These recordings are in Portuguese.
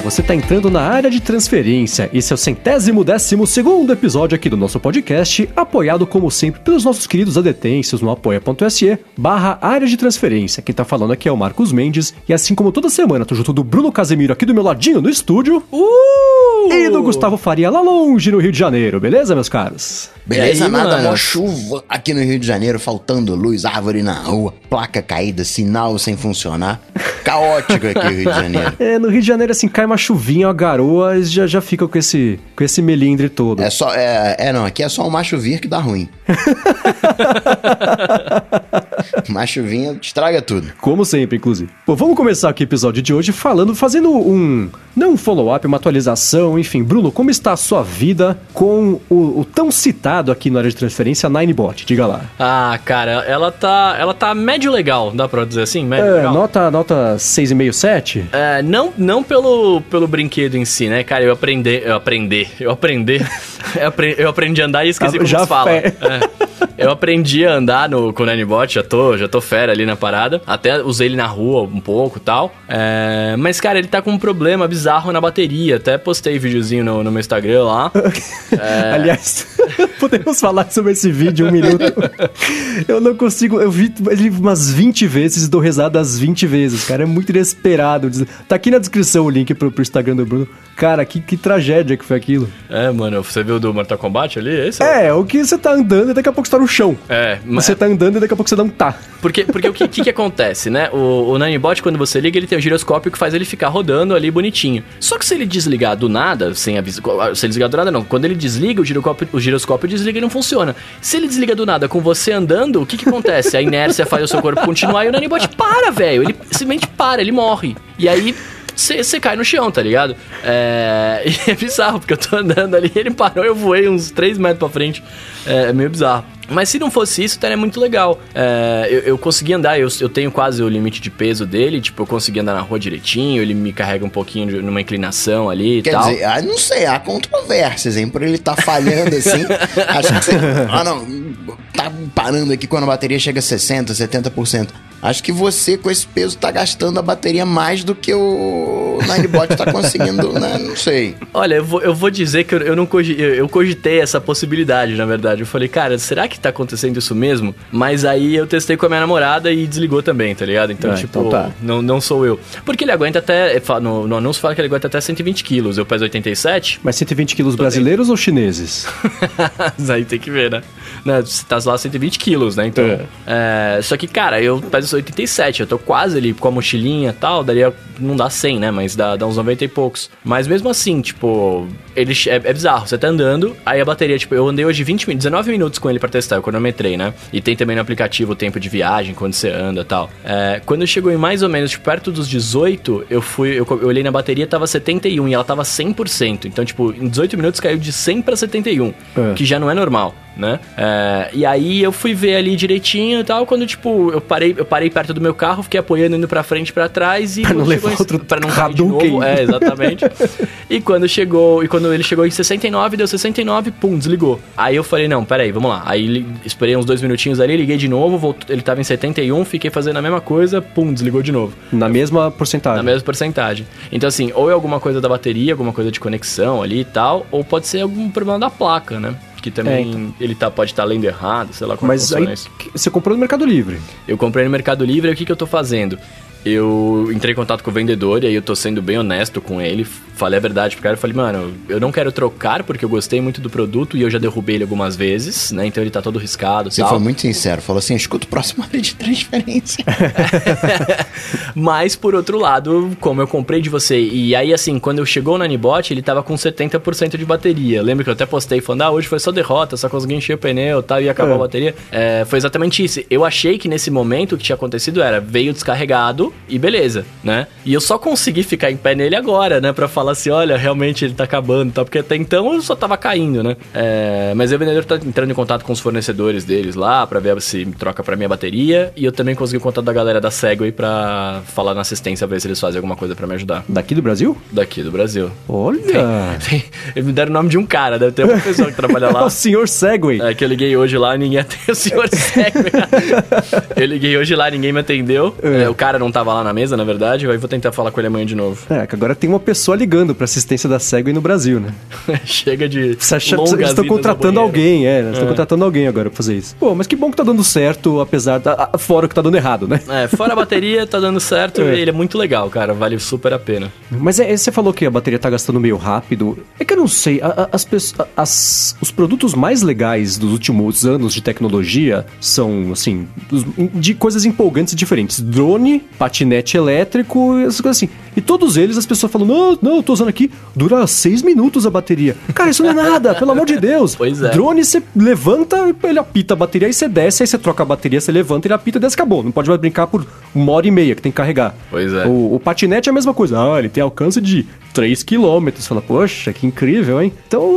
você está entrando na área de transferência. Esse é o 112º episódio aqui do nosso podcast, apoiado como sempre pelos nossos queridos adetêncios no apoia.se/área de transferência. Quem tá falando aqui é o Marcos Mendes, e assim como toda semana, tô junto do Bruno Casemiro aqui do meu ladinho no estúdio, e do Gustavo Faria lá longe no Rio de Janeiro, beleza, meus caros? Beleza, nada, mó chuva aqui no Rio de Janeiro, faltando luz, árvore na rua, placa caída, sinal sem funcionar. Caótico aqui no Rio de Janeiro. No Rio de Janeiro, assim, cai uma chuvinha, uma garoa, e já fica com esse melindre todo. Não, aqui é só um macho vir que dá ruim. Macho vinha estraga tudo. Como sempre, inclusive. Bom, vamos começar aqui o episódio de hoje fazendo não um follow-up, uma atualização, enfim. Bruno, como está a sua vida com o tão citado aqui na área de transferência, Ninebot? Diga lá. Ah, cara, ela tá médio legal, dá pra dizer assim? Médio legal. Nota 6,5, 7? Não pelo brinquedo em si, né, cara? Eu aprendi a andar e esqueci como se fala. Eu aprendi a andar com o Ninebot, já tô fera ali na parada. Até usei ele na rua um pouco e tal. Mas, cara, ele tá com um problema bizarro na bateria. Até postei videozinho no meu Instagram lá. Aliás, podemos falar sobre esse vídeo 1 minuto? Eu não consigo... Eu vi ele umas 20 vezes e dou risada as 20 vezes, cara. É muito inesperado. Tá aqui na descrição o link pro Instagram do Bruno. Cara, que tragédia que foi aquilo. Mano, você viu do Mortal Kombat ali? Esse o que você tá andando e daqui a pouco você tá no chão. Mas... Você tá andando e daqui a pouco você dá um tá. Porque o que acontece, né? O Ninebot, quando você liga, ele tem o giroscópio que faz ele ficar rodando ali bonitinho. Só que se ele desligar do nada, sem aviso... Se ele desligar do nada, não. Quando ele desliga, o giroscópio desliga e não funciona. Se ele desliga do nada com você andando, o que acontece? A inércia faz o seu corpo continuar e o Ninebot para, velho. Ele simplesmente para, ele morre. E aí... Você cai no chão, tá ligado? E é bizarro, porque eu tô andando ali, ele parou, eu voei uns 3 metros pra frente. É meio bizarro. Mas se não fosse isso, é muito legal. Eu consegui andar, eu tenho quase o limite de peso dele. Tipo, eu consegui andar na rua direitinho. Ele me carrega um pouquinho numa inclinação ali e tal. Quer dizer, não sei, há controvérsias, hein? Por ele tá falhando assim. Acho que você... tá parando aqui quando a bateria chega a 60%, 70%. Acho que você, com esse peso, tá gastando a bateria mais do que o Ninebot tá conseguindo, né? Não sei. Olha, eu vou dizer que eu cogitei essa possibilidade, na verdade. Eu falei, cara, será que tá acontecendo isso mesmo? Mas aí eu testei com a minha namorada e desligou também, tá ligado? Então, então tá. Não sou eu. Porque ele aguenta até... No anúncio fala que ele aguenta até 120 quilos. Eu peso 87. Mas 120 quilos brasileiros ou chineses? Aí tem que ver, né? Você tá lá 120 quilos, né? Então... Só que, cara, eu peso 87. Eu tô quase ali com a mochilinha e tal. Daria... Não dá 100, né? Mas dá uns 90 e poucos. Mas mesmo assim, tipo... Ele é bizarro. Você tá andando, aí a bateria... Tipo, eu andei hoje 19 minutos com ele pra testar. Eu cronometrei, né? E tem também no aplicativo o tempo de viagem, quando você anda e tal. Quando chegou em mais ou menos, tipo, perto dos 18, eu olhei na bateria, tava 71 e ela tava 100%. Então, tipo, em 18 minutos caiu de 100 pra 71. Que já não é normal, né? E aí eu fui ver ali direitinho e tal. Quando, tipo, eu parei perto do meu carro, fiquei apoiando, indo pra frente e pra trás. E pra não levar pra não cair de novo. Exatamente. E quando ele chegou em 69, deu 69, pum, desligou. Aí eu falei, não, peraí, vamos lá. Aí esperei uns 2 minutinhos ali, liguei de novo, ele tava em 71, fiquei fazendo a mesma coisa, pum, desligou de novo. Na mesma porcentagem. Na mesma porcentagem. Então, assim, ou é alguma coisa da bateria, alguma coisa de conexão ali e tal, ou pode ser algum problema da placa, né? Que também ele pode estar lendo errado, sei lá como funciona isso. Mas aí, você comprou no Mercado Livre? Eu comprei no Mercado Livre, e o que eu tô fazendo? Eu entrei em contato com o vendedor e aí eu tô sendo bem honesto com ele. Falei a verdade pro cara, eu falei, mano, eu não quero trocar porque eu gostei muito do produto e eu já derrubei ele algumas vezes, né? Então ele tá todo riscado e tal. Você foi muito sincero, falou assim, escuta o próximo área de transferência. Mas, por outro lado, como eu comprei de você, e aí assim, quando eu chegou no Ninebot, ele tava com 70% de bateria. Lembra que eu até postei falando, hoje foi só derrota, só consegui encher o pneu e tal, e acabar a bateria. Foi exatamente isso. Eu achei que nesse momento o que tinha acontecido veio descarregado e beleza, né? E eu só consegui ficar em pé nele agora, né? Pra falar assim, olha, realmente ele tá acabando e tal, porque até então eu só tava caindo, né? Mas o vendedor tá entrando em contato com os fornecedores deles lá, pra ver se troca pra minha bateria, e eu também consegui o contato da galera da Segway pra falar na assistência, ver se eles fazem alguma coisa pra me ajudar. Daqui do Brasil? Daqui do Brasil. Olha! Eles me deram o nome de um cara, deve ter uma pessoa que trabalha lá. O senhor Segway. Que eu liguei hoje lá, ninguém atendeu o senhor Segway. Eu liguei hoje lá, ninguém me atendeu. O cara não tava lá na mesa, na verdade, aí vou tentar falar com ele amanhã de novo. Que agora tem uma pessoa ligando pra assistência da Segway no Brasil, né? Chega de longas eles estão contratando alguém, Eles estão contratando alguém agora pra fazer isso. Pô, mas que bom que tá dando certo, apesar fora o que tá dando errado, né? Fora a bateria, tá dando certo e ele é muito legal, cara, vale super a pena. Mas você falou que a bateria tá gastando meio rápido. É que eu não sei, os produtos mais legais dos últimos anos de tecnologia são, assim, de coisas empolgantes e diferentes. Drone, patinete elétrico, essas coisas assim. E todos eles, as pessoas falam, não, eu tô usando aqui, dura 6 minutos a bateria. Cara, isso não é nada, pelo amor de Deus. Pois é. Drone, você levanta, ele apita a bateria, aí você desce, aí você troca a bateria, você levanta, ele apita e desce, acabou. Não pode mais brincar por 1h30 que tem que carregar. Pois é. O patinete é a mesma coisa. Ele tem alcance de 3 km. Você fala, poxa, que incrível, hein?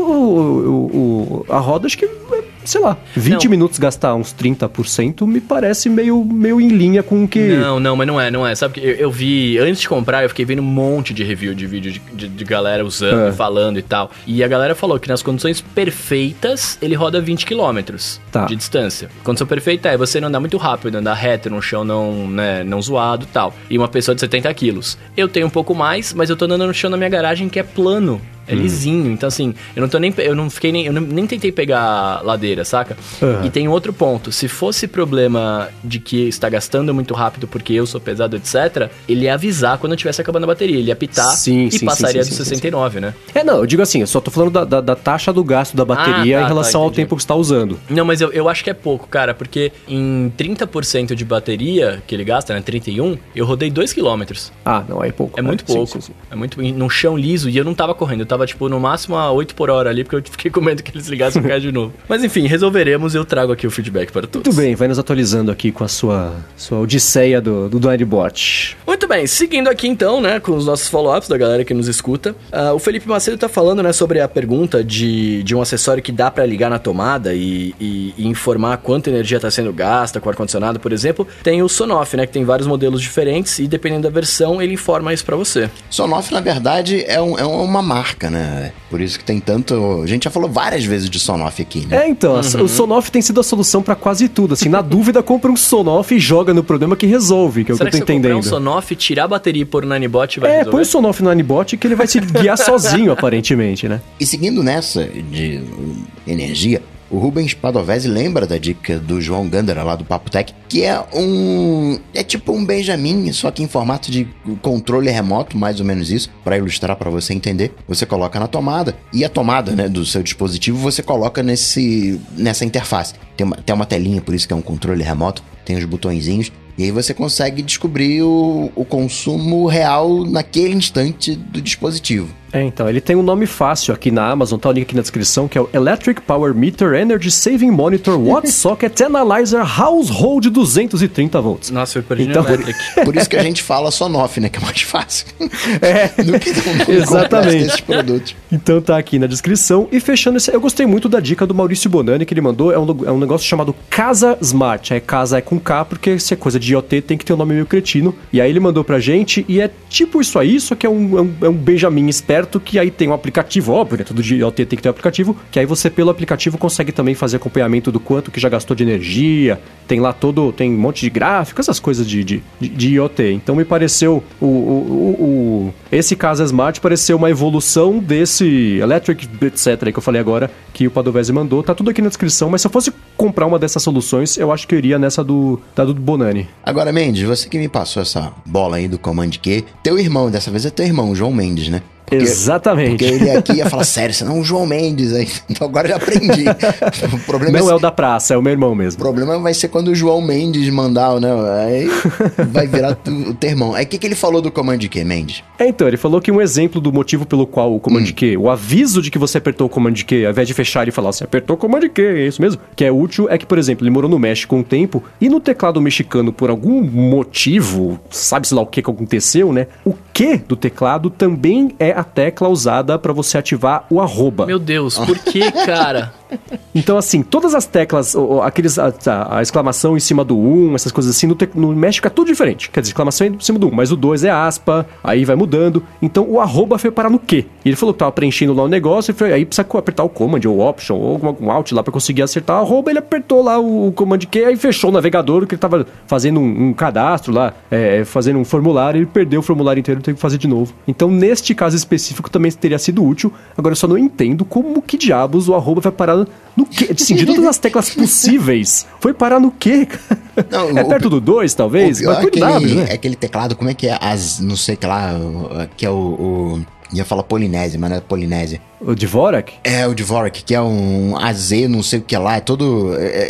Então, a roda, acho que, sei lá, 20 minutos gastar uns 30% me parece meio em linha com o que... Não, mas não é. Sabe que eu vi, antes de comprar, eu fiquei vendo um monte de review de vídeo de galera usando, falando e tal. E a galera falou que nas condições perfeitas, ele roda 20 km de distância. Condição perfeita é você não andar muito rápido, andar reto no chão não zoado e tal. E uma pessoa de 70 quilos. Eu tenho um pouco mais, mas eu tô andando no chão na minha garagem que é plano. É lisinho, então assim, eu nem tentei pegar ladeira, saca? E tem outro ponto, se fosse problema de que está gastando muito rápido porque eu sou pesado, etc, ele ia avisar quando eu tivesse acabando a bateria, ele ia apitar e passaria dos 69, né? Não, eu digo assim, eu só tô falando da taxa do gasto da bateria em relação ao tempo que você tá usando. Não, mas eu acho que é pouco, cara, porque em 30% de bateria que ele gasta, né, 31, eu rodei 2 km. Não, é pouco. É muito pouco. Sim. É muito no chão liso e eu não tava correndo, eu tava tipo no máximo a 8 por hora ali, porque eu fiquei com medo que eles ligassem o carro de novo. Mas enfim, resolveremos, eu trago aqui o feedback para todos. Muito bem, vai nos atualizando aqui com a sua odisseia do Nerdbot. Muito bem, seguindo aqui então, né, com os nossos follow-ups da galera que nos escuta, o Felipe Macedo tá falando, né, sobre a pergunta de um acessório que dá para ligar na tomada e informar quanta energia tá sendo gasta com o ar-condicionado, por exemplo. Tem o Sonoff, né, que tem vários modelos diferentes e dependendo da versão, ele informa isso para você. Sonoff, na verdade, é uma marca, né? Por isso que tem tanto... A gente já falou várias vezes de Sonoff aqui, né? Então, o Sonoff tem sido a solução pra quase tudo. Assim, na dúvida, compra um Sonoff e joga no problema que resolve, que é o que eu tô entendendo. Será que se eu comprar um Sonoff, tirar a bateria e pôr no Nanibot vai resolver? Põe o Sonoff no Nanibot que ele vai se guiar sozinho, aparentemente, né? E seguindo nessa de energia, o Rubens Padovese lembra da dica do João Gandara lá do Papo Tech, que é tipo um Benjamin, só que em formato de controle remoto, mais ou menos isso, para ilustrar para você entender. Você coloca na tomada, e a tomada, né, do seu dispositivo você coloca nessa interface. Tem uma telinha, por isso que é um controle remoto, tem os botõezinhos, e aí você consegue descobrir o consumo real naquele instante do dispositivo. Então, ele tem um nome fácil aqui na Amazon, tá o link aqui na descrição, que é o Electric Power Meter Energy Saving Monitor Watt Socket Analyzer Household 230 volts. Nossa, eu perdi no Electric. Por isso que a gente fala Sonoff, né, que é mais fácil. Do que exatamente esses produtos. Então tá aqui na descrição. E fechando eu gostei muito da dica do Maurício Bonani que ele mandou, é um negócio chamado Casa Smart. Casa é com K, porque se é coisa de IoT tem que ter um nome meio cretino. E aí ele mandou pra gente, e é tipo isso aí, só que é um Benjamin esperto, que aí tem um aplicativo, óbvio, né? Tudo de IoT tem que ter um aplicativo, que aí você pelo aplicativo consegue também fazer acompanhamento do quanto que já gastou de energia, tem lá tem um monte de gráfico, essas coisas de IoT. Então me pareceu, esse Casa Smart pareceu uma evolução desse Electric, etc, aí que eu falei agora, que o Padovese mandou. Tá tudo aqui na descrição, mas se eu fosse comprar uma dessas soluções, eu acho que eu iria nessa do Bonani. Agora, Mendes, você que me passou essa bola aí do Command Q, teu irmão, dessa vez é teu irmão, o João Mendes, né? Exatamente. Porque ele aqui ia falar, sério, você não é o João Mendes aí. Então agora eu já aprendi. O problema não é o da praça, é o meu irmão mesmo. O problema vai ser quando o João Mendes mandar, né? Aí vai virar o teu irmão. Aí o que ele falou do Command Q, Mendes? Então, ele falou que um exemplo do motivo pelo qual o Command Q, o aviso de que você apertou o Command Q, ao invés de fechar e falar assim, apertou o Command Q, é isso mesmo? Que é útil, é que, por exemplo, ele morou no México um tempo, e no teclado mexicano, por algum motivo, sabe-se lá o que aconteceu, né? O Q do teclado também é a tecla usada para você ativar o arroba. Meu Deus, por que, cara? Então, assim, todas as teclas, a exclamação em cima do 1, essas coisas assim, no Mesh fica tudo diferente. Quer dizer, exclamação em cima do 1, mas o 2 é aspa, aí vai mudando. Então, o arroba foi parar no Q. E ele falou que tava preenchendo lá o negócio, aí precisa apertar o command ou option ou algum alt lá pra conseguir acertar o arroba. Ele apertou lá o command Q, aí fechou o navegador, que ele tava fazendo um cadastro lá, fazendo um formulário, ele perdeu o formulário inteiro, teve que fazer de novo. Então, neste caso específico, também teria sido útil. Agora, eu só não entendo como que diabos o arroba vai parar no quê? Assim, de todas as teclas possíveis, foi parar no quê? Não, perto do 2, talvez? Mas foi W, né? É aquele teclado, como é que é? Não sei que lá, que é ia falar Polinésia, mas não é Polinésia. O Dvorak? É, o Dvorak, que é um AZ, não sei o que lá, é todo...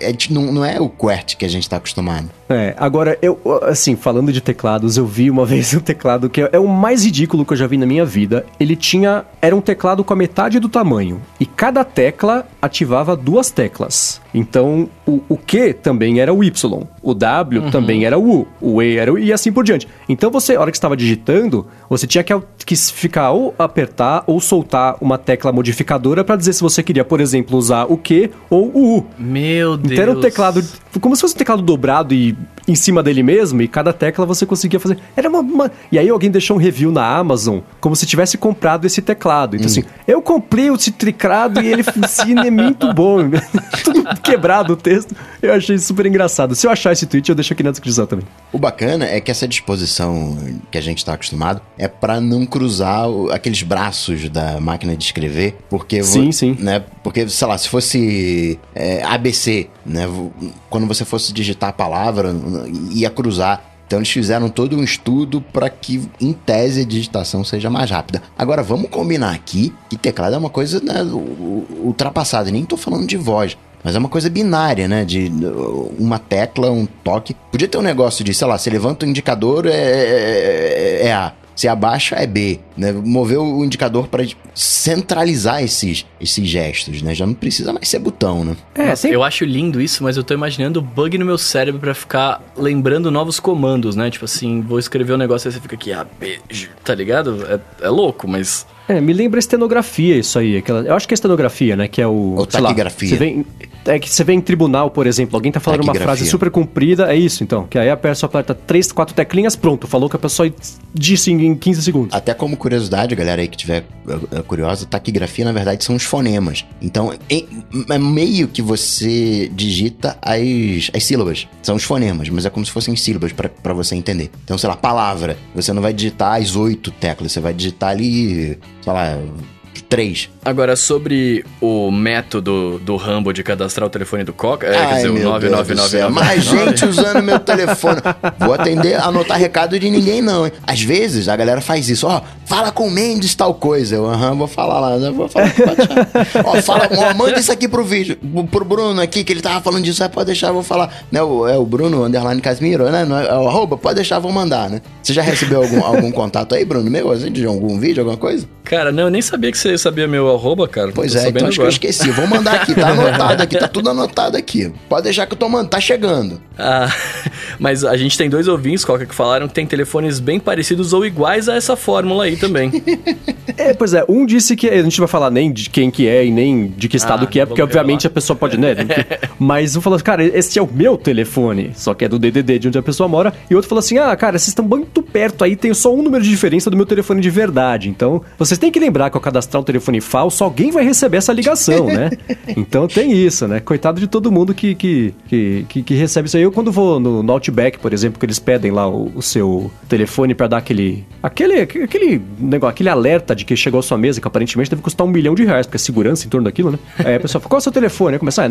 não é o QWERTY que a gente tá acostumado. Agora, assim, falando de teclados, eu vi uma vez um teclado que é o mais ridículo que eu já vi na minha vida. Era um teclado com a metade do tamanho, e cada tecla ativava 2 teclas. Então, o Q também era o Y, o W também era o U, o E era o I, e assim por diante. Então, a hora que estava digitando, você tinha que ficar ou apertar ou soltar uma tecla modificadora para dizer se você queria, por exemplo, usar o Q ou o U. Meu Deus. Então era um teclado, como se fosse um teclado dobrado e em cima dele mesmo, e cada tecla você conseguia fazer. Era E aí alguém deixou um review na Amazon, como se tivesse comprado esse teclado. Então assim, eu comprei esse teclado e ele é muito bom. Tudo quebrado o texto. Eu achei super engraçado. Se eu achar esse tweet, eu deixo aqui na descrição também. O bacana é que essa disposição que a gente tá acostumado é para não cruzar aqueles braços da máquina de escrever, porque... Sim. Né, porque, sei lá, se fosse ABC, né, quando você fosse digitar a palavra, ia cruzar. Então eles fizeram todo um estudo para que, em tese, a digitação seja mais rápida. Agora, vamos combinar aqui que teclado é uma coisa, né, ultrapassada. Nem tô falando de voz, mas é uma coisa binária, né? De uma tecla, um toque. Podia ter um negócio de, sei lá, você levanta o indicador, é A. Se abaixa, é B, né? Mover o indicador para centralizar esses gestos, né? Já não precisa mais ser botão, né? Nossa, eu acho lindo isso, mas eu tô imaginando bug no meu cérebro pra ficar lembrando novos comandos, né? Tipo assim, vou escrever um negócio e você fica aqui, A, B, G, tá ligado? É louco, mas... Me lembra estenografia isso aí. Eu acho que é estenografia, né? Que é o... Ou taquigrafia. Que você vê em tribunal, por exemplo, alguém tá falando uma frase super comprida, é isso, então. Que aí a pessoa aperta 3, 4 teclinhas, pronto. Falou que a pessoa disse em 15 segundos. Até como curiosidade, galera aí que tiver curiosa, taquigrafia, na verdade, são os fonemas. Então, é meio que você digita as sílabas. São os fonemas, mas é como se fossem sílabas pra você entender. Então, sei lá, palavra. Você não vai digitar as 8 teclas, você vai digitar ali... sei lá, 3. Agora, sobre o método do Rambo de cadastrar o telefone do Coca, quer dizer, o 999... Mais gente usando meu telefone. Vou anotar recado de ninguém não, hein? Às vezes, a galera faz isso. Fala com o Mendes tal coisa. Eu, vou falar lá. Vou falar, pode deixar. Manda isso aqui pro vídeo. Pro Bruno aqui, que ele tava falando disso. Pode deixar, vou falar. Né, é o Bruno, _ Casimiro, né? É o arroba, pode deixar, vou mandar, né? Você já recebeu algum contato aí, Bruno, meu? Assim, de algum vídeo, alguma coisa? Cara, não, eu nem sabia que você sabia meu arroba, cara. Pois então acho que eu esqueci. Vou mandar aqui, tá anotado aqui, tá tudo anotado aqui. Pode deixar que eu tô mandando, tá chegando. Mas a gente tem 2 ouvintes, Coca, que falaram que tem telefones bem parecidos ou iguais a essa fórmula aí também. Pois é, um disse que a gente não vai falar nem de quem que é e nem de que estado que é, porque obviamente a pessoa pode, né? Mas um falou, cara, esse é o meu telefone, só que é do DDD de onde a pessoa mora, e outro falou assim, cara, vocês estão muito perto aí, tem só um número de diferença do meu telefone de verdade, então vocês têm que lembrar que ao cadastrar um telefone falso, alguém vai receber essa ligação, né? Então tem isso, né? Coitado de todo mundo que recebe isso aí. Eu quando vou no Outback, por exemplo, que eles pedem lá o seu telefone pra dar aquele negócio, aquele alerta de que chegou a sua mesa, que aparentemente deve custar R$1 milhão, porque é segurança em torno daquilo, né? Aí a pessoa fala, qual é o seu telefone? Aí começa,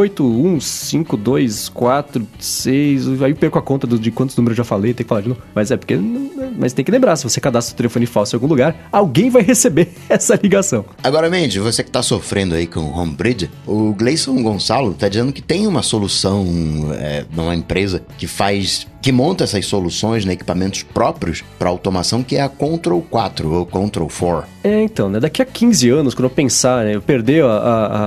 9815246, aí perco a conta de quantos números eu já falei, tem que falar de novo. Mas mas tem que lembrar, se você cadastra o telefone falso em algum lugar, alguém vai receber essa ligação. Agora, Mendes, você que tá sofrendo aí com o Homebridge, o Gleison Gonçalo tá dizendo que tem uma solução numa empresa que monta essas soluções, né, equipamentos próprios para automação, que é a Control 4 ou Control 4. Então, né, daqui a 15 anos, quando eu pensar, né, eu perder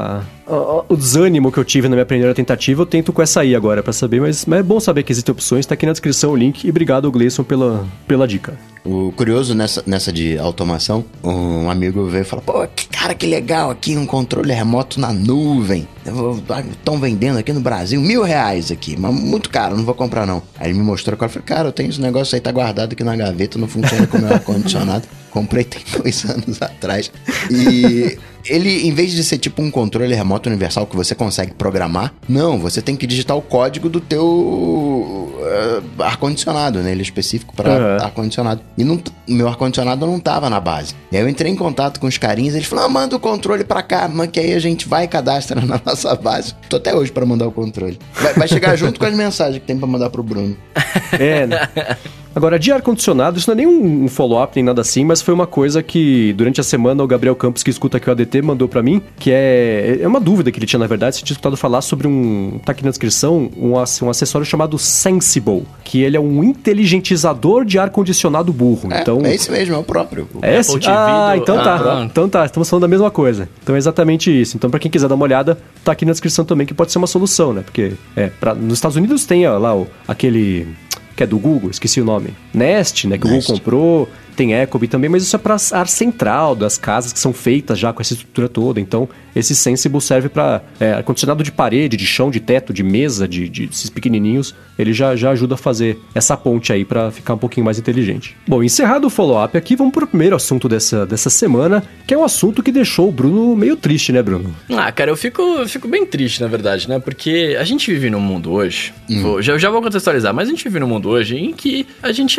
o desânimo que eu tive na minha primeira tentativa, eu tento com essa aí agora pra saber, mas é bom saber que existem opções, tá aqui na descrição o link, e obrigado, Gleison, pela dica. O curioso nessa de automação, um amigo veio e falou, pô, que legal aqui, um controle remoto na nuvem. Estão vendendo aqui no Brasil R$1.000 aqui, mas muito caro, não vou comprar não. Aí ele me mostrou, eu falei, cara, eu tenho esse negócio aí, tá guardado aqui na gaveta, não funciona com o meu ar-condicionado. Comprei tem 2 anos atrás. E ele, em vez de ser tipo um controle remoto universal que você consegue programar, não, você tem que digitar o código do teu ar-condicionado, né? Ele é específico para ar-condicionado. E meu ar-condicionado não tava na base. E aí eu entrei em contato com os carinhas, eles falaram, manda o controle pra cá, que aí a gente vai e cadastra na nossa base. Tô até hoje pra mandar o controle. Vai chegar junto com as mensagens que tem pra mandar pro Bruno. Né? Agora, de ar-condicionado, isso não é nem um follow-up, nem nada assim, mas foi uma coisa que, durante a semana, o Gabriel Campos, que escuta aqui o ADT, mandou pra mim, que é uma dúvida que ele tinha, na verdade, se tinha escutado falar sobre tá aqui na descrição, um acessório chamado Sensible, que ele é um inteligentizador de ar-condicionado burro. É esse mesmo, é o próprio. É esse? Então tá, estamos falando da mesma coisa. Então é exatamente isso. Então, pra quem quiser dar uma olhada, tá aqui na descrição também, que pode ser uma solução, né? Porque, nos Estados Unidos tem lá aquele... que é do Google, esqueci o nome. Nest, né, que Nest. O Google comprou, tem Ecobee também, mas isso é para ar central das casas que são feitas já com essa estrutura toda. Então, esse Sensible serve para ar-condicionado de parede, de chão, de teto, de mesa, de esses pequenininhos. Ele já ajuda a fazer essa ponte aí para ficar um pouquinho mais inteligente. Bom, encerrado o follow-up aqui, vamos pro primeiro assunto dessa semana, que é um assunto que deixou o Bruno meio triste, né, Bruno? Cara, eu fico bem triste, na verdade, né? Porque a gente vive num mundo hoje, já vou contextualizar, mas a gente vive num mundo hoje em que a gente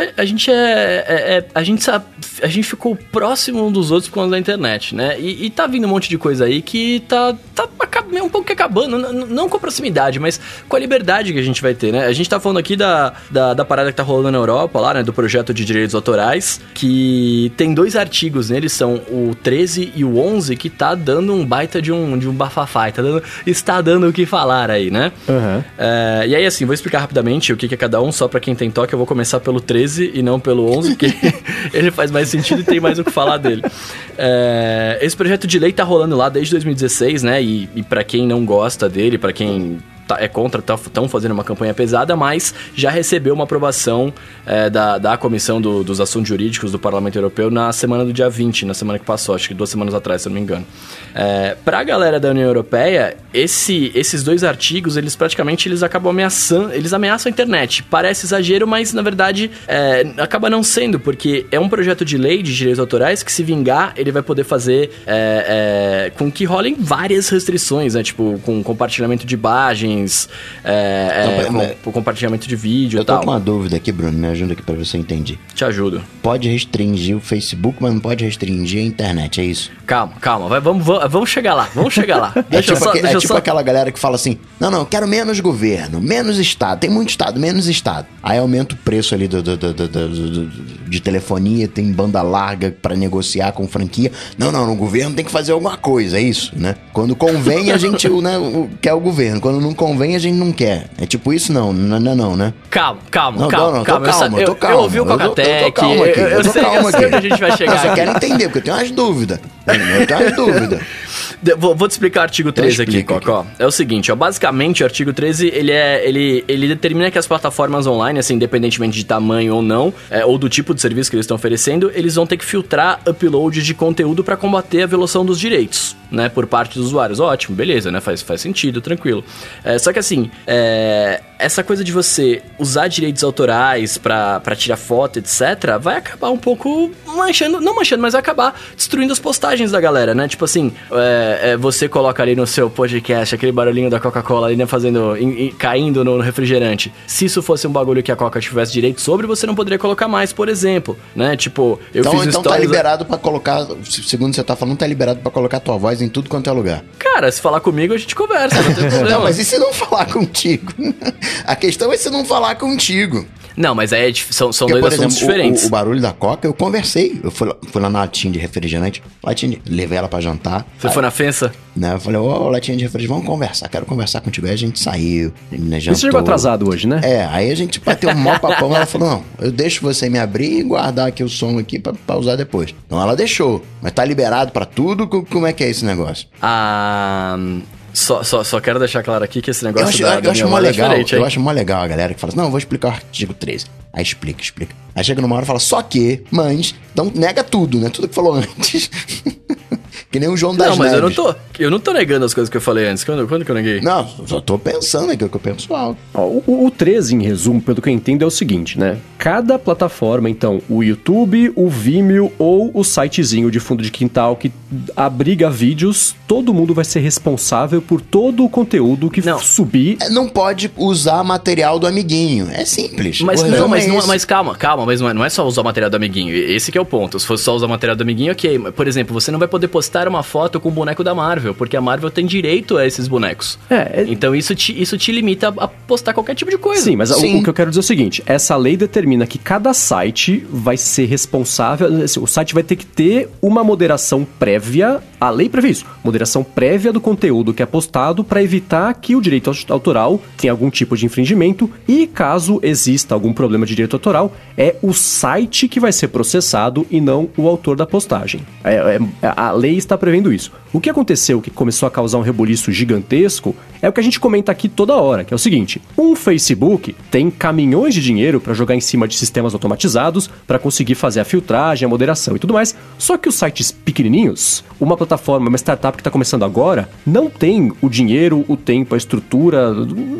ficou próximo um dos outros por conta da internet, né? E tá vindo um monte de coisa aí que tá um pouco acabando, não com a proximidade, mas com a liberdade que a gente vai ter, né? A gente tá falando aqui da parada que tá rolando na Europa lá, né? Do projeto de direitos autorais, que tem 2 artigos neles, são o 13 e o 11, que tá dando um baita de um bafafá, está dando o que falar aí, né? E aí, assim, vou explicar rapidamente o que é cada um, só pra quem tem toque. Eu vou começar pelo 13 e não pelo 11, porque ele faz mais sentido e tem mais o que falar dele. Esse projeto de lei tá rolando lá desde 2016, né? E pra quem não gosta dele, pra quem é contra, estão fazendo uma campanha pesada, mas já recebeu uma aprovação da Comissão dos Assuntos Jurídicos do Parlamento Europeu na semana do dia 20, na semana que passou, acho que 2 semanas atrás, se eu não me engano. Pra galera da União Europeia, esses 2 artigos, eles praticamente acabam ameaçam a internet. Parece exagero, mas na verdade acaba não sendo, porque é um projeto de lei de direitos autorais que, se vingar, ele vai poder fazer com que rolem várias restrições, né? Tipo, com compartilhamento de imagens, com compartilhamento de vídeo e tal. Eu tô com uma dúvida aqui, Bruno, me ajuda aqui pra ver se eu entendi. Te ajudo. Pode restringir o Facebook, mas não pode restringir a internet, é isso? Calma, vamos chegar lá. É tipo aquela galera que fala assim, não, eu quero menos governo, menos Estado, tem muito Estado, menos Estado. Aí aumenta o preço ali de telefonia, tem banda larga pra negociar com franquia. Não, o governo tem que fazer alguma coisa, é isso, né? Quando convém, a gente quer o governo, quando não convém, a gente não quer. É tipo isso? Não, né? Calma. Eu ouvi o Cocatec, eu sei onde a gente vai chegar. Eu só quero entender, porque eu tenho umas dúvidas. Vou te explicar o artigo 13 aqui, Cocó. É o seguinte, basicamente o artigo 13, ele determina que as plataformas online, assim, independentemente de tamanho ou não, ou do tipo de serviço que eles estão oferecendo, eles vão ter que filtrar uploads de conteúdo para combater a violação dos direitos, né, por parte dos usuários. Ótimo, beleza, né, faz sentido, tranquilo. Só que assim, essa coisa de você usar direitos autorais pra tirar foto, etc., vai acabar um pouco não manchando, mas vai acabar destruindo as postagens da galera, né? Tipo assim, você coloca ali no seu podcast aquele barulhinho da Coca-Cola ali, né, caindo no refrigerante. Se isso fosse um bagulho que a Coca tivesse direito sobre, você não poderia colocar mais, por exemplo, né? Tipo, então tá liberado pra colocar, segundo você tá falando, tá liberado pra colocar tua voz em tudo quanto é lugar. Cara, se falar comigo, a gente conversa, não tem problema. Não, mas e se não falar contigo? A questão é se não falar contigo. Não, mas aí são dois assuntos diferentes. O barulho da Coca, eu conversei. Eu fui lá na latinha de refrigerante, levei ela pra jantar. Você foi na fensa? Né, eu falei, latinha de refrigerante, vamos conversar, quero conversar contigo. Aí a gente saiu, né, jantou. Você chegou atrasado hoje, né? Aí a gente bateu um maior papão, ela falou, não, eu deixo você me abrir e guardar aqui o som aqui pra usar depois. Então ela deixou, mas tá liberado pra tudo, como é que é esse negócio? Só quero deixar claro aqui que esse negócio eu acho mó legal, diferente, eu acho mó legal a galera que fala assim, não, eu vou explicar o artigo 13. Aí explica. Aí chega numa hora e fala, só que, mas, então nega tudo, né? Tudo que falou antes. Que nem o João das Neves. Não, mas eu não tô negando as coisas que eu falei antes. Quando que eu neguei? Não, só tô pensando aqui, o que eu penso alto. O 13, em resumo, pelo que eu entendo, é o seguinte, né? Cada plataforma, então, o YouTube, o Vimeo ou o sitezinho de fundo de quintal que abriga vídeos, todo mundo vai ser responsável por todo o conteúdo que subir. Não pode usar material do amiguinho. É simples. Mas calma, mas não é só usar o material do amiguinho. Esse que é o ponto. Se fosse só usar o material do amiguinho, ok. Por exemplo, você não vai poder postar uma foto com o boneco da Marvel, porque a Marvel tem direito a esses bonecos. Então isso te limita a postar qualquer tipo de coisa. Sim, mas o que eu quero dizer é o seguinte, essa lei determina que cada site vai ser responsável, o site vai ter que ter uma moderação prévia, a lei prevê isso, moderação prévia do conteúdo que é postado para evitar que o direito autoral tenha algum tipo de infringimento e caso exista algum problema de direito autoral, é o site que vai ser processado e não o autor da postagem. A lei está prevendo isso. O que aconteceu, que começou a causar um rebuliço gigantesco, é o que a gente comenta aqui toda hora, que é o seguinte, um Facebook tem caminhões de dinheiro para jogar em cima de sistemas automatizados, para conseguir fazer a filtragem, a moderação e tudo mais, só que os sites pequenininhos, uma plataforma, uma startup que está começando agora, não tem o dinheiro, o tempo, a estrutura,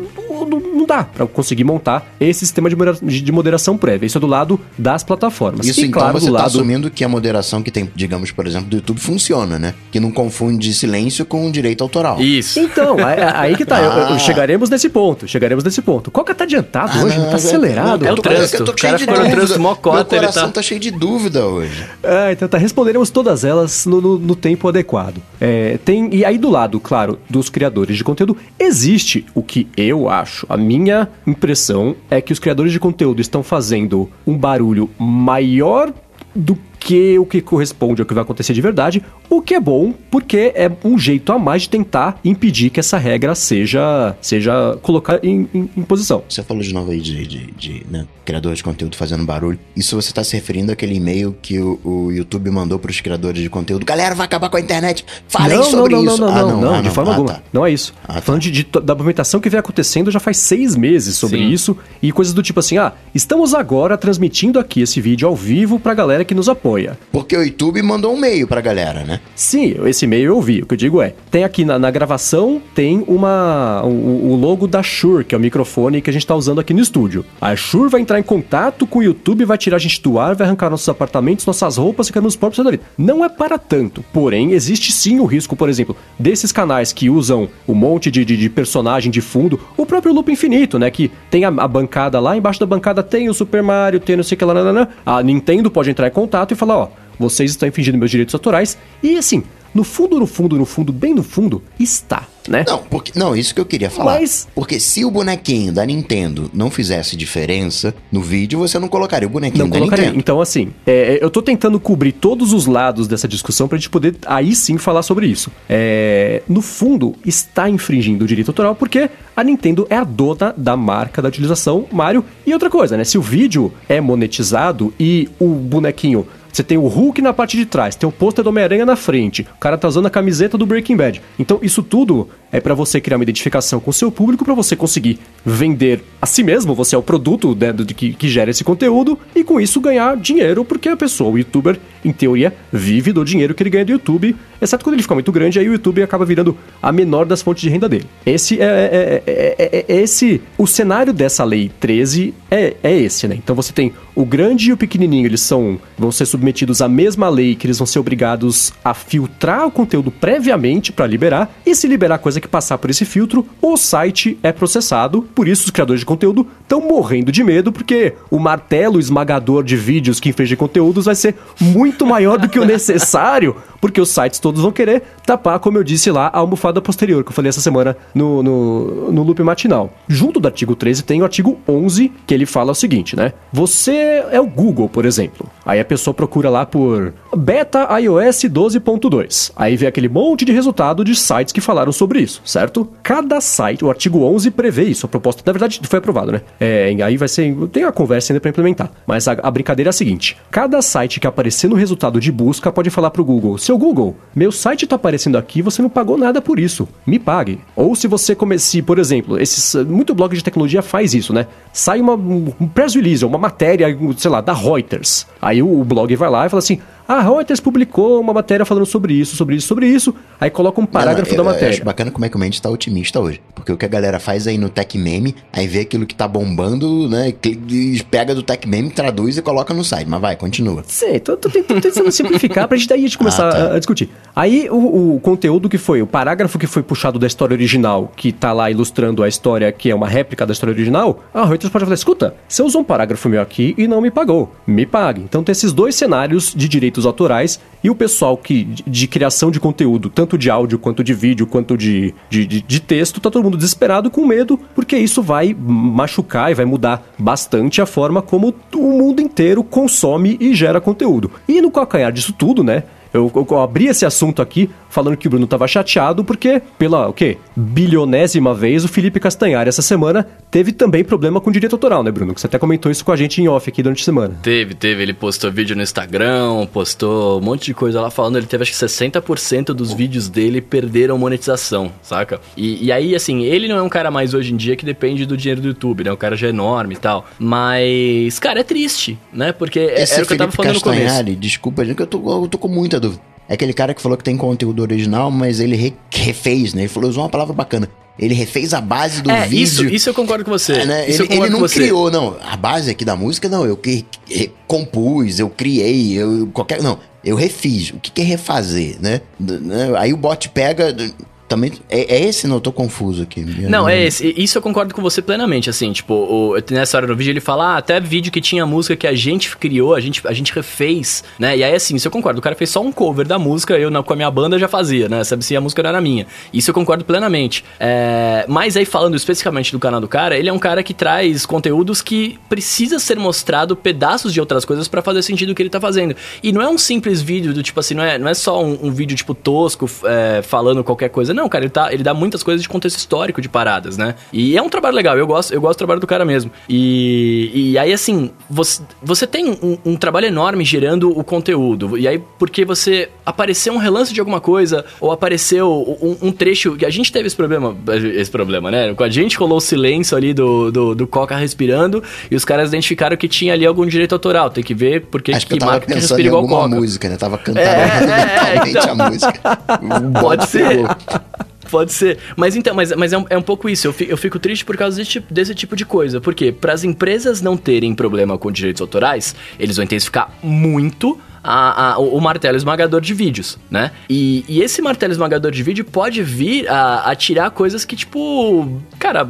não dá para conseguir montar esse sistema de moderação prévia. Isso é do lado das plataformas. Isso, e, então, claro, você do tá lado... assumindo que a moderação que tem, digamos, por exemplo, do YouTube funciona, né? Que não confunde silêncio com direito autoral. Isso. Então, aí que tá. Chegaremos nesse ponto. Qual que tá adiantado hoje? Tá acelerado. É o trânsito. O cara ficou no trânsito mocota. Meu coração tá cheio de dúvida hoje. Então tá. Responderemos todas elas no tempo adequado. E aí do lado, claro, dos criadores de conteúdo, existe o que eu acho. A minha impressão é que os criadores de conteúdo estão fazendo um barulho maior do que o que corresponde ao que vai acontecer de verdade, o que é bom, porque é um jeito a mais de tentar impedir que essa regra seja colocada em posição. Você falou de novo aí de né, criador de conteúdo fazendo barulho. Isso você tá se referindo àquele e-mail que o YouTube mandou pros criadores de conteúdo? Galera, vai acabar com a internet! Falem sobre isso! Não, de forma alguma. Tá. Não é isso. Falando da movimentação que vem acontecendo já faz 6 meses sobre isso, e coisas do tipo assim, estamos agora transmitindo aqui esse vídeo ao vivo pra galera que nos apoia. Porque o YouTube mandou um e-mail pra galera, né? Sim, esse e-mail eu vi. O que eu digo tem aqui na gravação, tem o logo da Shure, que é o microfone que a gente tá usando aqui no estúdio. A Shure vai entrar em contato com o YouTube, vai tirar a gente do ar, vai arrancar nossos apartamentos, nossas roupas, ficar nos próprios da vida. Não é para tanto. Porém, existe sim o risco, por exemplo, desses canais que usam um monte de personagem de fundo, o próprio Loop Infinito, né? Que tem a bancada lá, embaixo da bancada tem o Super Mario, tem não sei o que lá, a Nintendo pode entrar em contato e falar, vocês estão infringindo meus direitos autorais. E assim, no fundo, bem no fundo, está, né? Não, isso que eu queria falar. Porque se o bonequinho da Nintendo não fizesse diferença no vídeo, você não colocaria o bonequinho da Nintendo. Então, assim, eu tô tentando cobrir todos os lados dessa discussão pra gente poder, aí sim, falar sobre isso. No fundo, está infringindo o direito autoral porque a Nintendo é a dona da marca da utilização Mario. E outra coisa, né? Se o vídeo é monetizado e o bonequinho... Você tem o Hulk na parte de trás, tem o pôster do Homem-Aranha na frente, o cara tá usando a camiseta do Breaking Bad. Então isso tudo é pra você criar uma identificação com o seu público, pra você conseguir vender a si mesmo, você é o produto, né, que gera esse conteúdo, e com isso ganhar dinheiro, porque a pessoa, o youtuber, em teoria, vive do dinheiro que ele ganha do YouTube, exceto quando ele fica muito grande, aí o YouTube acaba virando a menor das fontes de renda dele. O cenário dessa lei 13 é esse, né? Então você tem o grande e o pequenininho, eles vão ser submetidos à mesma lei, que eles vão ser obrigados a filtrar o conteúdo previamente para liberar, e se liberar coisa que passar por esse filtro, o site é processado. Por isso os criadores de conteúdo estão morrendo de medo, porque o martelo esmagador de vídeos que infringem conteúdos vai ser muito maior do que o necessário, porque os sites todos vão querer tapar, como eu disse lá, a almofada posterior, que eu falei essa semana no loop matinal. Junto do artigo 13 tem o artigo 11, que ele fala o seguinte, né? Você é o Google, por exemplo. Aí a pessoa procura lá por Beta iOS 12.2. Aí vê aquele monte de resultado de sites que falaram sobre isso, certo? Cada site, o artigo 11 prevê isso, a proposta, na verdade, foi aprovado, né? Aí vai ser, tem a conversa ainda pra implementar. Mas a brincadeira é a seguinte, cada site que aparecer no resultado de busca pode falar pro Google, seu Google, meu site tá aparecendo aqui, você não pagou nada por isso, me pague. Ou se você comece, por exemplo, muito blog de tecnologia faz isso, né? Sai um press release, uma matéria, sei lá, da Reuters. Aí o blog vai lá e fala assim, a Reuters publicou uma matéria falando sobre isso, aí coloca um parágrafo da matéria. Eu acho bacana como é que o Mendes tá otimista hoje. Porque o que a galera faz aí no Tech Meme, aí vê aquilo que tá bombando, né? Pega do Tech Meme, traduz e coloca no site. Mas vai, continua. Sim, tô tentando simplificar pra gente daí começar a discutir. Aí o conteúdo que foi, o parágrafo que foi puxado da história original, que tá lá ilustrando a história que é uma réplica da história original, a Reuters pode falar, escuta, você usou um parágrafo meu aqui e não me pagou, me pague. Então tem esses dois cenários de direitos autorais e o pessoal de criação de conteúdo, tanto de áudio, quanto de vídeo, quanto de texto, tá todo mundo desesperado com medo, porque isso vai machucar e vai mudar bastante a forma como o mundo inteiro consome e gera conteúdo. E no calcanhar disso tudo, né? Eu abri esse assunto aqui falando que o Bruno estava chateado porque, pela, bilionésima vez, o Felipe Castanhari, essa semana, teve também problema com direito autoral, né, Bruno? Que você até comentou isso com a gente em off aqui durante a semana. Teve. Ele postou vídeo no Instagram, postou um monte de coisa lá falando, ele teve acho que 60% dos vídeos dele perderam monetização, saca? E aí, assim, ele não é um cara mais hoje em dia que depende do dinheiro do YouTube, né? O cara já é enorme e tal. Mas, cara, é triste, né? Porque era o que eu tava falando no começo. Desculpa, gente, que eu tô com muita dúvida. É aquele cara que falou que tem conteúdo original, mas ele refez, né? Ele falou, usou uma palavra bacana. Ele refez a base do vídeo. Isso eu concordo com você. Né? Ele não criou, não. A base aqui da música, não. Eu compus, eu criei, não, eu refiz. O que é refazer, né? Aí o bot pega... Também, é esse, não? Eu tô confuso aqui. Não, é esse. Isso eu concordo com você plenamente, assim, tipo, nessa hora do vídeo ele fala, até vídeo que tinha música que a gente criou, a gente refez, né? E aí, assim, isso eu concordo. O cara fez só um cover da música, eu com a minha banda já fazia, né? Sabe, se a música não era minha. Isso eu concordo plenamente. Mas aí, falando especificamente do canal do cara, ele é um cara que traz conteúdos que precisa ser mostrado pedaços de outras coisas pra fazer sentido o que ele tá fazendo. E não é um simples vídeo do tipo assim, não é só um vídeo, tipo, tosco, falando qualquer coisa. Não, cara, ele dá muitas coisas de contexto histórico de paradas, né? E é um trabalho legal, eu gosto do trabalho do cara mesmo. E aí, assim, você tem um trabalho enorme gerando o conteúdo. E aí, porque você apareceu um relance de alguma coisa, ou apareceu um trecho... A gente teve esse problema, né? Com a gente rolou o silêncio ali do Coca respirando, e os caras identificaram que tinha ali algum direito autoral. Tem que ver porque acho que marca que respira igual Coca. Música, né? Tava cantando totalmente então. A música. Pode ser. Pode ser. Mas então, mas é um pouco isso. Eu fico triste por causa desse tipo de coisa. Porque para as empresas não terem problema com direitos autorais, eles vão intensificar muito o martelo esmagador de vídeos, né? E esse martelo esmagador de vídeo pode vir a tirar coisas que, tipo... Cara...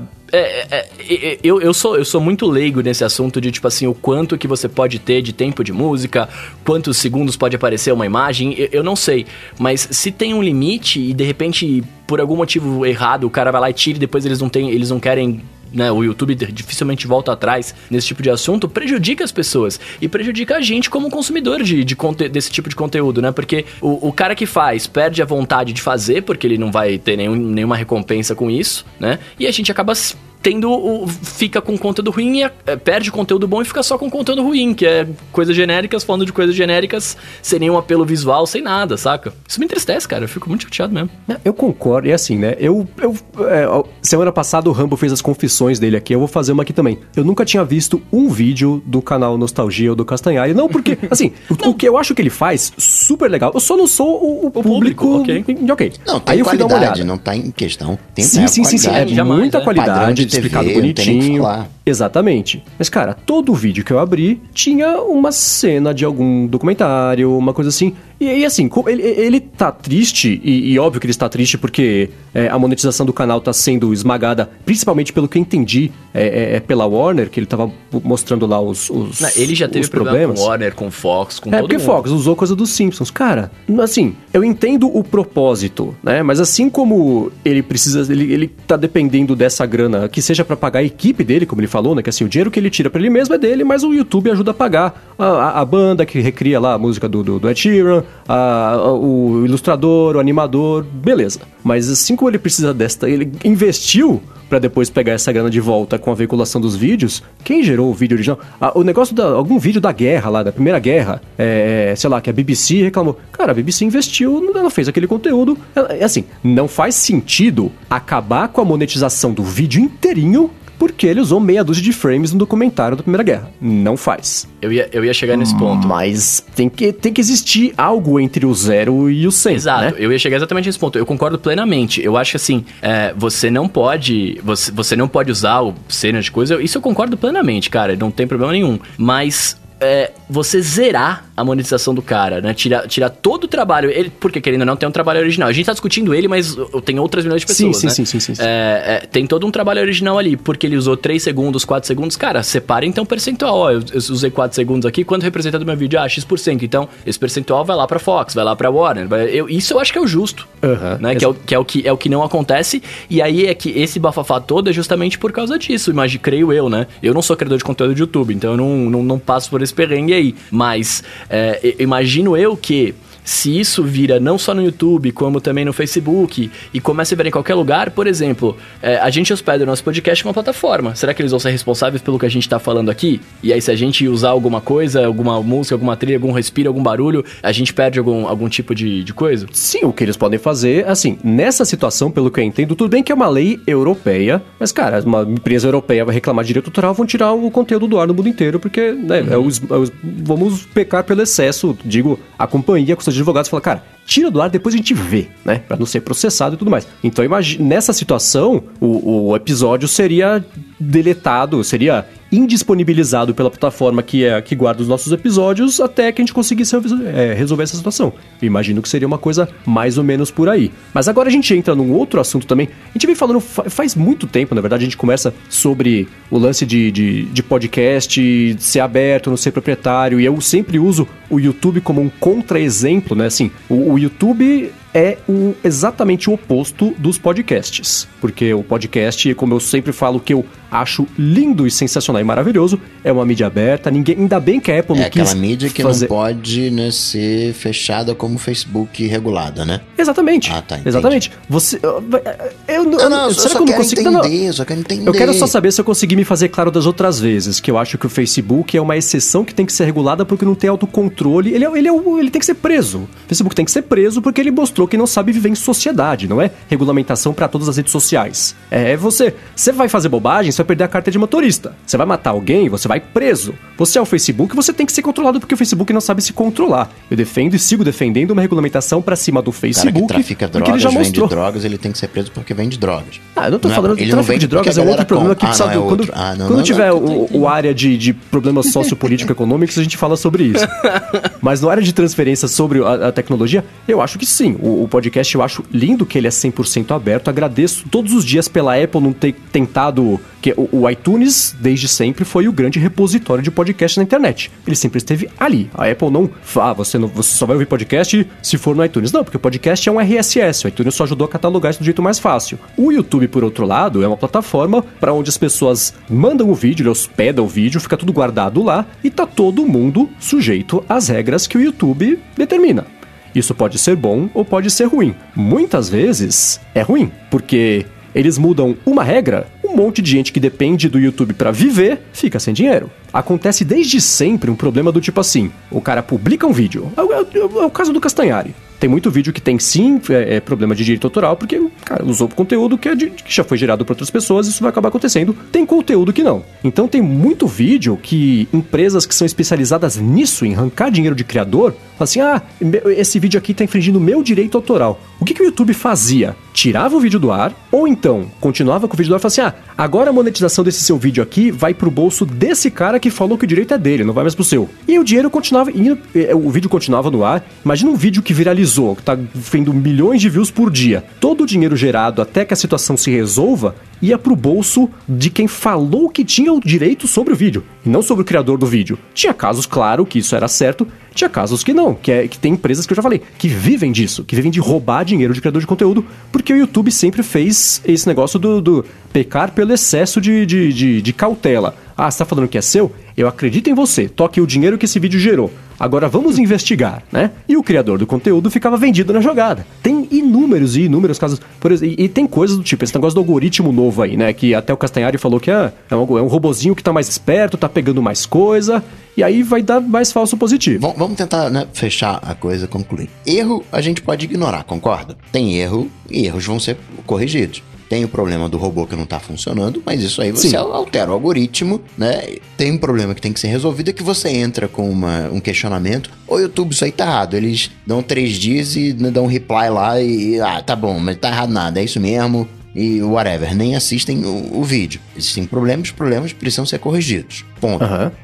Eu sou muito leigo nesse assunto de, tipo assim, o quanto que você pode ter de tempo de música, quantos segundos pode aparecer uma imagem, eu não sei. Mas se tem um limite e, de repente, por algum motivo errado, o cara vai lá e tira e depois eles não querem... Né, o YouTube dificilmente volta atrás nesse tipo de assunto, prejudica as pessoas e prejudica a gente como consumidor desse tipo de conteúdo, né? Porque o cara que faz perde a vontade de fazer, porque ele não vai ter nenhuma recompensa com isso, né? E a gente acaba fica com conteúdo ruim e perde conteúdo bom e fica só com conteúdo ruim, que é coisas genéricas, falando de coisas genéricas, sem nenhum apelo visual, sem nada, saca? Isso me entristece, cara, eu fico muito chateado mesmo. Eu concordo, e assim, né, semana passada o Rambo fez as confissões dele aqui, eu vou fazer uma aqui também. Eu nunca tinha visto um vídeo do canal Nostalgia ou do Castanhari, não porque, assim, o que eu acho que ele faz, super legal, eu só não sou o público... Ok. Não, tem aí eu fui dar uma olhada. Não tá em questão. Tem sim, é muita qualidade, explicado bonitinho. Exatamente. Mas, cara, todo vídeo que eu abri tinha uma cena de algum documentário, uma coisa assim. E assim, ele tá triste, e óbvio que ele está triste porque a monetização do canal tá sendo esmagada, principalmente pelo que eu entendi, pela Warner, que ele tava mostrando lá os ele já teve problema com Warner, com Fox, com todo mundo. Porque Fox usou coisa dos Simpsons. Cara, assim, eu entendo o propósito, né? Mas assim como ele precisa, ele tá dependendo dessa grana, que seja pra pagar a equipe dele, como ele falou, né? Que assim, o dinheiro que ele tira pra ele mesmo é dele, mas o YouTube ajuda a pagar a banda que recria lá a música do Ed Sheeran, o ilustrador, o animador, beleza. Mas assim como ele precisa ele investiu pra depois pegar essa grana de volta com a veiculação dos vídeos, quem gerou o vídeo original? O negócio algum vídeo da guerra lá, da Primeira Guerra, sei lá, que a BBC reclamou. Cara, a BBC investiu, ela fez aquele conteúdo. Assim, não faz sentido acabar com a monetização do vídeo inteirinho porque ele usou meia dúzia de frames no documentário da Primeira Guerra. Não faz. Eu ia chegar nesse ponto. Mas tem que existir algo entre o 0 e o 100, Exato, né? Eu ia chegar exatamente nesse ponto. Eu concordo plenamente. Eu acho que assim, você não pode usar o cenas de coisa. Isso eu concordo plenamente, cara. Não tem problema nenhum. Mas você zerar a monetização do cara, né? Tirar todo o trabalho. Porque querendo ou não, tem um trabalho original. A gente tá discutindo ele, mas tem outras milhões de pessoas, né? Sim. Tem todo um trabalho original ali, porque ele usou 3 segundos, 4 segundos. Cara, separa então o percentual. Ó, eu usei 4 segundos aqui, quanto representa do meu vídeo? X%. Então, esse percentual vai lá pra Fox, vai lá pra Warner. Isso eu acho que é o justo, né? Que é o que não acontece. E aí é que esse bafafá todo é justamente por causa disso, creio eu, né? Eu não sou criador de conteúdo de YouTube, então eu não passo por esse perrengue aí. Mas imagino eu que se isso vira não só no YouTube, como também no Facebook, e começa a ver em qualquer lugar, por exemplo, a gente hospeda o nosso podcast em uma plataforma. Será que eles vão ser responsáveis pelo que a gente tá falando aqui? E aí, se a gente usar alguma coisa, alguma música, alguma trilha, algum respiro, algum barulho, a gente perde algum tipo de coisa? Sim, o que eles podem fazer, assim, nessa situação, pelo que eu entendo, tudo bem que é uma lei europeia, mas, cara, uma empresa europeia vai reclamar de direito autoral, vão tirar o conteúdo do ar no mundo inteiro, porque, né, vamos pecar pelo excesso, digo, a companhia, com seus advogados, fala, cara, tira do ar, depois a gente vê, né? Pra não ser processado e tudo mais. Então, nessa situação, o episódio seria deletado, seria indisponibilizado pela plataforma que guarda os nossos episódios até que a gente conseguisse resolver essa situação. Eu imagino que seria uma coisa mais ou menos por aí. Mas agora a gente entra num outro assunto também. A gente vem falando faz muito tempo, na verdade, a gente conversa sobre o lance de podcast ser aberto, não ser proprietário, e eu sempre uso o YouTube como um contra-exemplo, né? Assim, o YouTube é exatamente o oposto dos podcasts. Porque o podcast, como eu sempre falo, que eu acho lindo e sensacional e maravilhoso, é uma mídia aberta. Ainda bem que a Apple não quis aquela mídia que não pode, né, ser fechada como o Facebook regulada, né? Exatamente. Ah, tá, entendi. Exatamente. Você... Eu só quero entender. Eu quero só saber se eu consegui me fazer claro das outras vezes, que eu acho que o Facebook é uma exceção que tem que ser regulada porque não tem autocontrole. Ele tem que ser preso. O Facebook tem que ser preso porque ele mostrou que não sabe viver em sociedade, não é regulamentação para todas as redes sociais. Você vai fazer bobagem, você vai perder a carta de motorista. Você vai matar alguém, você vai preso. Você é o Facebook, você tem que ser controlado porque o Facebook não sabe se controlar. Eu defendo e sigo defendendo uma regulamentação pra cima do Facebook. O cara que trafica drogas, ele já vende drogas, ele tem que ser preso porque vende drogas. Eu não tô falando de tráfico de drogas, é um outro problema que precisa... Quando tiver o área de problemas sociopolítico-econômicos, a gente fala sobre isso. Mas na área de transferência sobre a tecnologia, eu acho que sim. O podcast eu acho lindo que ele é 100% aberto. Agradeço todos os dias pela Apple não ter tentado... que o iTunes, desde sempre, foi o grande repositório de podcast na internet. Ele sempre esteve ali. A Apple não... você só vai ouvir podcast se for no iTunes. Não, porque o podcast é um RSS. O iTunes só ajudou a catalogar isso do jeito mais fácil. O YouTube, por outro lado, é uma plataforma para onde as pessoas mandam o vídeo, ele hospeda o vídeo, fica tudo guardado lá e tá todo mundo sujeito às regras que o YouTube determina. Isso pode ser bom ou pode ser ruim. Muitas vezes é ruim, porque eles mudam uma regra, um monte de gente que depende do YouTube pra viver fica sem dinheiro. Acontece desde sempre um problema do tipo assim, o cara publica um vídeo, é o caso do Castanhari. Tem muito vídeo que tem sim problema de direito autoral, porque o cara usou conteúdo que já foi gerado por outras pessoas, isso vai acabar acontecendo. Tem conteúdo que não. Então tem muito vídeo que empresas que são especializadas nisso, em arrancar dinheiro de criador, falam assim, esse vídeo aqui tá infringindo o meu direito autoral. O que o YouTube fazia? Tirava o vídeo do ar, ou então continuava com o vídeo do ar e falava assim, agora a monetização desse seu vídeo aqui vai pro bolso desse cara que falou que o direito é dele, não vai mais pro seu. E o dinheiro continuava, o vídeo continuava no ar. Imagina um vídeo que viralizou, que tá vendo milhões de views por dia. Todo o dinheiro gerado até que a situação se resolva ia pro bolso de quem falou que tinha o direito sobre o vídeo, e não sobre o criador do vídeo. Tinha casos, claro, que isso era certo, tinha casos que não, que tem empresas que eu já falei, que vivem disso, que vivem de roubar dinheiro de criador de conteúdo, porque o YouTube sempre fez esse negócio do pecar pelo excesso de cautela. Ah, você tá falando que é seu? Eu acredito em você, toque o dinheiro que esse vídeo gerou. Agora vamos investigar, né? E o criador do conteúdo ficava vendido na jogada. Tem inúmeros e inúmeros casos. Por exemplo, e tem coisas do tipo, esse negócio do algoritmo novo aí, né? Que até o Castanhari falou que é um robozinho que tá mais esperto, tá pegando mais coisa, e aí vai dar mais falso positivo. Vamos tentar, né, fechar a coisa, concluir. Erro a gente pode ignorar, concorda? Tem erro e erros vão ser corrigidos. Tem o problema do robô que não tá funcionando, mas isso aí você altera o algoritmo, né? Tem um problema que tem que ser resolvido, é que você entra com um questionamento. Ô YouTube, isso aí tá errado. Eles dão 3 dias e dão um reply lá e... Ah, tá bom, mas tá errado nada, é isso mesmo. E whatever, nem assistem o vídeo. Existem problemas, os problemas precisam ser corrigidos. Ponto.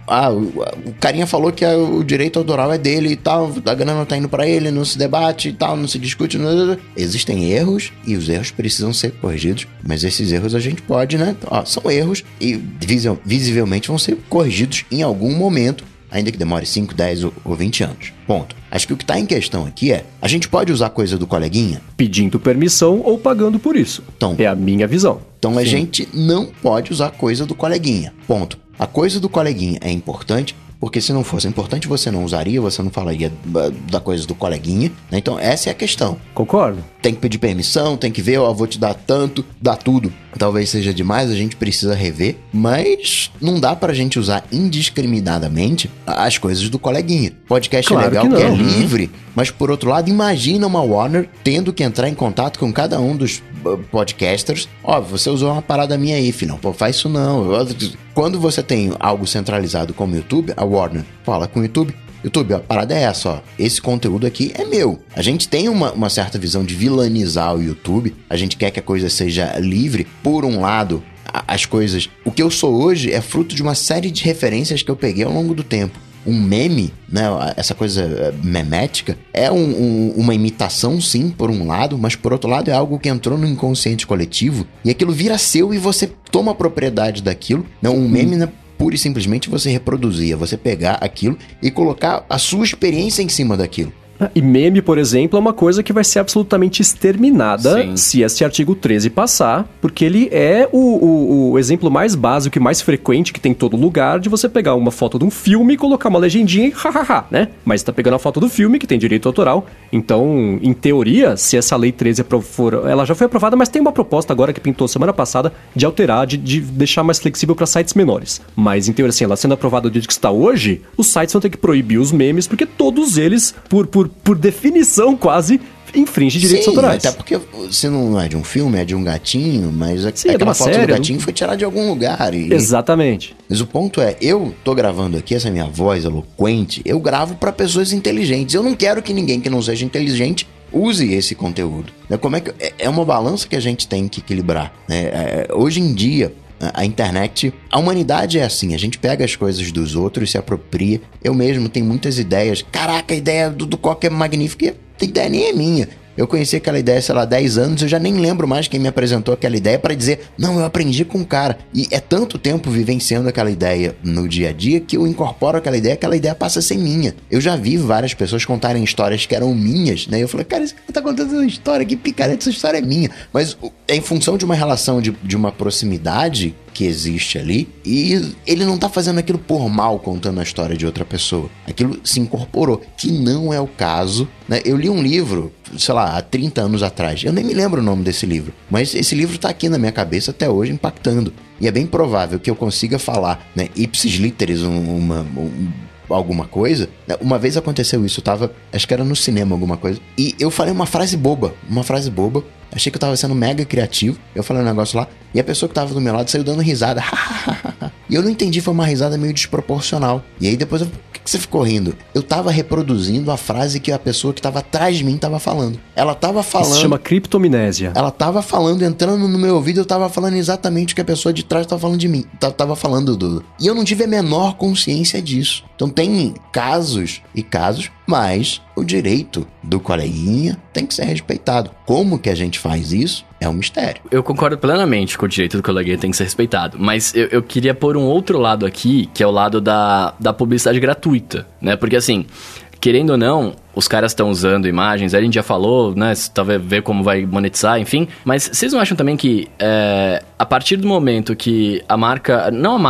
O carinha falou que o direito autoral é dele e tal, a grana não tá indo pra ele, não se debate e tal, não se discute. Existem erros e os erros precisam ser corrigidos, mas esses erros a gente pode, né? São erros e visivelmente vão ser corrigidos em algum momento, ainda que demore 5, 10 ou 20 anos. Ponto. Acho que o que está em questão aqui é, a gente pode usar coisa do coleguinha? Pedindo permissão ou pagando por isso. Então, é a minha visão. Então a gente não pode usar coisa do coleguinha. Ponto. A coisa do coleguinha é importante, porque se não fosse importante você não usaria, você não falaria da coisa do coleguinha, né? Então essa é a questão. Concordo. Tem que pedir permissão, tem que ver, vou te dar tanto, dá tudo. Talvez seja demais, a gente precisa rever, mas não dá pra gente usar indiscriminadamente as coisas do coleguinha. Podcast claro é legal, que é livre, mas por outro lado, imagina uma Warner tendo que entrar em contato com cada um dos podcasters. Você usou uma parada minha aí, filhão, faz isso não. Quando você tem algo centralizado como o YouTube, a Warner fala com o YouTube, a parada é essa, esse conteúdo aqui é meu. A gente tem uma certa visão de vilanizar o YouTube, a gente quer que a coisa seja livre. Por um lado, as coisas... O que eu sou hoje é fruto de uma série de referências que eu peguei ao longo do tempo. Um meme, né, essa coisa memética, é uma imitação, sim, por um lado, mas por outro lado é algo que entrou no inconsciente coletivo e aquilo vira seu e você toma propriedade daquilo. Não, um meme, né, pura e simplesmente você reproduzia, você pegar aquilo e colocar a sua experiência em cima daquilo. E meme, por exemplo, é uma coisa que vai ser absolutamente exterminada se esse artigo 13 passar, porque ele é o exemplo mais básico e mais frequente que tem em todo lugar de você pegar uma foto de um filme e colocar uma legendinha e hahaha, né? Mas você tá pegando a foto do filme, que tem direito autoral. Então, em teoria, se essa lei 13 for... Ela já foi aprovada, mas tem uma proposta agora que pintou semana passada de alterar, de deixar mais flexível para sites menores. Mas, em teoria, assim, ela sendo aprovada do jeito que está hoje, os sites vão ter que proibir os memes, porque todos eles, por definição, quase infringe direitos autorais. Até porque se não é de um filme, é de um gatinho, mas aquela foto do gatinho foi tirada de algum lugar. Exatamente. Mas o ponto é, eu tô gravando aqui, essa minha voz eloquente, eu gravo para pessoas inteligentes. Eu não quero que ninguém que não seja inteligente use esse conteúdo. Como é que é uma balança que a gente tem que equilibrar, né? Hoje em dia, a internet, a humanidade é assim, a gente pega as coisas dos outros e se apropria. Eu mesmo tenho muitas ideias. Caraca, a ideia do Coca é magnífica, a ideia nem é minha. Eu conheci aquela ideia, sei lá, 10 anos, eu já nem lembro mais quem me apresentou aquela ideia para dizer, não, eu aprendi com o cara. E é tanto tempo vivenciando aquela ideia no dia a dia que eu incorporo aquela ideia passa a ser minha. Eu já vi várias pessoas contarem histórias que eram minhas, né? Eu falei, cara, esse cara tá contando uma história, que picareta, essa história é minha. Mas é em função de uma relação de uma proximidade que existe ali, e ele não tá fazendo aquilo por mal, contando a história de outra pessoa. Aquilo se incorporou, que não é o caso, né? Eu li um livro, sei lá, há 30 anos atrás, eu nem me lembro o nome desse livro, mas esse livro tá aqui na minha cabeça até hoje, impactando. E é bem provável que eu consiga falar, né, ipsis literis, alguma coisa. Uma vez aconteceu isso, eu tava, acho que era no cinema alguma coisa, e eu falei uma frase boba, achei que eu tava sendo mega criativo, eu falei um negócio lá, e a pessoa que tava do meu lado saiu dando risada, e eu não entendi, foi uma risada meio desproporcional, e aí depois por que você ficou rindo? Eu tava reproduzindo a frase que a pessoa que tava atrás de mim tava falando. Ela tava falando... Isso se chama criptomnésia. Ela tava falando, entrando no meu ouvido, eu tava falando exatamente o que a pessoa de trás tava falando de mim. Tava falando E eu não tive a menor consciência disso. Então tem casos e casos, mas o direito do coleguinha tem que ser respeitado. Como que a gente faz isso? É um mistério. Eu concordo plenamente com o direito do coleguinha tem que ser respeitado, mas eu queria pôr um outro lado aqui, que é o lado da publicidade gratuita, né? Porque assim, querendo ou não, os caras estão usando imagens, a gente já falou, né, talvez ver como vai monetizar, enfim, mas vocês não acham também que a partir do momento que a marca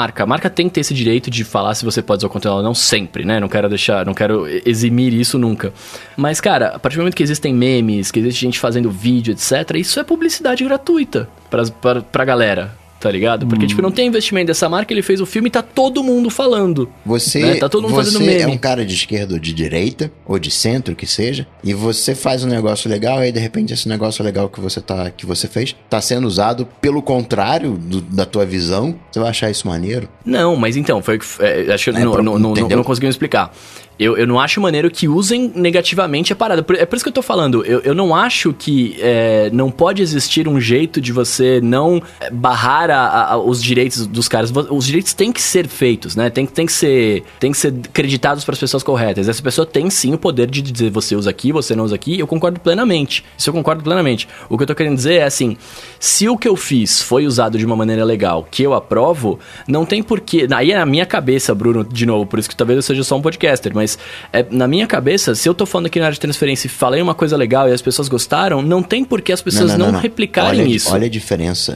tem que ter esse direito de falar se você pode usar o conteúdo ou não sempre, né, não quero eximir isso nunca, mas cara, a partir do momento que existem memes, que existe gente fazendo vídeo, etc, isso é publicidade gratuita pra galera. Tá ligado? Porque, tipo, não tem investimento dessa marca, ele fez o filme e tá todo mundo falando. Né? Tá todo mundo fazendo meme. Você é um cara de esquerda ou de direita, ou de centro, que seja, e você faz um negócio legal, e aí, de repente, esse negócio legal que você fez tá sendo usado pelo contrário da tua visão. Você vai achar isso maneiro? Não, mas então, foi acho que não consegui me explicar. Eu não acho maneiro que usem negativamente a parada. É por isso que eu tô falando. Eu não acho que não pode existir um jeito de você não barrar os direitos dos caras. Os direitos têm que ser feitos, né? Tem que ser creditados para as pessoas corretas. Essa pessoa tem sim o poder de dizer você usa aqui, você não usa aqui. Eu concordo plenamente. Isso eu concordo plenamente. O que eu tô querendo dizer é assim, se o que eu fiz foi usado de uma maneira legal, que eu aprovo, não tem porquê. Aí é na minha cabeça, Bruno, de novo, por isso que talvez eu seja só um podcaster, mas na minha cabeça, se eu tô falando aqui na área de transferência e falei uma coisa legal e as pessoas gostaram, não tem por que as pessoas não replicarem isso. Olha a diferença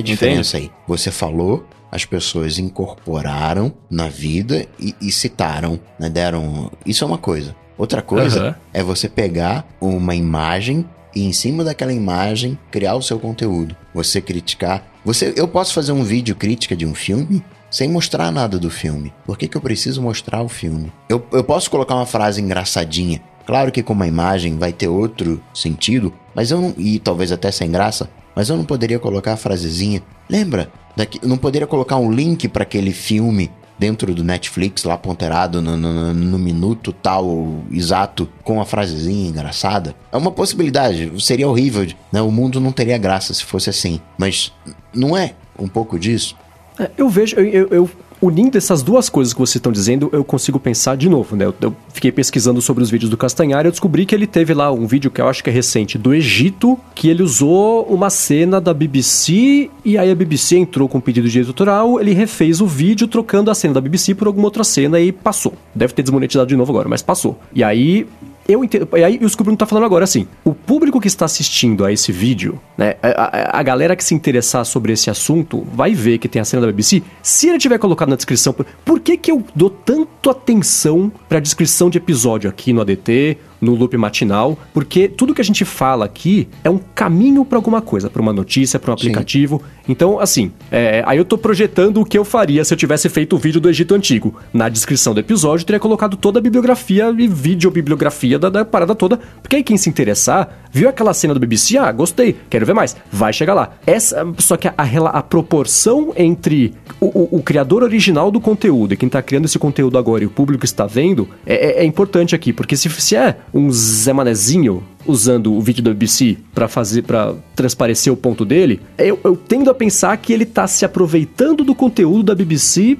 aí. Você falou, as pessoas incorporaram na vida e citaram, né? Isso é uma coisa. Outra coisa é você pegar uma imagem e em cima daquela imagem criar o seu conteúdo. Você criticar. Eu posso fazer um vídeo crítica de um filme sem mostrar nada do filme. Por que eu preciso mostrar o filme? Eu posso colocar uma frase engraçadinha. Claro que com uma imagem vai ter outro sentido, mas eu não, e talvez até sem graça, mas eu não poderia colocar a frasezinha. Lembra? Eu não poderia colocar um link para aquele filme dentro do Netflix, lá ponderado no minuto tal, exato, com a frasezinha engraçada. É uma possibilidade, seria horrível, né? O mundo não teria graça se fosse assim. Mas não é um pouco disso? Eu vejo, unindo essas duas coisas que vocês estão dizendo, eu consigo pensar de novo, né? Eu fiquei pesquisando sobre os vídeos do Castanhari e eu descobri que ele teve lá um vídeo que eu acho que é recente, do Egito, que ele usou uma cena da BBC e aí a BBC entrou com um pedido de direito autoral, ele refez o vídeo trocando a cena da BBC por alguma outra cena e passou. Deve ter desmonetizado de novo agora, mas passou. E aí... eu entendo, e aí o Bruno tá falando agora assim, o público que está assistindo a esse vídeo, né, a galera que se interessar sobre esse assunto vai ver que tem a cena da BBC. Se ele tiver colocado na descrição, por que eu dou tanto atenção pra descrição de episódio aqui no ADT, no Loop Matinal? Porque tudo que a gente fala aqui é um caminho pra alguma coisa, pra uma notícia, pra um aplicativo. Sim. Então, assim, aí eu tô projetando o que eu faria se eu tivesse feito o vídeo do Egito Antigo. Na descrição do episódio, eu teria colocado toda a bibliografia e videobibliografia da parada toda, porque aí quem se interessar, viu aquela cena do BBC, gostei, quero ver mais, vai chegar lá. Só que a proporção entre o criador original do conteúdo e quem tá criando esse conteúdo agora e o público está vendo, é importante aqui, porque se é um Zé Manezinho usando o vídeo da BBC pra transparecer o ponto dele, eu tendo a pensar que ele tá se aproveitando do conteúdo da BBC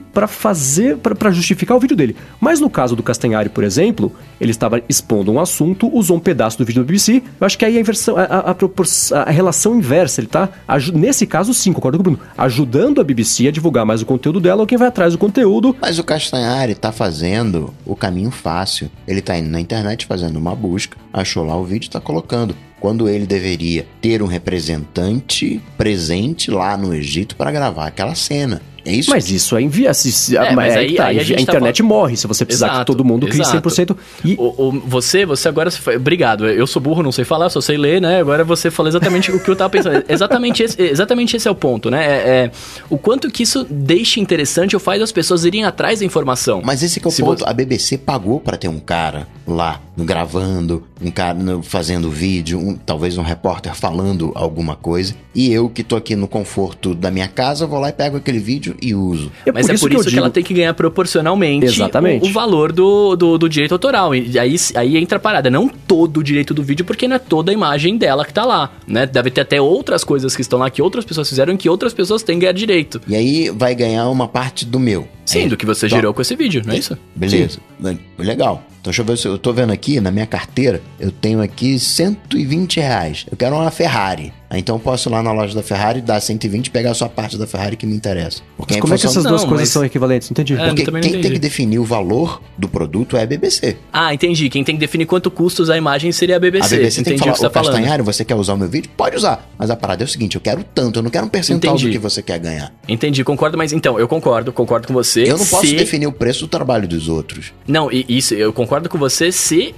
pra justificar o vídeo dele. Mas no caso do Castanhari, por exemplo, ele estava expondo um assunto, usou um pedaço do vídeo da BBC, eu acho que aí a relação inversa, ele tá, nesse caso sim, concordo com o Bruno, ajudando a BBC a divulgar mais o conteúdo dela ou quem vai atrás do conteúdo. Mas o Castanhari tá fazendo o caminho fácil, ele tá indo na internet fazendo uma busca, achou lá o vídeo, tá colocando, quando ele deveria ter um representante presente lá no Egito para gravar aquela cena. É isso? Mas isso é a internet morre se você precisar que todo mundo crie 100%. E... Você agora... Obrigado, eu sou burro, não sei falar, só sei ler, né? Agora você falou exatamente o que eu tava pensando. Exatamente esse é o ponto, né? O quanto que isso deixa interessante ou faz as pessoas irem atrás da informação. Mas esse que é o ponto. A BBC pagou para ter um cara lá gravando, um cara fazendo vídeo, talvez um repórter falando alguma coisa, e eu que tô aqui no conforto da minha casa, vou lá e pego aquele vídeo e uso. Mas é por isso que ela tem que ganhar proporcionalmente o valor do direito autoral. E aí entra a parada. Não todo o direito do vídeo, porque não é toda a imagem dela que tá lá, né? Deve ter até outras coisas que estão lá que outras pessoas fizeram e que outras pessoas têm que ganhar direito. E aí vai ganhar uma parte do meu. Sim, do que você gerou com esse vídeo, não é isso? Beleza. Sim. Legal. Então deixa eu ver se eu tô vendo aqui na minha carteira, eu tenho aqui R$120. Eu quero uma Ferrari. Então eu posso ir lá na loja da Ferrari, dar 120 e pegar só a parte da Ferrari que me interessa. Porque Mas como é que essas duas coisas são equivalentes? Não entendi. Porque quem tem que definir o valor do produto é a BBC. Ah, entendi. Quem tem que definir quanto custa usar a imagem seria a BBC. A BBC tem que falar, o que você tá falando. Castanhari, você quer usar o meu vídeo? Pode usar. Mas a parada é o seguinte, eu quero tanto, eu não quero um percentual do que você quer ganhar. Entendi, concordo, mas então, eu concordo com você. Eu não posso definir o preço do trabalho dos outros. Não, isso, eu concordo com você se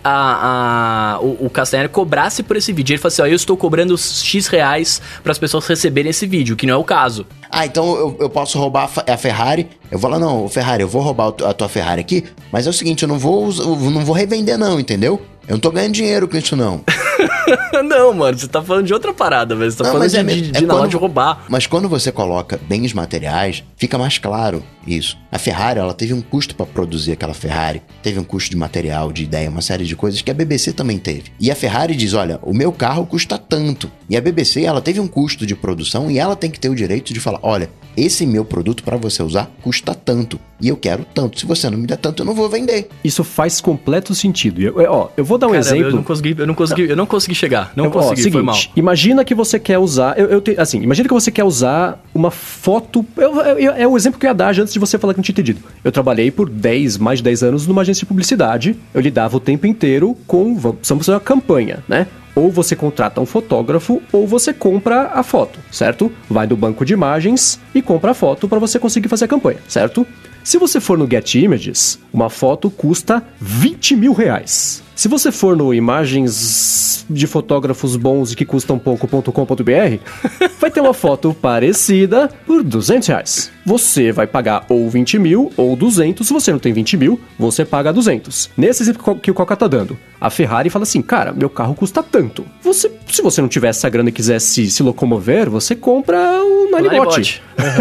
o Castanhari cobrasse por esse vídeo. Ele fala assim, ó, eu estou cobrando X reais para as pessoas receberem esse vídeo, que não é o caso. Ah, então eu posso roubar a Ferrari. Eu vou lá, não, Ferrari, eu vou roubar a tua Ferrari aqui, mas é o seguinte, eu não vou revender não, entendeu? Eu não tô ganhando dinheiro com isso não. Não, mano, você tá falando de outra parada, velho. Você tá falando de roubar. Mas quando você coloca bens materiais, fica mais claro isso. A Ferrari, ela teve um custo pra produzir aquela Ferrari, teve um custo de material, de ideia, uma série de coisas que a BBC também teve. E a Ferrari diz, olha, o meu carro custa tanto. E a BBC, ela teve um custo de produção e ela tem que ter o direito de falar, olha, esse meu produto pra você usar custa tanto. E eu quero tanto. Se você não me der tanto, eu não vou vender. Isso faz completo sentido. Eu vou dar um exemplo. Eu não consegui chegar. Não consegui, seguinte, foi mal. Imagina que você quer usar... imagina que você quer usar uma foto... É o exemplo que eu ia dar antes de você falar que não tinha entendido. Eu trabalhei por mais de 10 anos numa agência de publicidade. Eu lidava o tempo inteiro com... Vamos fazer uma campanha, né? Ou você contrata um fotógrafo, ou você compra a foto, certo? Vai no banco de imagens e compra a foto para você conseguir fazer a campanha, certo? Se você for no Get Images, uma foto custa 20 mil reais. Se você for no Imagens de Fotógrafos Bons e que custam pouco.com.br, vai ter uma foto parecida por 200 reais. Você vai pagar ou 20 mil ou 200. Se você não tem 20 mil, você paga 200. Nesse exemplo que o Coca tá dando, a Ferrari fala assim, cara, meu carro custa tanto. Se você não tivesse essa grana e quisesse se locomover, você compra o Ninebot.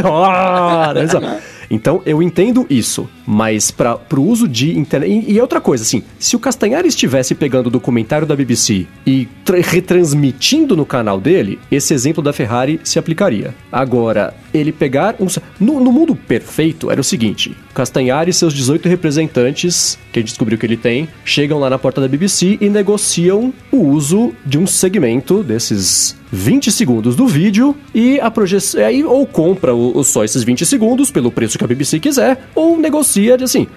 Então, eu entendo isso, mas pro uso de internet... E outra coisa, assim, se o Castanhari estivesse pegando o documentário da BBC e retransmitindo no canal dele, esse exemplo da Ferrari se aplicaria. Agora, ele pegar... No mundo perfeito, era o seguinte, Castanhari e seus 18 representantes, que a gente descobriu que ele tem, chegam lá na porta da BBC e negociam o uso de um segmento desses 20 segundos do vídeo e a projeção... Aí, ou compra só esses 20 segundos pelo preço que a BBC quiser, ou negocia de, assim,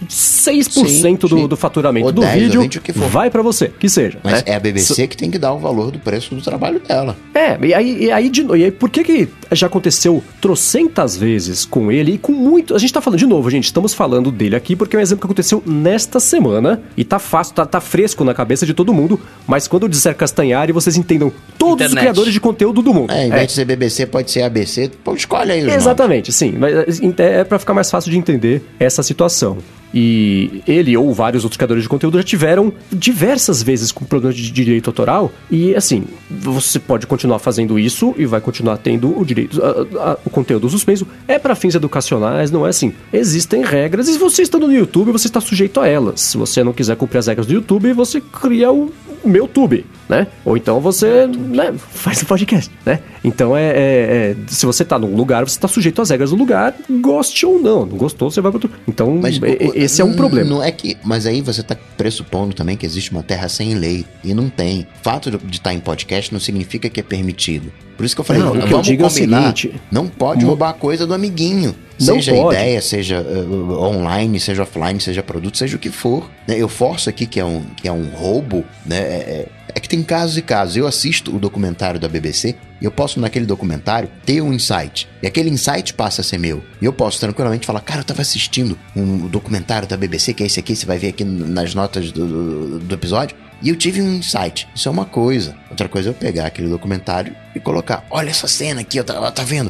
6% do faturamento do 10, vídeo 20, vai pra você, que seja. Mas é a BBC que tem que dar o valor do preço do trabalho dela. E aí por que já aconteceu trocentas vezes com ele e com muito... A gente tá falando, de novo, gente, estamos falando dele aqui porque é um exemplo que aconteceu nesta semana e tá fácil, tá fresco na cabeça de todo mundo, mas quando eu disser Castanhari, vocês entendam todos os criadores de conteúdo do mundo. Em vez de ser BBC, pode ser ABC, escolhe aí os Exatamente, nomes. Sim, mas é pra ficar mais fácil de entender essa situação. E ele ou vários outros criadores de conteúdo já tiveram diversas vezes com problemas de direito autoral. E assim, você pode continuar fazendo isso e vai continuar tendo o direito, o conteúdo suspenso. É para fins educacionais, não é assim. Existem regras e se você está no YouTube, você está sujeito a elas. Se você não quiser cumprir as regras do YouTube, você cria o MeuTube, né? Ou então você faz um podcast, né? Então se você tá num lugar, você tá sujeito às regras do lugar, goste ou não. Não gostou, você vai para outro. Então, esse é um problema. Não é que, mas aí você tá pressupondo também que existe uma terra sem lei. E não tem. O fato de estar em podcast não significa que é permitido. Por isso que eu falei, vamos combinar. É o seguinte, não pode roubar a coisa do amiguinho. Seja ideia, seja online, seja offline, seja produto, seja o que for. Eu forço aqui que é um roubo, né? É que tem casos e casos. Eu assisto o documentário da BBC e eu posso, naquele documentário, ter um insight. E aquele insight passa a ser meu. E eu posso tranquilamente falar, cara, eu tava assistindo um documentário da BBC, que é esse aqui, você vai ver aqui nas notas do episódio. E eu tive um insight. Isso é uma coisa. Outra coisa é eu pegar aquele documentário e colocar, olha essa cena aqui, tá vendo?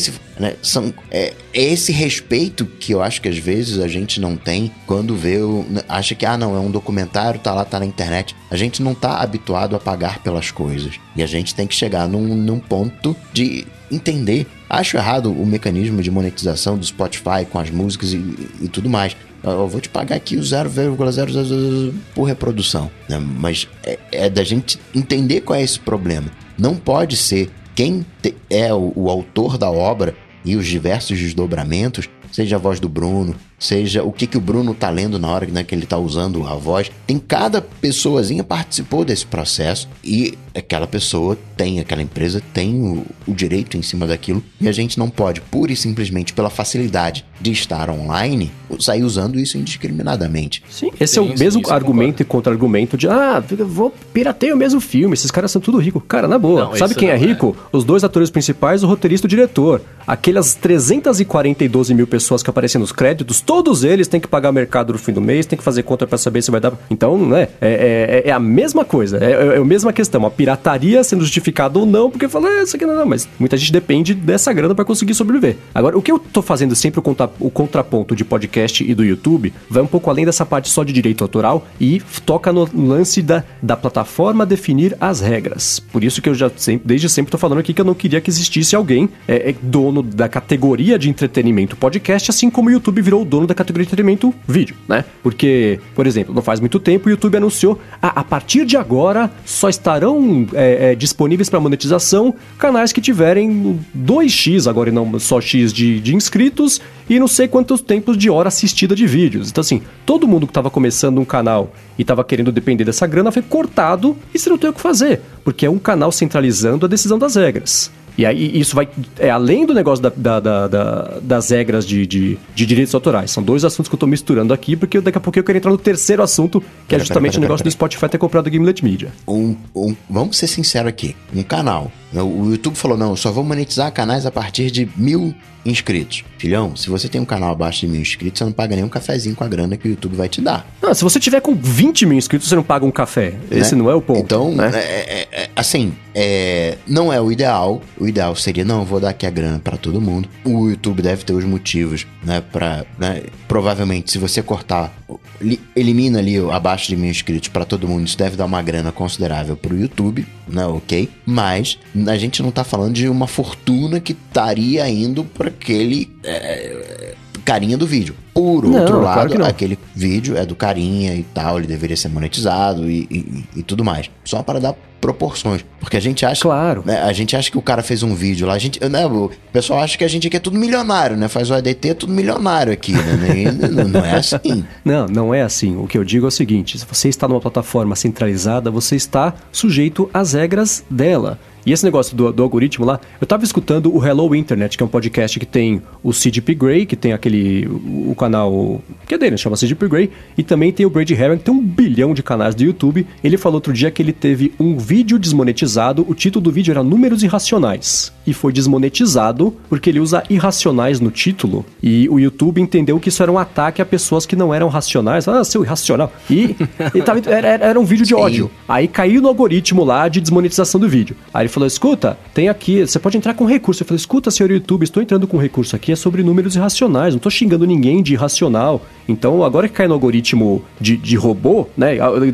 Esse respeito que eu acho que às vezes a gente não tem quando acha que, não, é um documentário, tá lá, tá na internet. A gente não tá habituado a pagar pelas coisas. E a gente tem que chegar num ponto de entender. Acho errado o mecanismo de monetização do Spotify com as músicas e tudo mais. Eu vou te pagar aqui o 0,00 por reprodução, né? Mas é da gente entender qual é esse problema. Não pode ser quem é o autor da obra e os diversos desdobramentos seja a voz do Bruno, seja o que o Bruno tá lendo na hora, né, que ele tá usando a voz. Cada pessoazinha participou desse processo e aquela pessoa tem, aquela empresa tem o direito em cima daquilo, e a gente não pode, pura e simplesmente pela facilidade de estar online, sair usando isso indiscriminadamente. Sim, esse é o mesmo argumento e contra-argumento de vou piratear o mesmo filme, esses caras são tudo ricos. Cara, na boa, não, sabe quem é rico? Os 2 atores principais, o roteirista e o diretor. Aquelas 342 mil pessoas que aparecem nos créditos, todos eles têm que pagar mercado no fim do mês, tem que fazer conta pra saber se vai dar. Então, né, é a mesma coisa, é a mesma questão. A pirataria sendo justificada ou não, porque fala, isso aqui não, mas muita gente depende dessa grana pra conseguir sobreviver. Agora, o que eu tô fazendo sempre, o contraponto de podcast e do YouTube, vai um pouco além dessa parte só de direito autoral e toca no lance da plataforma definir as regras. Por isso que eu desde sempre tô falando aqui que eu não queria que existisse alguém dono da categoria de entretenimento podcast, assim como o YouTube virou o dono da categoria de entretenimento vídeo, né? Porque, por exemplo, não faz muito tempo o YouTube anunciou, a partir de agora só estarão disponíveis para monetização canais que tiverem 2x, agora e não só x de inscritos, e não sei quantos tempos de hora assistida de vídeos. Então, assim, todo mundo que estava começando um canal e estava querendo depender dessa grana foi cortado e você não tem o que fazer, porque é um canal centralizando a decisão das regras. E aí isso vai além do negócio das regras de direitos autorais. São 2 assuntos que eu tô misturando aqui, porque daqui a pouco eu quero entrar no terceiro assunto, que é justamente o negócio do Spotify ter comprado o Gimlet Media. Vamos ser sinceros aqui. Um canal. O YouTube falou, não, eu só vou monetizar canais a partir de 1.000 inscritos. Filhão, se você tem um canal abaixo de 1.000 inscritos, você não paga nem um cafezinho com a grana que o YouTube vai te dar. Não, se você tiver com 20 mil inscritos, você não paga um café. Esse não é o ponto. Então, né? Assim, não é o ideal. O ideal seria, não, eu vou dar aqui a grana pra todo mundo. O YouTube deve ter os motivos, né, provavelmente, se você cortar, elimina ali abaixo de 1.000 inscritos pra todo mundo, isso deve dar uma grana considerável pro YouTube, né, ok? Mas a gente não tá falando de uma fortuna que estaria indo pra aquele carinha do vídeo. Por outro lado, claro, aquele vídeo é do carinha e tal, ele deveria ser monetizado e tudo mais. Só para dar proporções. Porque a gente acha... Claro. Né, a gente acha que o cara fez um vídeo lá, o pessoal acha que a gente aqui é tudo milionário, né? Faz o ADT, é tudo milionário aqui, né? Não é assim. Não é assim. O que eu digo é o seguinte, se você está numa plataforma centralizada, você está sujeito às regras dela. E esse negócio do algoritmo lá, eu tava escutando o Hello Internet, que é um podcast que tem o CGP Grey, que tem o canal que é dele, chama CGP Grey, e também tem o Brady Haran, que tem 1 bilhão de canais do YouTube. Ele falou outro dia que ele teve um vídeo desmonetizado, o título do vídeo era Números Irracionais, e foi desmonetizado porque ele usa irracionais no título, e o YouTube entendeu que isso era um ataque a pessoas que não eram racionais, seu irracional, e era um vídeo de ódio. Aí caiu no algoritmo lá de desmonetização do vídeo. Aí ele falou, escuta, tem aqui, você pode entrar com recurso. Eu falei, escuta, senhor YouTube, estou entrando com recurso aqui, é sobre números irracionais, não estou xingando ninguém de irracional. Então, agora que cai no algoritmo de robô, né,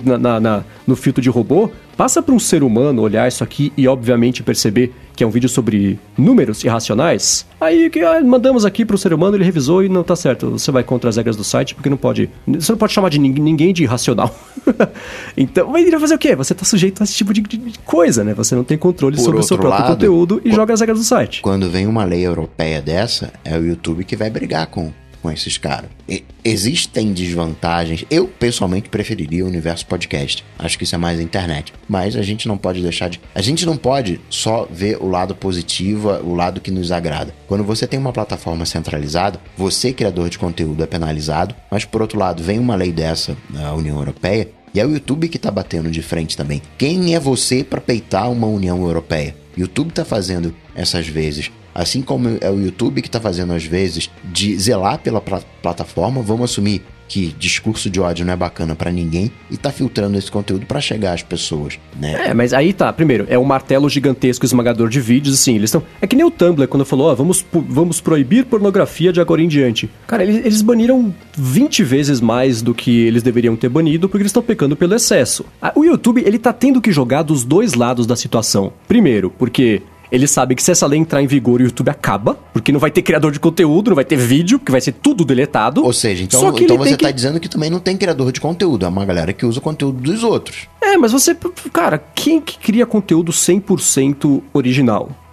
no filtro de robô, passa para um ser humano olhar isso aqui e, obviamente, perceber que é um vídeo sobre números irracionais. Aí mandamos aqui para o ser humano, ele revisou e não tá certo. Você vai contra as regras do site porque você não pode chamar de ninguém de irracional. Então, ele vai fazer o quê? Você tá sujeito a esse tipo de coisa, né? Você não tem controle sobre o seu próprio conteúdo e joga as regras do site. Quando vem uma lei europeia dessa, é o YouTube que vai brigar com esses caras. Existem desvantagens. Eu, pessoalmente, preferiria o universo podcast. Acho que isso é mais internet. Mas a gente não pode deixar de... A gente não pode só ver o lado positivo, o lado que nos agrada. Quando você tem uma plataforma centralizada, você, criador de conteúdo, é penalizado. Mas, por outro lado, vem uma lei dessa na União Europeia e é o YouTube que tá batendo de frente também. Quem é você para peitar uma União Europeia? O YouTube tá fazendo essas vezes. Assim como é o YouTube que está fazendo às vezes de zelar pela plataforma, vamos assumir que discurso de ódio não é bacana pra ninguém e tá filtrando esse conteúdo pra chegar às pessoas, né? Mas aí tá, primeiro, é um martelo gigantesco esmagador de vídeos, assim, eles estão... É que nem o Tumblr, quando falou, vamos proibir pornografia de agora em diante. Cara, eles baniram 20 vezes mais do que eles deveriam ter banido, porque eles estão pecando pelo excesso. O YouTube, ele tá tendo que jogar dos dois lados da situação. Primeiro, porque... Ele sabe que se essa lei entrar em vigor, o YouTube acaba, porque não vai ter criador de conteúdo, não vai ter vídeo, porque vai ser tudo deletado. Ou seja, então você tá dizendo que também não tem criador de conteúdo, é uma galera que usa o conteúdo dos outros. Mas você... Cara, quem que cria conteúdo 100% original?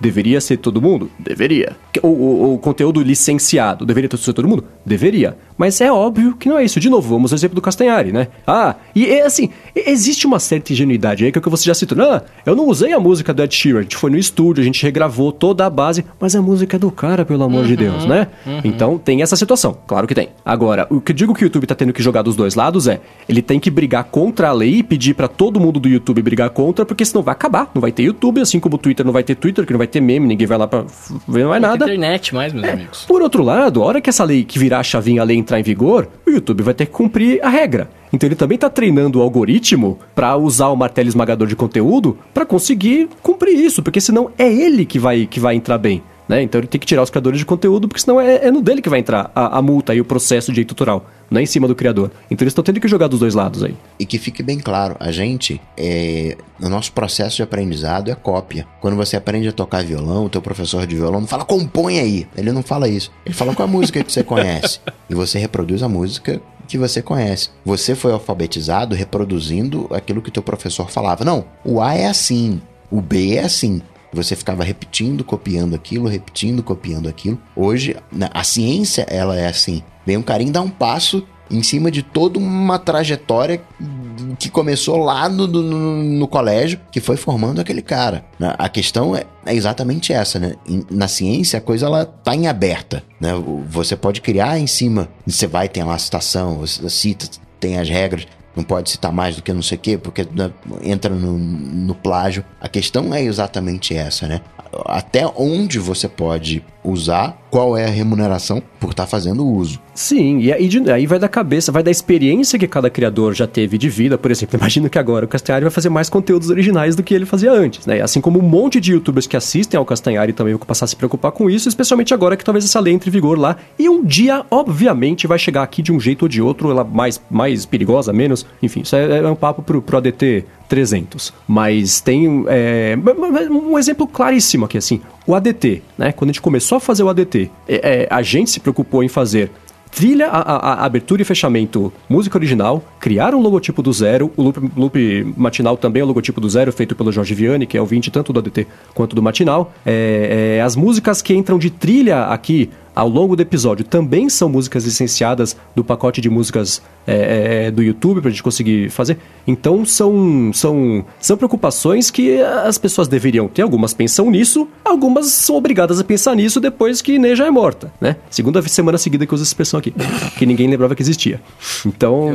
Deveria ser todo mundo? Deveria. O conteúdo licenciado deveria ser todo mundo? Deveria. Mas é óbvio que não é isso. De novo, vamos ao exemplo do Castanhari, né? Assim, existe uma certa ingenuidade aí, que é o que você já citou. Não, eu não usei a música do Ed Sheeran, a gente foi no estúdio, a gente regravou toda a base, mas a música é do cara, pelo amor de Deus, né? Então tem essa situação, claro que tem. Agora, o que eu digo que o YouTube tá tendo que jogar dos dois lados ele tem que brigar contra a lei e pedir pra todo mundo do YouTube brigar contra, porque senão vai acabar, não vai ter YouTube, assim como o Twitter não vai ter Twitter, que não vai ter meme, ninguém vai lá pra ver mais nada. Internet mais, meus amigos. Por outro lado, a hora que essa lei que virar a chavinha, a lei entrar em vigor, o YouTube vai ter que cumprir a regra. Então ele também tá treinando o algoritmo pra usar o martelo esmagador de conteúdo pra conseguir cumprir isso, porque senão é ele que vai entrar bem, né? Então ele tem que tirar os criadores de conteúdo, porque senão é no dele que vai entrar a multa e o processo de direito autoral, não é em cima do criador. Então eles estão tendo que jogar dos dois lados aí. E que fique bem claro, a gente, o nosso processo de aprendizado é cópia. Quando você aprende a tocar violão, o teu professor de violão não fala, compõe aí. Ele não fala isso. Ele fala com a música que você conhece. E você reproduz a música que você conhece. Você foi alfabetizado reproduzindo aquilo que o teu professor falava. Não, o A é assim, o B é assim. Você ficava repetindo, copiando aquilo, repetindo, copiando aquilo. Hoje, a ciência, ela é assim. Vem um carinha dar um passo em cima de toda uma trajetória que começou lá no colégio, que foi formando aquele cara. A questão é exatamente essa, né? Na ciência, a coisa ela tá em aberta, né? Você pode criar em cima, você vai ter uma citação, você cita, tem as regras, não pode citar mais do que não sei o quê, porque entra no plágio. A questão é exatamente essa, né? Até onde você pode usar, qual é a remuneração por estar fazendo o uso. Sim, e aí vai da cabeça, vai da experiência que cada criador já teve de vida. Por exemplo, imagino que agora o Castanhari vai fazer mais conteúdos originais do que ele fazia antes, né? Assim como um monte de youtubers que assistem ao Castanhari também vão passar a se preocupar com isso, especialmente agora que talvez essa lei entre em vigor lá. E um dia, obviamente, vai chegar aqui de um jeito ou de outro, ela mais perigosa, menos. Enfim, isso é um papo pro ADT 300. Mas tem um exemplo claríssimo aqui, assim. O ADT, né? Quando a gente começou a fazer o ADT, a gente se preocupou em fazer trilha, a abertura e fechamento, música original, criaram um logotipo do zero, o loop matinal também é o logotipo do zero, feito pelo Jorge Vianney, que é ouvinte tanto do ADT quanto do matinal. As músicas que entram de trilha aqui ao longo do episódio também são músicas licenciadas do pacote de músicas do YouTube pra gente conseguir fazer. Então são preocupações que as pessoas deveriam ter. Algumas pensam nisso, algumas são obrigadas a pensar nisso depois que Inês já é morta, né? Segunda semana seguida que eu uso essa expressão aqui, que ninguém lembrava que existia. Então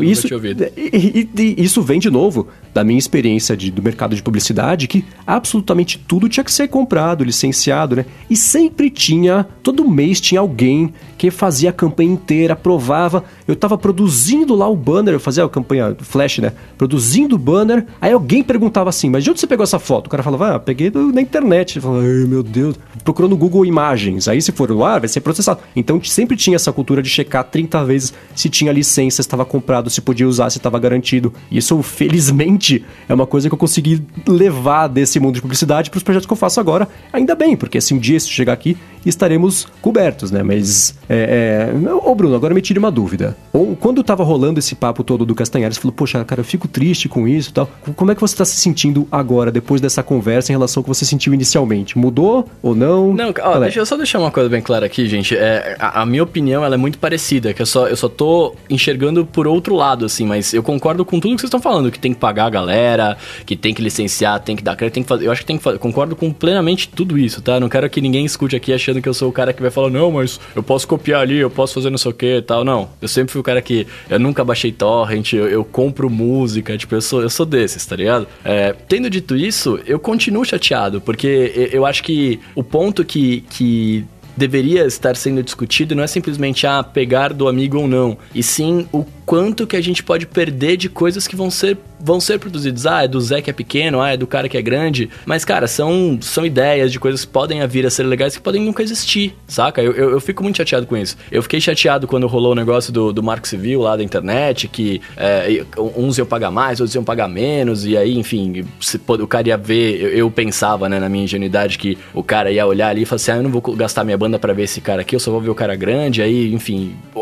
isso vem de novo da minha experiência do mercado de publicidade, que absolutamente tudo tinha que ser comprado, licenciado, né? E sempre todo mês tinha alguém que fazia a campanha inteira, aprovava. Eu tava produzindo lá o banner, eu fazia a campanha Flash, né? Produzindo o banner, aí alguém perguntava assim, mas de onde você pegou essa foto? O cara falava, peguei na internet. Ele falava, ai meu Deus, procurou no Google Imagens, aí se for no ar vai ser processado. Então sempre tinha essa cultura de checar 30 vezes se tinha licença, se estava comprado, se podia usar, se estava garantido. E isso, felizmente, é uma coisa que eu consegui levar desse mundo de publicidade para os projetos que eu faço agora. Ainda bem, porque se um dia isso chegar aqui, estaremos cobertos, né? Mas, ô Bruno, agora me tire uma dúvida. Quando tava rolando esse papo todo do Castanhari, você falou, poxa, cara, eu fico triste com isso e tal. Como é que você tá se sentindo agora, depois dessa conversa, em relação ao que você sentiu inicialmente? Mudou ou não? Não, deixa eu só deixar uma coisa bem clara aqui, gente. A minha opinião, ela é muito parecida, que eu só tô enxergando por outro lado, assim, mas eu concordo com tudo que vocês estão falando, que tem que pagar a galera, que tem que licenciar, tem que dar crédito, tem que fazer. Eu acho que tem que fazer. Concordo com plenamente tudo isso, tá? Não quero que ninguém escute aqui achando que eu sou o cara que vai falar, não, mas eu posso copiar ali, eu posso fazer não sei o que e tal. Não, eu sempre fui o cara que eu nunca baixei torrent, eu compro música, tipo, eu sou desses, tá ligado? Tendo dito isso, eu continuo chateado, porque eu acho que o ponto que deveria estar sendo discutido não é simplesmente pegar do amigo ou não, e sim o quanto que a gente pode perder de coisas que vão ser produzidas. É do Zé que é pequeno, é do cara que é grande. Mas, cara, são ideias de coisas que podem vir a ser legais que podem nunca existir, saca? Eu fico muito chateado com isso. Eu fiquei chateado quando rolou o negócio do Marco Civil lá da internet, que uns iam pagar mais, outros iam pagar menos, e aí, enfim, o cara ia ver, eu pensava, né, na minha ingenuidade, que o cara ia olhar ali e falar assim, eu não vou gastar minha banda pra ver esse cara aqui, eu só vou ver o cara grande, aí, enfim...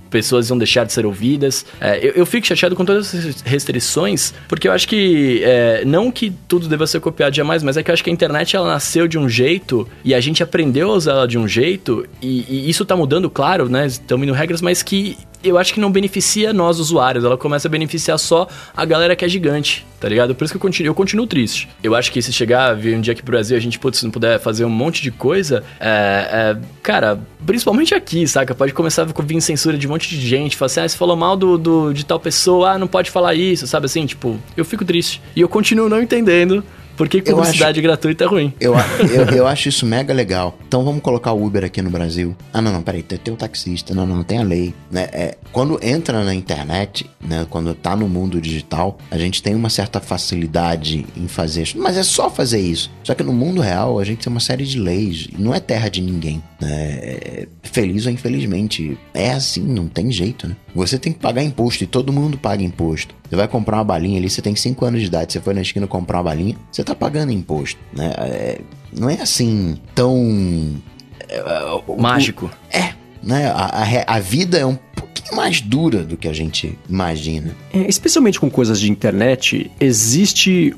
pessoas iam deixar de ser ouvidas. Eu fico chateado com todas essas restrições, porque eu acho que, não que tudo deva ser copiado jamais, mas é que eu acho que a internet, ela nasceu de um jeito, e a gente aprendeu a usar ela de um jeito, e isso tá mudando, claro, né, estão indo regras, mas que eu acho que não beneficia nós, usuários. Ela começa a beneficiar só a galera que é gigante, tá ligado? Por isso que eu continuo triste. Eu acho que se vir um dia aqui pro Brasil, a gente, se não puder fazer um monte de coisa, cara, principalmente aqui, saca? Pode começar a vir censura de um monte de gente, falar assim, você falou mal de tal pessoa, não pode falar isso, sabe assim? Tipo, eu fico triste. E eu continuo não entendendo por que publicidade gratuita é ruim. Eu acho isso mega legal. Então vamos colocar o Uber aqui no Brasil. Não, peraí, tem o taxista. Não, tem a lei. Né? Quando entra na internet, né, quando tá no mundo digital, a gente tem uma certa facilidade em fazer isso. Mas é só fazer isso. Só que no mundo real, a gente tem uma série de leis. Não é terra de ninguém. Né? Feliz ou infelizmente. É assim, não tem jeito, né? Você tem que pagar imposto e todo mundo paga imposto. Você vai comprar uma balinha ali, você tem 5 anos de idade, você foi na esquina comprar uma balinha, você tá pagando imposto, né? Não é assim tão... mágico. Né? A vida é um pouquinho mais dura do que a gente imagina. Especialmente com coisas de internet, existe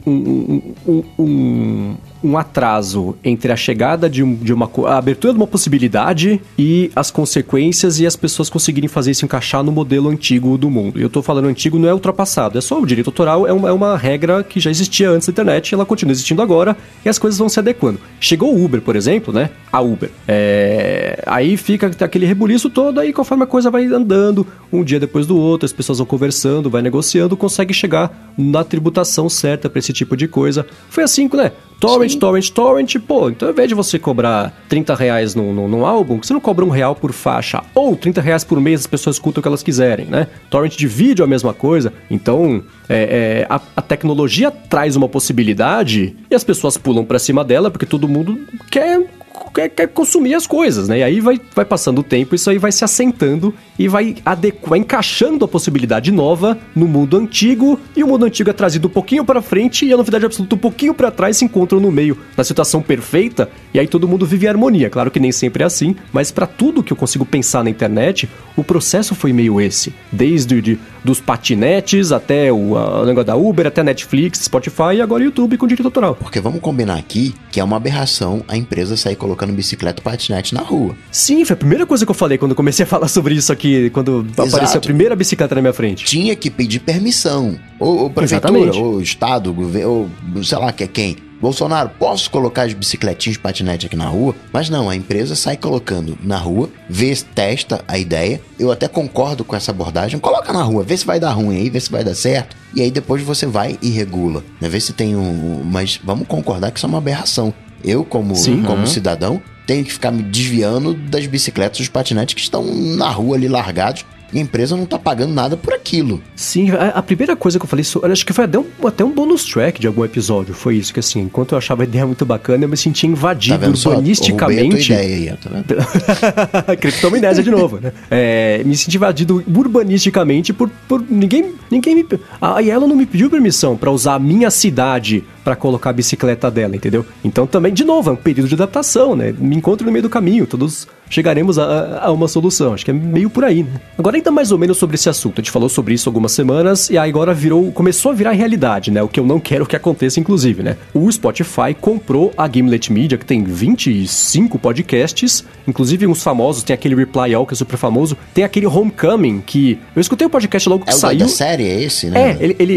um atraso entre a chegada a abertura de uma possibilidade e as consequências e as pessoas conseguirem fazer isso encaixar no modelo antigo do mundo. E eu tô falando antigo, não é ultrapassado, é só o direito autoral, é uma regra que já existia antes da internet, ela continua existindo agora e as coisas vão se adequando. Chegou o Uber, por exemplo, né? A Uber. Aí fica aquele rebuliço todo, aí conforme a coisa vai andando, um dia depois do outro, as pessoas vão conversando, vai negociando, consegue chegar na tributação certa pra esse tipo de coisa. Foi assim, né? Torrent, pô, então ao invés de você cobrar R$30 num álbum, você não cobra R$1 por faixa, ou R$30 por mês as pessoas escutam o que elas quiserem, né? Torrent de vídeo é a mesma coisa, então a tecnologia traz uma possibilidade e as pessoas pulam pra cima dela porque todo mundo quer consumir as coisas, né? E aí vai passando o tempo, isso aí vai se assentando e vai encaixando a possibilidade nova no mundo antigo, e o mundo antigo é trazido um pouquinho pra frente e a novidade absoluta um pouquinho pra trás se encontram no meio, na situação perfeita, e aí todo mundo vive em harmonia. Claro que nem sempre é assim, mas pra tudo que eu consigo pensar na internet, o processo foi meio esse. Desde dos patinetes até o negócio da Uber, até Netflix, Spotify e agora YouTube com direito autoral. Porque vamos combinar aqui que é uma aberração a empresa sair colocando bicicleta e patinete na rua. Sim, foi a primeira coisa que eu falei quando eu comecei a falar sobre isso aqui, quando apareceu a primeira bicicleta na minha frente. Tinha que pedir permissão. Ou prefeitura, exatamente, ou estado, governo, ou sei lá quem. Bolsonaro, posso colocar as bicicletinhas de patinete aqui na rua? Mas não, a empresa sai colocando na rua, testa a ideia. Eu até concordo com essa abordagem. Coloca na rua, vê se vai dar ruim aí, vê se vai dar certo. E aí depois você vai e regula, né? Vê se tem Mas vamos concordar que isso é uma aberração. Eu, como cidadão, tenho que ficar me desviando das bicicletas, dos patinetes que estão na rua ali largados. E a empresa não tá pagando nada por aquilo. Sim, a primeira coisa que eu falei, acho que foi até um bonus track de algum episódio, foi isso, que assim, enquanto eu achava a ideia muito bacana, eu me sentia invadido urbanisticamente. Tá ideia aí, tá vendo? Criptominésia de novo, né? Me senti invadido urbanisticamente por ninguém me... A Yellow não me pediu permissão pra usar a minha cidade pra colocar a bicicleta dela, entendeu? Então também, de novo, é um período de adaptação, né? Me encontro no meio do caminho, todos chegaremos a uma solução. Acho que é meio por aí, né? Agora, ainda mais ou menos sobre esse assunto. A gente falou sobre isso algumas semanas e aí agora começou a virar realidade, né? O que eu não quero que aconteça, inclusive, né? O Spotify comprou a Gimlet Media, que tem 25 podcasts, inclusive uns famosos, tem aquele Reply All, que é super famoso, tem aquele Homecoming, que eu escutei o podcast logo que saiu. É o da série, é esse, né?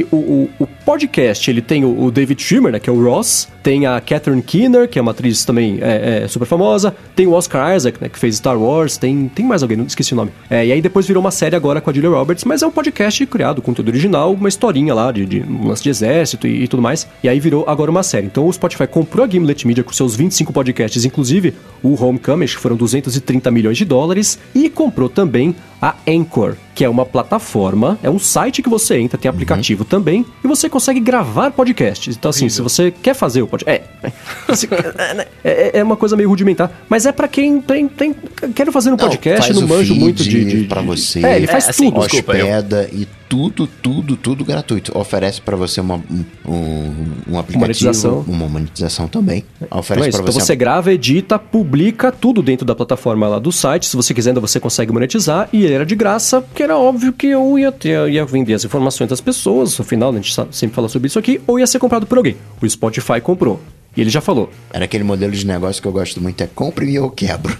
O podcast, ele tem o David Schwimmer, né, que é o Ross, tem a Catherine Keener, que é uma atriz também super famosa, tem o Oscar Isaac, né, que fez Star Wars, tem mais alguém, não esqueci o nome. E aí depois virou uma série agora com a Julia Roberts, mas é um podcast criado, conteúdo original, uma historinha lá de um lance de exército e tudo mais, e aí virou agora uma série. Então o Spotify comprou a Gimlet Media com seus 25 podcasts, inclusive o Homecoming, que foram $230 milhões, e comprou também a Anchor, que é uma plataforma, é um site que você entra, tem aplicativo também, e você consegue gravar podcasts. Então, assim, se você quer fazer o podcast... É uma coisa meio rudimentar, mas é pra quem quero fazer um podcast, não manjo muito de... Pra você, ele faz tudo. Hospeda e tudo gratuito. Oferece pra você um aplicativo, uma monetização também. Oferece pra então você grava, edita, publica tudo dentro da plataforma lá do site. Se você quiser, ainda você consegue monetizar. E ele era de graça, porque era óbvio que eu ia vender as informações das pessoas. No final, a gente sempre fala sobre isso aqui. Ou ia ser comprado por alguém. O Spotify comprou. E ele já falou. Era aquele modelo de negócio que eu gosto muito, é compre e eu quebro.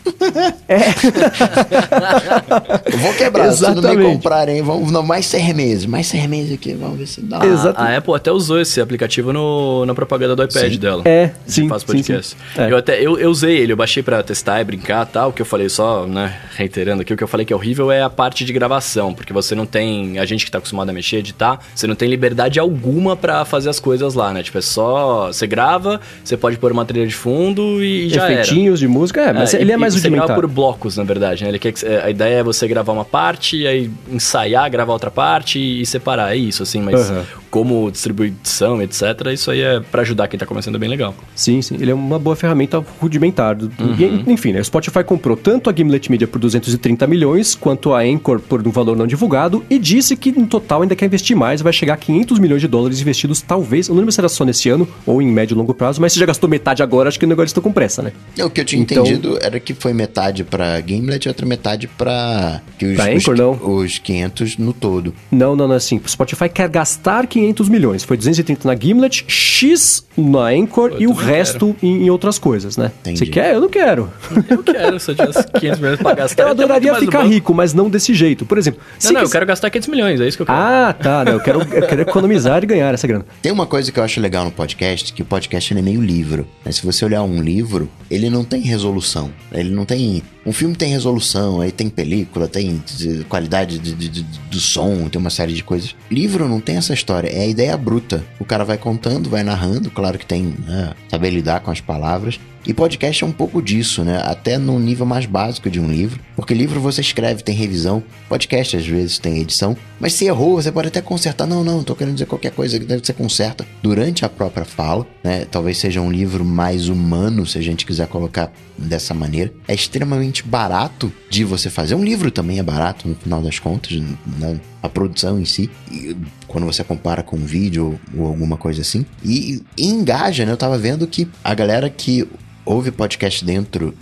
Eu vou quebrar, exatamente. Se não me comprarem, vamos mais 6 meses aqui, vamos ver se dá. A Apple até usou esse aplicativo na propaganda do iPad dela. Sim, faz podcast. Sim. Eu usei ele, eu baixei pra testar e brincar e tal, o que eu falei só, né, reiterando aqui, o que eu falei que é horrível é a parte de gravação, porque você não tem, a gente que tá acostumado a mexer, editar, você não tem liberdade alguma pra fazer as coisas lá, né, tipo, é só, você grava, você pode pôr uma trilha de fundo e já era. Efeitinhos de música, mas ele é mais rudimentar. Você grava por blocos, na verdade, né? A ideia é você gravar uma parte, aí ensaiar, gravar outra parte e separar. É isso, assim, mas como distribuição, etc., isso aí é pra ajudar quem tá começando, é bem legal. Sim, ele é uma boa ferramenta rudimentar. Enfim, né? O Spotify comprou tanto a Gimlet Media por 230 milhões, quanto a Anchor por um valor não divulgado, e disse que no total ainda quer investir mais, vai chegar a 500 milhões de dólares investidos, talvez, eu não lembro se era só nesse ano, ou em médio e longo prazo, mas se já gastou metade agora, acho que o negócio está com pressa, né? O que eu tinha entendido era que foi metade pra Gimlet e outra metade pra Anchor, não? Os 500 no todo. Não, assim, o Spotify quer gastar 500 milhões, foi 230 na Gimlet, X na Anchor e o resto em outras coisas, né? Entendi. Você quer? Eu não quero. Eu quero, se eu tivesse 500 milhões pra gastar. Eu adoraria ficar rico, mas não desse jeito. Por exemplo... eu quero gastar 500 milhões, é isso que eu quero. Não, eu quero economizar e ganhar essa grana. Tem uma coisa que eu acho legal no podcast, que o podcast ele é meio livro. Mas se você olhar um livro, ele não tem resolução. Ele não tem... Um filme tem resolução, aí tem película, tem qualidade do som, tem uma série de coisas. Livro não tem essa história, é a ideia bruta. O cara vai contando, vai narrando, claro que tem, saber lidar com as palavras. E podcast é um pouco disso, né? Até no nível mais básico de um livro. Porque livro você escreve, tem revisão. Podcast, às vezes, tem edição. Mas se errou, você pode até consertar. Não, tô querendo dizer qualquer coisa que você conserta durante a própria fala, né? Talvez seja um livro mais humano, se a gente quiser colocar dessa maneira. É extremamente barato de você fazer. Um livro também é barato, no final das contas, né? A produção em si, quando você compara com um vídeo ou alguma coisa assim. E engaja, né? Eu tava vendo que a galera que ouve podcast dentro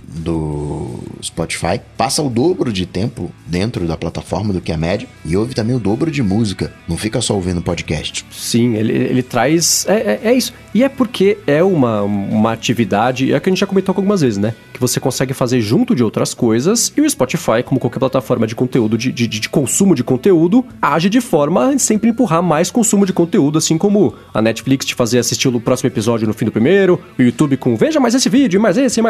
do Spotify passa o dobro de tempo dentro da plataforma do que a média e ouve também o dobro de música, não fica só ouvindo podcast. Sim, ele traz... É isso. E é porque é uma atividade, é o que a gente já comentou algumas vezes, né? Que você consegue fazer junto de outras coisas e o Spotify, como qualquer plataforma de conteúdo, de consumo de conteúdo, age de forma a sempre empurrar mais consumo de conteúdo, assim como a Netflix te fazer assistir o próximo episódio no fim do primeiro, o YouTube com veja mais esse vídeo, mais esse.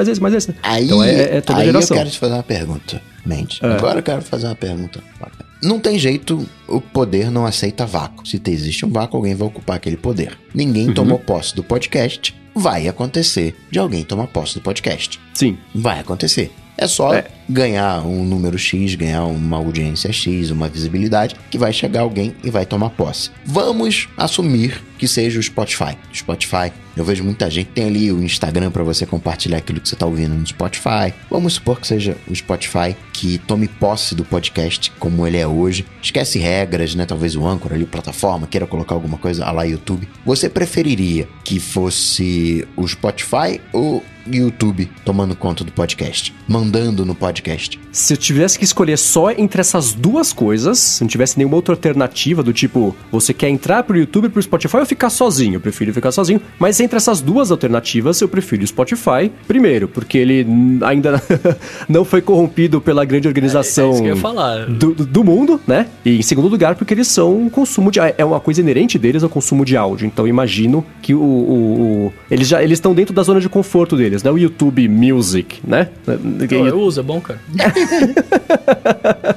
Aí, então é toda a geração. Eu quero te fazer uma pergunta, Mendes. Agora eu quero fazer uma pergunta. Não tem jeito, o poder não aceita vácuo. Se existe um vácuo, alguém vai ocupar aquele poder. Ninguém tomou posse do podcast, vai acontecer de alguém tomar posse do podcast. Sim. Vai acontecer. É só ganhar um número X, ganhar uma audiência X, uma visibilidade, que vai chegar alguém e vai tomar posse. Vamos assumir que seja o Spotify. Spotify, eu vejo muita gente, tem ali o Instagram para você compartilhar aquilo que você tá ouvindo no Spotify. Vamos supor que seja o Spotify que tome posse do podcast como ele é hoje. Esquece regras, né? Talvez o Anchor ali, plataforma, queira colocar alguma coisa lá YouTube. Você preferiria que fosse o Spotify ou YouTube tomando conta do podcast, mandando no podcast? Se eu tivesse que escolher só entre essas duas coisas, se não tivesse nenhuma outra alternativa do tipo, você quer entrar pro YouTube, pro Spotify ou ficar sozinho? Eu prefiro ficar sozinho, mas entre essas duas alternativas eu prefiro o Spotify, primeiro, porque ele ainda não foi corrompido pela grande organização isso que eu ia falar. Do mundo, né? E em segundo lugar, porque eles são um consumo de... É uma coisa inerente deles, é o consumo de áudio, então imagino que eles estão dentro da zona de conforto deles, né? O YouTube Music, né? Eu uso, é bom, cara.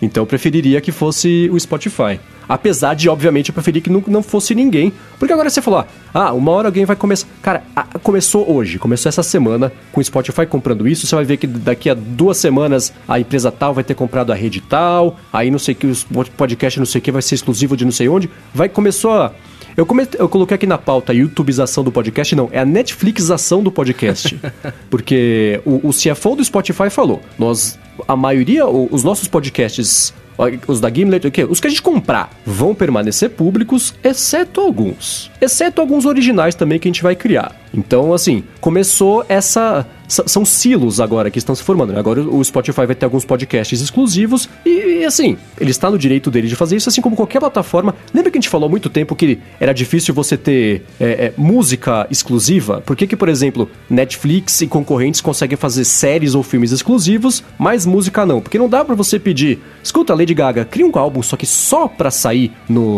Então eu preferiria que fosse o Spotify. Apesar de, obviamente, eu preferir que não fosse ninguém. Porque agora você falou, uma hora alguém vai começar... Cara, começou hoje, começou essa semana com o Spotify comprando isso. Você vai ver que daqui a 2 semanas a empresa tal vai ter comprado a rede tal. Aí não sei o que, o podcast não sei o que vai ser exclusivo de não sei onde. Começou a... Eu coloquei aqui na pauta a YouTubeização do podcast. Não, é a Netflixização do podcast. Porque o CFO do Spotify falou, a maioria, os nossos podcasts... Os da Gimlet, os que a gente comprar vão permanecer públicos, exceto alguns originais também que a gente vai criar. Então, assim, começou são silos agora que estão se formando. Agora o Spotify vai ter alguns podcasts exclusivos e assim, ele está no direito dele de fazer isso, assim como qualquer plataforma. Lembra que a gente falou há muito tempo que era difícil você ter música exclusiva? Por que, por exemplo, Netflix e concorrentes conseguem fazer séries ou filmes exclusivos, mas música não? Porque não dá pra você pedir, escuta, Lady Gaga, cria um álbum só pra sair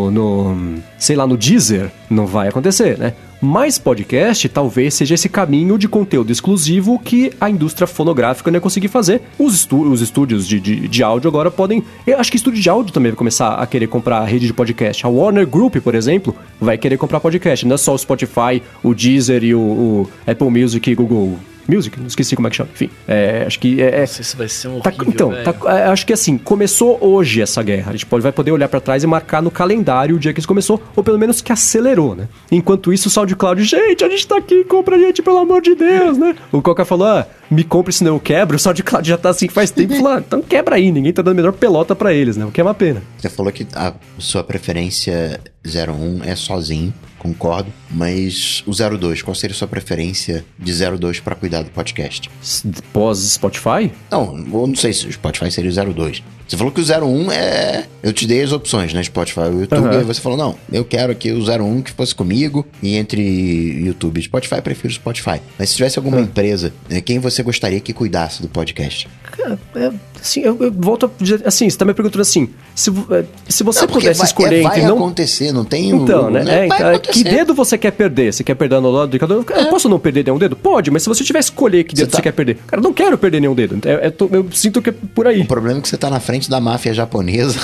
no Deezer. Não vai acontecer, né? Mas podcast talvez seja esse caminho de conteúdo exclusivo que a indústria fonográfica não ia conseguir fazer. Os estúdios de áudio agora podem... Eu acho que estúdio de áudio também vai começar a querer comprar a rede de podcast. A Warner Group, por exemplo, vai querer comprar podcast. Não é só o Spotify, o Deezer e o Apple Music e Google Music, não esqueci como é que chama, enfim. Acho que Nossa, isso vai ser horrível, acho que assim, começou hoje essa guerra. A gente vai poder olhar pra trás e marcar no calendário o dia que isso começou, ou pelo menos que acelerou, né? Enquanto isso, o SoundCloud, gente, a gente tá aqui, compra a gente, pelo amor de Deus, né? O Coca falou, me compre senão eu quebro. O SoundCloud já tá assim faz tempo, falou, então quebra aí, ninguém tá dando a melhor pelota pra eles, né? O que é uma pena. Você falou que a sua preferência 01 é sozinho. Concordo, mas o 02, qual seria a sua preferência de 02 para cuidar do podcast? Pós-Spotify? Não, eu não sei se o Spotify seria o 02. Você falou que o 01 eu te dei as opções, né? Spotify e YouTube, e você falou, não, eu quero aqui o 01 que fosse comigo e entre YouTube e Spotify, eu prefiro o Spotify. Mas se tivesse alguma empresa, quem você gostaria que cuidasse do podcast? Assim, eu volto a dizer, assim, você tá me perguntando assim, se você pudesse escolher entre não... Vai acontecer, não tem... Então, né? Que dedo você quer perder? Você quer perder no lado do indicador? Eu posso não perder nenhum dedo? Pode, mas se você tiver escolher que dedo você quer perder, cara, eu não quero perder nenhum dedo. Eu sinto que é por aí. O problema é que você tá na frente da máfia japonesa.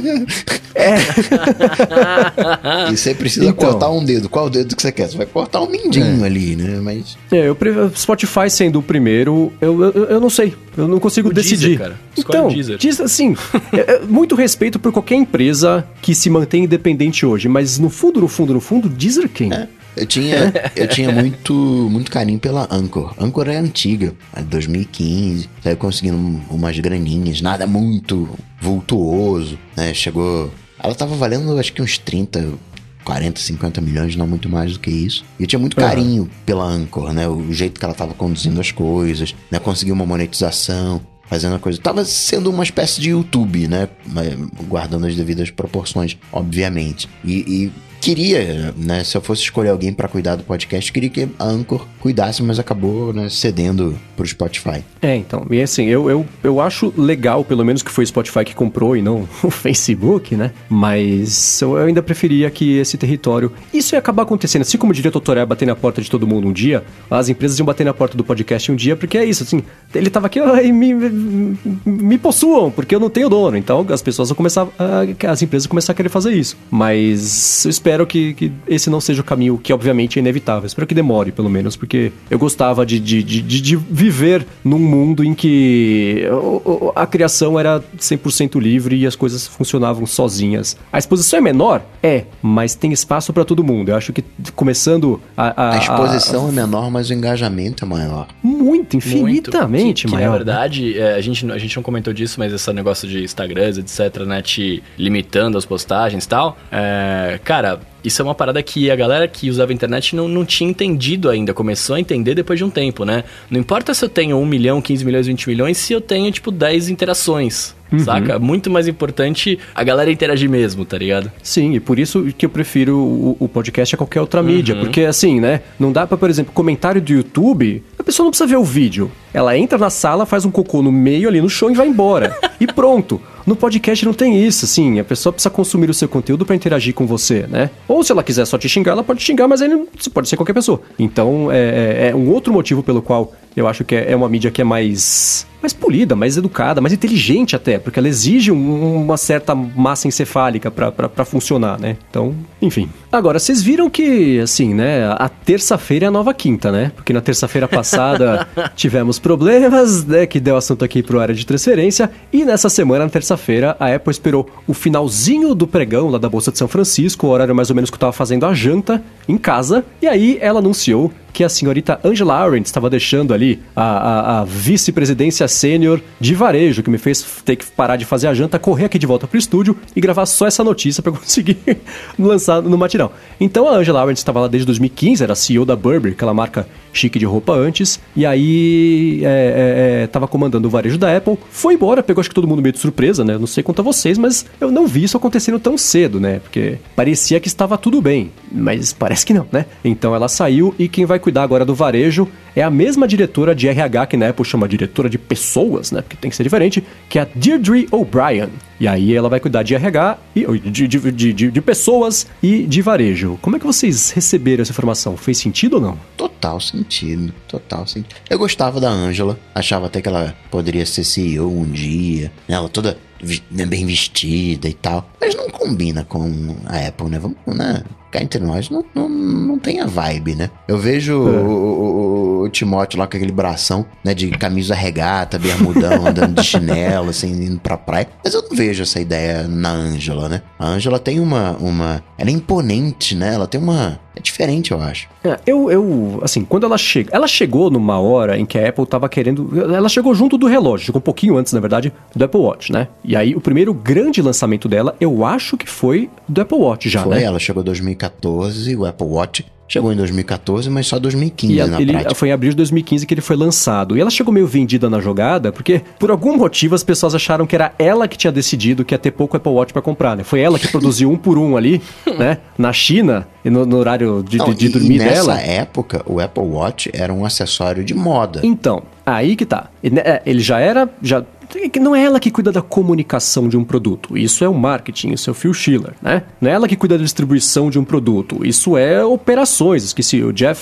E você precisa cortar um dedo. Qual dedo que você quer? Você vai cortar um mindinho ali, né? Mas... Spotify sendo o primeiro, eu não sei. Eu não consigo decidir. Deezer, cara. Então, diz assim, muito respeito por qualquer empresa que se mantém independente hoje, mas no fundo, Deezer quem? Eu tinha muito carinho pela Anchor. Anchor é antiga, é 2015, saiu conseguindo umas graninhas, nada muito vultuoso, né? Ela tava valendo acho que uns 30, 40, 50 milhões, não muito mais do que isso. E eu tinha muito carinho pela Anchor, né? O jeito que ela tava conduzindo as coisas, né? Conseguiu uma monetização, fazendo a coisa. Tava sendo uma espécie de YouTube, né? Guardando as devidas proporções, obviamente. E queria, né? Se eu fosse escolher alguém pra cuidar do podcast, queria que a Anchor cuidasse, mas acabou, né, cedendo pro Spotify. Então, e assim, eu acho legal, pelo menos que foi o Spotify que comprou e não o Facebook, né? Mas eu ainda preferia que esse território... Isso ia acabar acontecendo, assim como o diretor Toré bater na porta de todo mundo um dia, as empresas iam bater na porta do podcast um dia, porque é isso, assim, ele tava aqui, me possuam, porque eu não tenho dono. Então as pessoas vão começar, as empresas vão começar a querer fazer isso. Mas eu espero que esse não seja o caminho, que obviamente é inevitável. Espero que demore, pelo menos, porque eu gostava de viver num mundo em que a criação era 100% livre e as coisas funcionavam sozinhas. A exposição é menor? Mas tem espaço para todo mundo. Eu acho que começando a exposição é menor, mas o engajamento é maior. Muito, infinitamente maior. Na verdade, a gente não comentou disso, mas esse negócio de Instagrams, etc, né, te limitando as postagens e tal, cara... Isso é uma parada que a galera que usava a internet não tinha entendido ainda. Começou a entender depois de um tempo, né? Não importa se eu tenho 1 milhão, 15 milhões, 20 milhões, se eu tenho, 10 interações. Saca? Muito mais importante a galera interagir mesmo, tá ligado? Sim, e por isso que eu prefiro o podcast a qualquer outra mídia. Porque assim, né? Não dá pra, por exemplo, comentário do YouTube, a pessoa não precisa ver o vídeo. Ela entra na sala, faz um cocô no meio ali no chão e vai embora. E pronto. No podcast não tem isso, assim, a pessoa precisa consumir o seu conteúdo pra interagir com você, né? Ou se ela quiser só te xingar, ela pode xingar, mas aí pode ser qualquer pessoa. Então, é um outro motivo pelo qual eu acho que é uma mídia que é mais mais polida, mais educada, mais inteligente até, porque ela exige uma certa massa encefálica pra funcionar, né? Então, enfim. Agora, vocês viram que, assim, né, a terça-feira é a nova quinta, né? Porque na terça-feira passada tivemos problemas, né, que deu assunto aqui pro área de transferência, e nessa semana, na terça-feira, a Apple esperou o finalzinho do pregão lá da Bolsa de São Francisco, o horário mais ou menos que eu tava fazendo a janta em casa, e aí ela anunciou que a senhorita Angela Arendt estava deixando ali a vice-presidência sênior de varejo, que me fez ter que parar de fazer a janta, correr aqui de volta pro estúdio e gravar só essa notícia para conseguir lançar no matinal. Então a Angela Arendt estava lá desde 2015, era CEO da Burberry, aquela marca chique de roupa antes, e aí estava comandando o varejo da Apple, foi embora, pegou acho que todo mundo meio de surpresa, né? Não sei quanto a vocês, mas eu não vi isso acontecendo tão cedo, né? Porque parecia que estava tudo bem, mas parece que não, né? Então ela saiu e quem vai cuidar agora do varejo é a mesma diretora de RH, que na Apple chama diretora de pessoas, né? Porque tem que ser diferente, que é a Deirdre O'Brien. E aí ela vai cuidar de RH, de pessoas e de varejo. Como é que vocês receberam essa informação? Fez sentido ou não? Total sentido. Eu gostava da Angela, achava até que ela poderia ser CEO um dia, ela toda bem vestida e tal, mas não combina com a Apple, né? Vamos, né? Cá entre nós, não tem a vibe, né? Eu vejo o Timóteo lá com aquele bração, né? De camisa regata, bermudão, andando de chinelo, assim, indo pra praia. Mas eu não vejo essa ideia na Angela, né? A Angela tem uma... Ela é imponente, né? Ela tem uma... É diferente, eu acho. Assim, quando ela chegou numa hora em que a Apple tava querendo... Ela chegou junto do relógio, chegou um pouquinho antes, na verdade, do Apple Watch, né? E aí, o primeiro grande lançamento dela, eu acho que foi do Apple Watch já, né? Ela chegou em 2014, o Apple Watch chegou em 2014, mas só 2015 na prática. Foi em abril de 2015 que ele foi lançado. E ela chegou meio vendida na jogada, porque por algum motivo as pessoas acharam que era ela que tinha decidido que ia ter pouco Apple Watch pra comprar, né? Foi ela que produziu um por um ali, né? Na China, e no horário de dormir dela. Nessa época, o Apple Watch era um acessório de moda. Então, aí que tá. Ele já era... Não é ela que cuida da comunicação de um produto. Isso é o marketing, isso é o Phil Schiller, né? Não é ela que cuida da distribuição de um produto. Isso é operações. Esqueci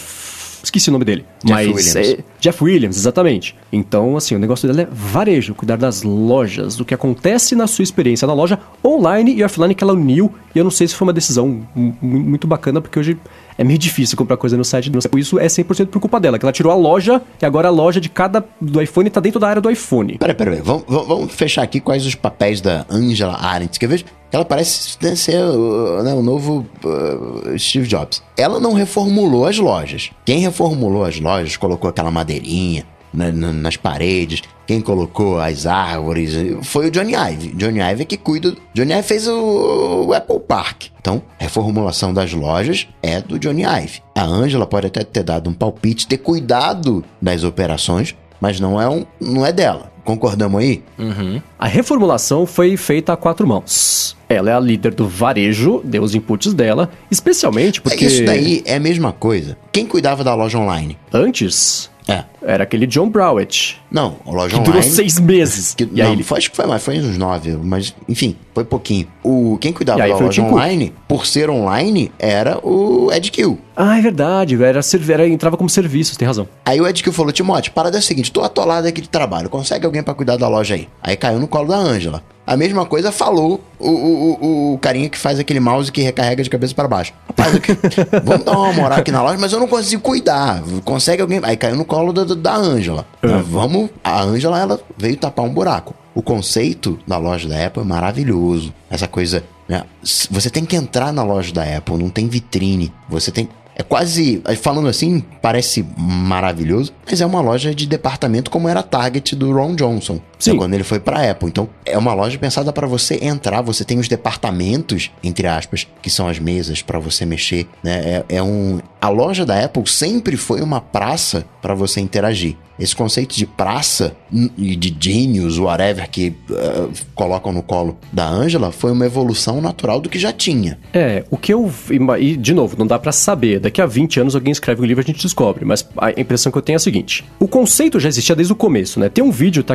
o nome dele. Jeff Williams, exatamente. Então, assim, o negócio dela é varejo, cuidar das lojas, do que acontece na sua experiência na loja online e offline que ela uniu. E eu não sei se foi uma decisão muito bacana, porque hoje é meio difícil comprar coisa no site. Por isso é 100% por culpa dela, que ela tirou a loja e agora a loja do iPhone tá dentro da área do iPhone. Peraí. Vamos fechar aqui quais os papéis da Angela Arendt, que eu vejo... Ela parece ser o novo Steve Jobs. Ela não reformulou as lojas. Quem reformulou as lojas, colocou aquela madeirinha nas paredes, quem colocou as árvores, foi o Johnny Ive. Johnny Ive é que cuida... Johnny Ive fez o Apple Park. Então, reformulação das lojas é do Johnny Ive. A Angela pode até ter dado um palpite, ter cuidado das operações, mas não é dela. Concordamos aí? Uhum. A reformulação foi feita a 4 mãos. Ela é a líder do varejo, deu os inputs dela, especialmente porque... Isso daí é a mesma coisa. Quem cuidava da loja online? Antes... Era aquele John Browett. Não, a loja que online... durou 6 meses. Acho que foi uns 9, mas enfim, foi pouquinho. Quem cuidava da loja online, por ser online, era o Ed Kill. Ah, é verdade, entrava como serviço, tem razão. Aí o Ed Kill falou, Timóteo, parada é o seguinte, tô atolado aqui de trabalho, consegue alguém pra cuidar da loja aí? Aí caiu no colo da Angela. A mesma coisa falou o carinha que faz aquele mouse que recarrega de cabeça para baixo. Rapaz, vamos dar uma moral aqui na loja, mas eu não consigo cuidar. Consegue alguém... Aí caiu no colo da Angela. A Angela, ela veio tapar um buraco. O conceito da loja da Apple é maravilhoso. Essa coisa... Né? Você tem que entrar na loja da Apple, não tem vitrine. Você tem... É quase, falando assim, parece maravilhoso, mas é uma loja de departamento como era a Target do Ron Johnson, né, quando ele foi pra Apple. Então, é uma loja pensada para você entrar, você tem os departamentos, entre aspas, que são as mesas para você mexer, né? A loja da Apple sempre foi uma praça para você interagir. Esse conceito de praça e de genius, whatever, que colocam no colo da Angela, foi uma evolução natural do que já tinha. O que eu... E, de novo, não dá pra saber. Daqui a 20 anos alguém escreve um livro e a gente descobre. Mas a impressão que eu tenho é a seguinte. O conceito já existia desde o começo, né? Tem um vídeo, tá aqui na descrição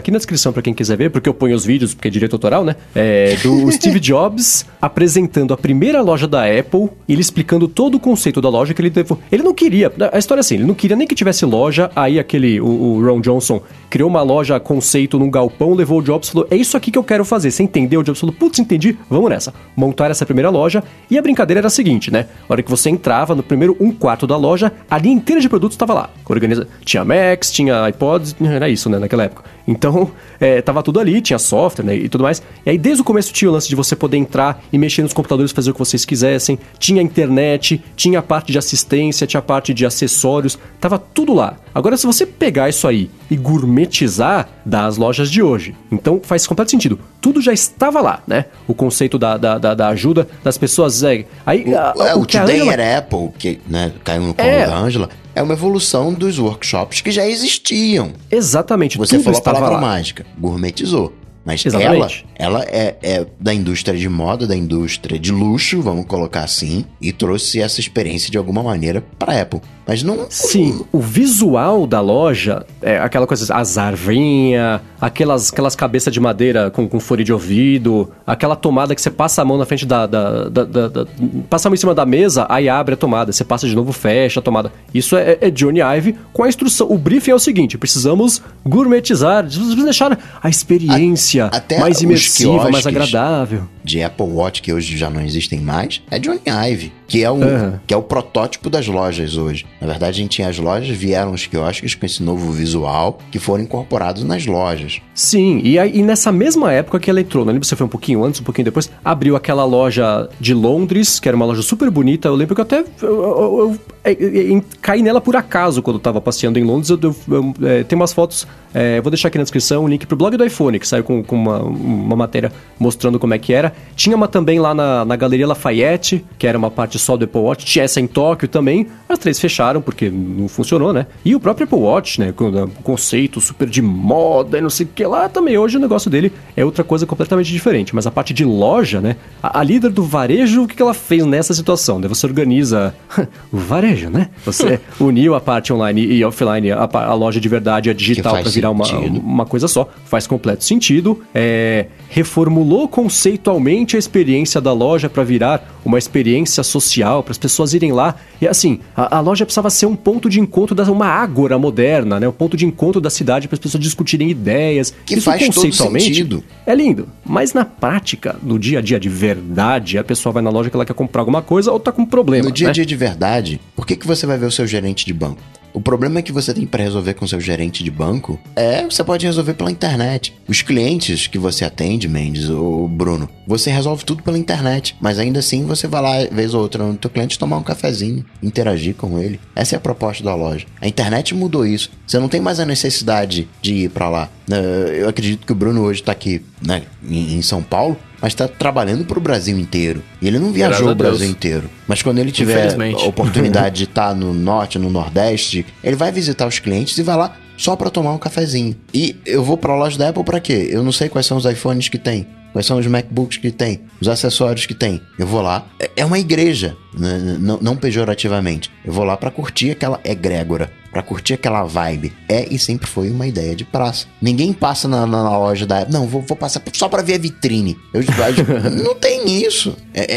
transmissão pra quem quiser ver, porque eu ponho os vídeos, porque é direito autoral, né? Do Steve Jobs apresentando a primeira loja da Apple, ele explicando todo o conceito da loja que ele não queria, a história é assim, ele não queria nem que tivesse loja, aí o Ron Johnson criou uma loja conceito num galpão, levou o Jobs e falou, é isso aqui que eu quero fazer, você entendeu? O Jobs falou, putz, entendi, vamos nessa. Montaram essa primeira loja, e a brincadeira era a seguinte, né? A hora que você entrava, no primeiro 1/4 da loja, a linha inteira de produtos estava lá. Tinha Macs, tinha iPods, era isso, né, naquela época. Então, tava tudo ali, tinha software, né, e tudo mais. E aí, desde o começo tinha o lance de você poder entrar e mexer nos computadores, fazer o que vocês quisessem. Tinha internet, tinha a parte de assistência, tinha a parte de acessórios, tava tudo lá. Agora, se você pegar isso aí e gourmetizar, dá as lojas de hoje. Então, faz completo sentido. Tudo já estava lá, né? O conceito da ajuda das pessoas. O Today at Apple, que, né, caiu no colo da Ângela, é uma evolução dos workshops que já existiam. Exatamente. Você falou a palavra mágica, gourmetizou. Mas ela é da indústria de moda, da indústria de luxo, vamos colocar assim, e trouxe essa experiência de alguma maneira para a Apple. Mas não... Sim, o visual da loja, aquela coisa, as arvinhas, aquelas cabeças de madeira com fone de ouvido, aquela tomada que você passa a mão na frente passa a mão em cima da mesa, aí abre a tomada, você passa de novo, fecha a tomada. Isso é Johnny Ive com a instrução. O briefing é o seguinte, precisamos gourmetizar, precisamos deixar a experiência até mais imersiva, mais agradável. De Apple Watch, que hoje já não existem mais, é Johnny Ive, que é o protótipo das lojas hoje. Na verdade, a gente tinha as lojas, vieram os quiosques com esse novo visual que foram incorporados nas lojas. Sim, e nessa mesma época que ela entrou, não lembro se foi um pouquinho antes, um pouquinho depois, abriu aquela loja de Londres, que era uma loja super bonita. Eu lembro que eu até caí nela por acaso quando eu tava passeando em Londres. Tem umas fotos, vou deixar aqui na descrição, um link pro blog do iPhone, que saiu com uma matéria mostrando como é que era. Tinha uma também lá na Galeria Lafayette, que era uma parte só do Apple Watch. Tinha essa em Tóquio também. As 3 fecharam porque não funcionou, né? E o próprio Apple Watch, né? Com o conceito super de moda e não sei o que lá, também hoje o negócio dele é outra coisa completamente diferente. Mas a parte de loja, né? A líder do varejo, o que ela fez nessa situação? Você organiza o varejo, né? Você uniu a parte online e offline, a loja de verdade e a digital para virar uma coisa só. Faz completo sentido. Reformulou conceitualmente a experiência da loja para virar uma experiência social, para as pessoas irem lá. E assim, a loja precisava ser um ponto de encontro, uma ágora moderna, né? Um ponto de encontro da cidade para as pessoas discutirem ideias. Que isso faz conceitualmente todo sentido. É lindo. Mas na prática, no dia a dia de verdade, a pessoa vai na loja que ela quer comprar alguma coisa ou tá com problema. No dia a dia de verdade, por que você vai ver o seu gerente de banco? O problema é que você tem para resolver com seu gerente de banco você pode resolver pela internet. Os clientes que você atende, Mendes ou Bruno, você resolve tudo pela internet, mas ainda assim você vai lá, vez ou outra, no teu cliente tomar um cafezinho, interagir com ele. Essa é a proposta da loja. A internet mudou isso. Você não tem mais a necessidade de ir para lá. Eu acredito que o Bruno hoje tá aqui, né, em São Paulo, mas está trabalhando para o Brasil inteiro. E ele não viajou o Brasil inteiro. Mas quando ele tiver a oportunidade de estar no norte, no nordeste, ele vai visitar os clientes e vai lá só para tomar um cafezinho. E eu vou para a loja da Apple para quê? Eu não sei quais são os iPhones que tem. Quais são os MacBooks que tem, os acessórios que tem. Eu vou lá, é uma igreja, né? Não pejorativamente. Eu vou lá pra curtir aquela egrégora, pra curtir aquela vibe. E sempre foi uma ideia de praça. Ninguém passa na loja da Apple, não, vou passar só pra ver a vitrine. Não tem isso.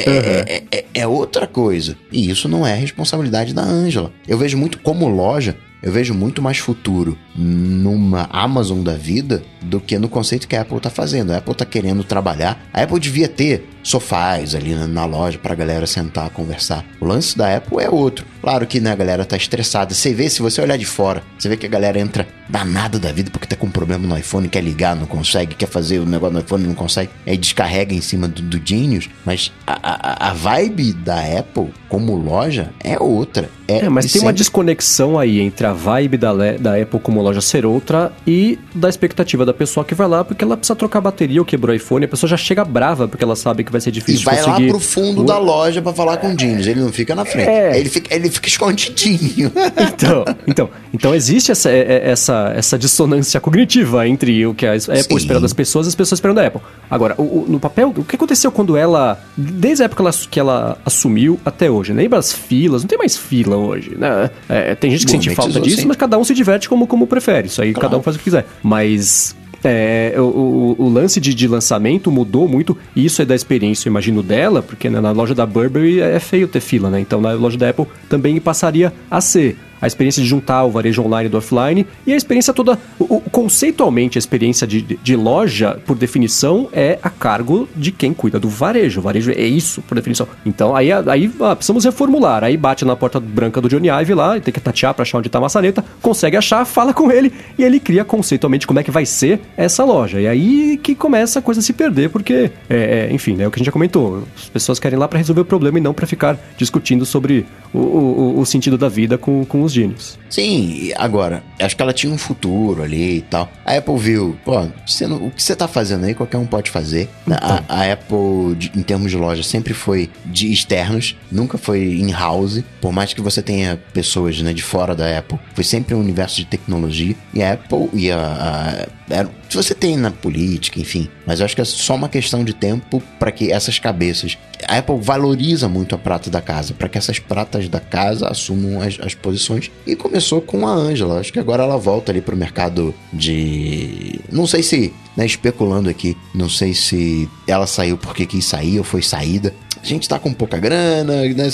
É outra coisa. E isso não é responsabilidade da Ângela. Eu vejo muito como loja, eu vejo muito mais futuro numa Amazon da vida do que no conceito que a Apple tá fazendo. A Apple tá querendo trabalhar. A Apple devia ter sofás ali na loja pra galera sentar, conversar. O lance da Apple é outro. Claro que, né, a galera tá estressada. Você vê, se você olhar de fora, você vê que a galera entra danada da vida porque tá com um problema no iPhone, quer ligar, não consegue, quer fazer o negócio no iPhone, não consegue. Aí descarrega em cima do Genius. Mas a vibe da Apple como loja é outra. Mas tem uma desconexão aí entre a vibe da Apple como loja ser outra e da expectativa da pessoa que vai lá porque ela precisa trocar bateria ou quebrou o iPhone. A pessoa já chega brava porque ela sabe que vai ser difícil de conseguir. E vai lá pro fundo da loja pra falar com o Genius. Ele não fica na frente. Ele fica escondidinho. Então existe essa dissonância cognitiva entre o que a Apple espera das pessoas e as pessoas esperam da Apple. Agora, no papel, o que aconteceu quando ela, desde a época que ela assumiu até hoje? Lembra as filas? Não tem mais fila hoje, né? Tem gente que sente falta disso, mas cada um se diverte como prefere. Isso aí, claro. Cada um faz o que quiser. Mas O lance de lançamento mudou muito, e isso é da experiência, eu imagino, dela, porque né, na loja da Burberry é feio ter fila, né? Então na loja da Apple também passaria a ser. A experiência de juntar o varejo online do offline e a experiência toda, conceitualmente a experiência de loja, por definição, é a cargo de quem cuida do varejo. O varejo é isso, por definição. Então, aí precisamos reformular. Aí bate na porta branca do Johnny Ive lá, tem que tatear pra achar onde tá a maçaneta, consegue achar, fala com ele e ele cria conceitualmente como é que vai ser essa loja. E aí que começa a coisa a se perder, porque, enfim, é o que a gente já comentou. As pessoas querem ir lá pra resolver o problema e não pra ficar discutindo sobre o sentido da vida com os gênios. Sim, agora, acho que ela tinha um futuro ali e tal. A Apple viu, o que você tá fazendo aí, qualquer um pode fazer. Então. A Apple, em termos de loja, sempre foi de externos, nunca foi in-house. Por mais que você tenha pessoas, né, de fora da Apple, foi sempre um universo de tecnologia. E a Apple se você tem na política, enfim, mas eu acho que é só uma questão de tempo para que essas cabeças... A Apple valoriza muito a prata da casa, para que essas pratas da casa assumam as posições. E começou com a Angela. Acho que agora ela volta ali pro mercado de... Não sei se, né, especulando aqui, não sei se ela saiu porque quis sair ou foi saída. A gente tá com pouca grana, né?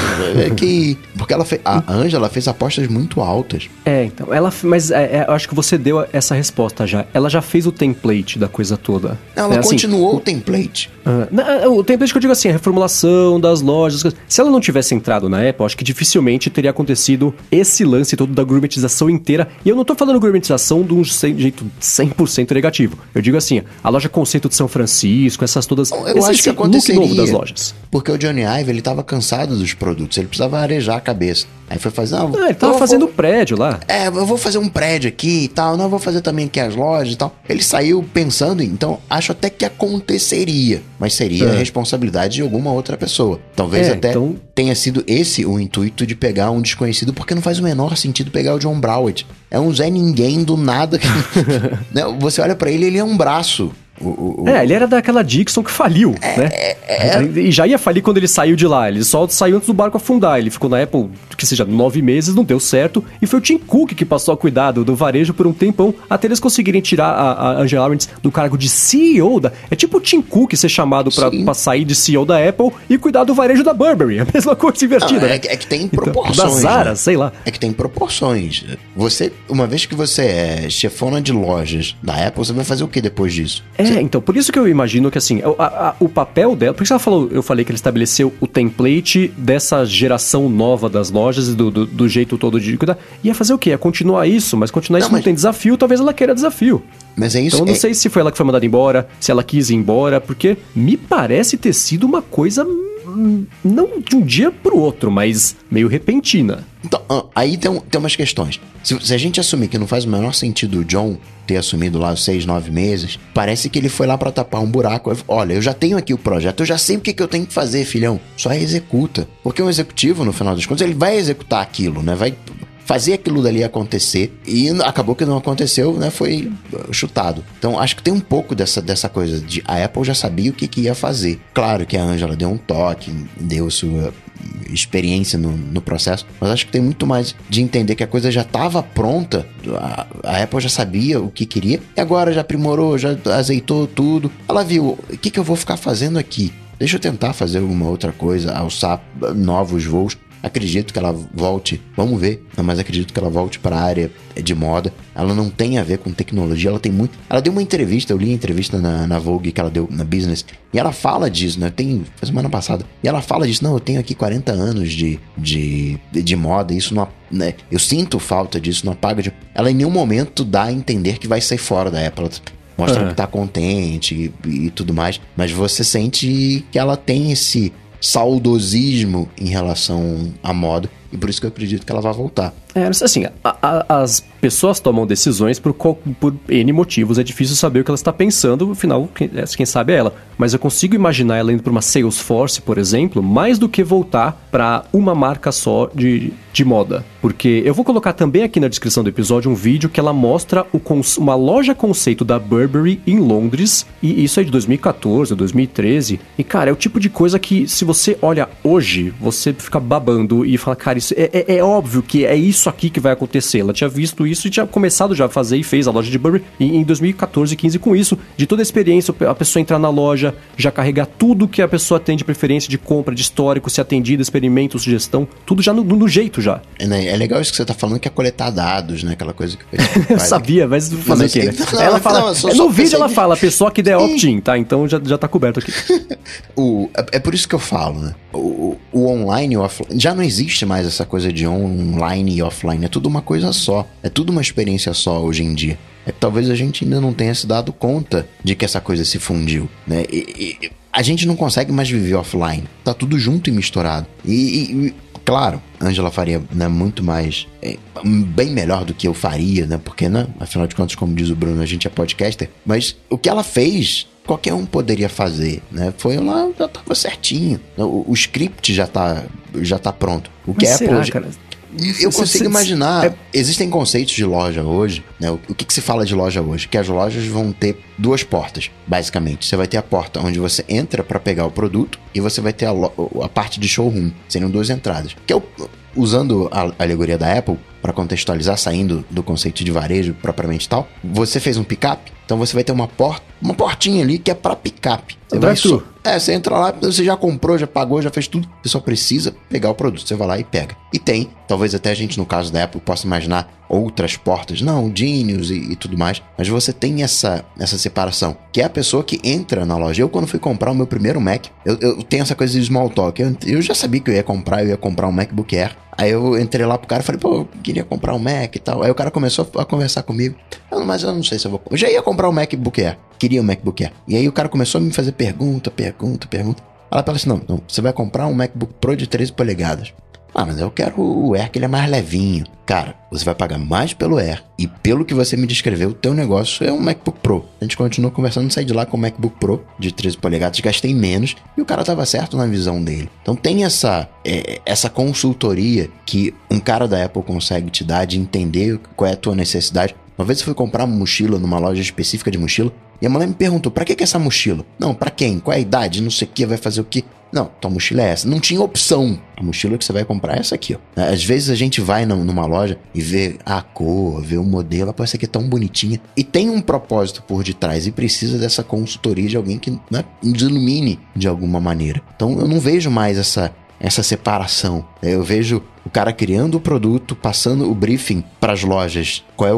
Porque a Angela fez apostas muito altas. Então, mas eu acho que você deu essa resposta já. Ela já fez o template da coisa toda. Ela continuou o template. O template que eu digo assim, a reformulação das lojas. Se ela não tivesse entrado na Apple, acho que dificilmente teria acontecido esse lance todo da gourmetização inteira. E eu não tô falando gourmetização de um jeito 100% negativo. Eu digo assim, a loja conceito de São Francisco, essas todas... Eu acho que aconteceria. Look novo das lojas. Porque o Johnny Ive, ele tava cansado dos produtos, ele precisava arejar a cabeça. Aí foi fazer... ele tava fazendo prédio lá. Eu vou fazer um prédio aqui e tal, não, eu vou fazer também aqui as lojas e tal. Ele saiu pensando, então acho até que aconteceria, mas seria a responsabilidade de alguma outra pessoa. Talvez tenha sido esse o intuito de pegar um desconhecido, porque não faz o menor sentido pegar o John Browett. É um Zé Ninguém do nada. Né? Você olha pra ele, ele é um braço. Ele era daquela Dixon que faliu, né? E já ia falir quando ele saiu de lá. Ele só saiu antes do barco afundar. Ele ficou na Apple, que seja, 9 meses, não deu certo. E foi o Tim Cook que passou a cuidar do varejo por um tempão, até eles conseguirem tirar a Angela Arendt do cargo de CEO da... É tipo o Tim Cook ser chamado pra sair de CEO da Apple e cuidar do varejo da Burberry. A mesma coisa invertida. É que tem proporções. Da Zara, né? Sei lá. É que tem proporções. Você, uma vez que você é chefona de lojas da Apple, você vai fazer o que depois disso? Então, por isso que eu imagino que, assim, o papel dela... Por isso que eu falei que ele estabeleceu o template dessa geração nova das lojas e do jeito todo de cuidar. Ia fazer o quê? Ia continuar isso, mas não tem desafio, talvez ela queira desafio. Mas é isso. Então, eu não sei se foi ela que foi mandada embora, se ela quis ir embora, porque me parece ter sido uma coisa... Não de um dia pro outro, mas meio repentina. Então, aí tem umas questões. Se a gente assumir que não faz o menor sentido o John ter assumido lá os 6, 9 meses, parece que ele foi lá pra tapar um buraco. Olha, eu já tenho aqui o projeto, eu já sei o que eu tenho que fazer, filhão. Só executa. Porque um executivo, no final das contas, ele vai executar aquilo, né? Vai fazer aquilo dali acontecer, e acabou que não aconteceu, né? Foi chutado. Então, acho que tem um pouco dessa coisa de a Apple já sabia o que ia fazer. Claro que a Angela deu um toque, deu sua experiência no processo, mas acho que tem muito mais de entender que a coisa já estava pronta, a Apple já sabia o que queria, e agora já aprimorou, já azeitou tudo. Ela viu, o que eu vou ficar fazendo aqui? Deixa eu tentar fazer alguma outra coisa, alçar novos voos. Acredito que ela volte, vamos ver, mas acredito que ela volte para a área de moda. Ela não tem a ver com tecnologia, ela tem muito... Ela deu uma entrevista, eu li a entrevista na Vogue que ela deu na Business, e ela fala disso, né? Foi semana passada, e ela fala disso, não, eu tenho aqui 40 anos de moda, isso não... Né? Eu sinto falta disso, não apaga de... Ela em nenhum momento dá a entender que vai sair fora da Apple. Mostra que tá contente e tudo mais, mas você sente que ela tem esse saudosismo em relação à moda, e por isso que eu acredito que ela vai voltar. Assim, as pessoas tomam decisões por N motivos, é difícil saber o que ela está pensando, afinal, quem sabe é ela. Mas eu consigo imaginar ela indo para uma Salesforce, por exemplo, mais do que voltar para uma marca só de moda. Porque eu vou colocar também aqui na descrição do episódio um vídeo que ela mostra uma loja conceito da Burberry em Londres, e isso é de 2014, 2013, e cara, é o tipo de coisa que se você olha hoje, você fica babando e fala, cara, isso é óbvio que é isso aqui que vai acontecer. Ela tinha visto isso e tinha começado já a fazer e fez a loja de Burberry em 2014, 15 com isso, de toda a experiência, a pessoa entrar na loja, já carregar tudo que a pessoa tem de preferência de compra, de histórico, ser atendida, experimento, sugestão, tudo já no jeito já. É legal isso que você tá falando, que é coletar dados, né? Aquela coisa que eu sabia, mas fazer o quê, né? Ela fala, no vídeo ela fala, a pessoa que der opt-in, tá? Então já tá coberto aqui. É por isso que eu falo, né? O online e o offline, já não existe mais essa coisa de online e offline, é tudo uma coisa só, é tudo uma experiência só hoje em dia. Talvez a gente ainda não tenha se dado conta de que essa coisa se fundiu, né? A gente não consegue mais viver offline, tá tudo junto e misturado. Claro, Ângela faria, né, muito mais, bem melhor do que eu faria, né? Porque, né, afinal de contas, como diz o Bruno, a gente é podcaster. Mas o que ela fez, qualquer um poderia fazer, né? Foi lá, já tava certinho. O script já tá pronto. O que mas é será, cara? Eu consigo imaginar, existem conceitos de loja hoje, né? O que se fala de loja hoje? Que as lojas vão ter duas portas, basicamente. Você vai ter a porta onde você entra para pegar o produto e você vai ter a parte de showroom. Seriam duas entradas. Que é usando a alegoria da Apple, para contextualizar, saindo do conceito de varejo propriamente tal, você fez um picape, então você vai ter uma portinha ali que é para picape. Você entra lá, você já comprou, já pagou, já fez tudo, você só precisa pegar o produto, você vai lá e pega. E tem, talvez até a gente no caso da Apple possa imaginar outras portas, não, Genius e tudo mais, mas você tem essa separação, que é a pessoa que entra na loja. Eu quando fui comprar o meu primeiro Mac, eu tenho essa coisa de small talk, eu já sabia que eu ia comprar um MacBook Air. Aí eu entrei lá pro cara e falei, pô, eu queria comprar um Mac e tal. Aí o cara começou a conversar comigo. Mas eu não sei se eu vou... Eu já ia comprar um MacBook Air. Queria um MacBook Air. E aí o cara começou a me fazer pergunta. Ela falou assim, não, você vai comprar um MacBook Pro de 13 polegadas. Mas eu quero o Air, que ele é mais levinho. Cara, você vai pagar mais pelo Air. E pelo que você me descreveu, o teu negócio é um MacBook Pro. A gente continuou conversando, saí de lá com o MacBook Pro de 13 polegadas, gastei menos. E o cara tava certo na visão dele. Então tem essa consultoria que um cara da Apple consegue te dar, de entender qual é a tua necessidade. Uma vez eu fui comprar uma mochila numa loja específica de mochila. E a mulher me perguntou, pra que essa mochila? Não, pra quem? Qual é a idade? Não sei o que, vai fazer o que? Não, tua mochila é essa. Não tinha opção. A mochila que você vai comprar é essa aqui, ó. Às vezes a gente vai numa loja e vê a cor, vê o modelo, pô, essa aqui é tão bonitinha. E tem um propósito por detrás e precisa dessa consultoria de alguém que, né, nos ilumine de alguma maneira. Então eu não vejo mais essa separação. Eu vejo o cara criando o produto, passando o briefing para as lojas, qual é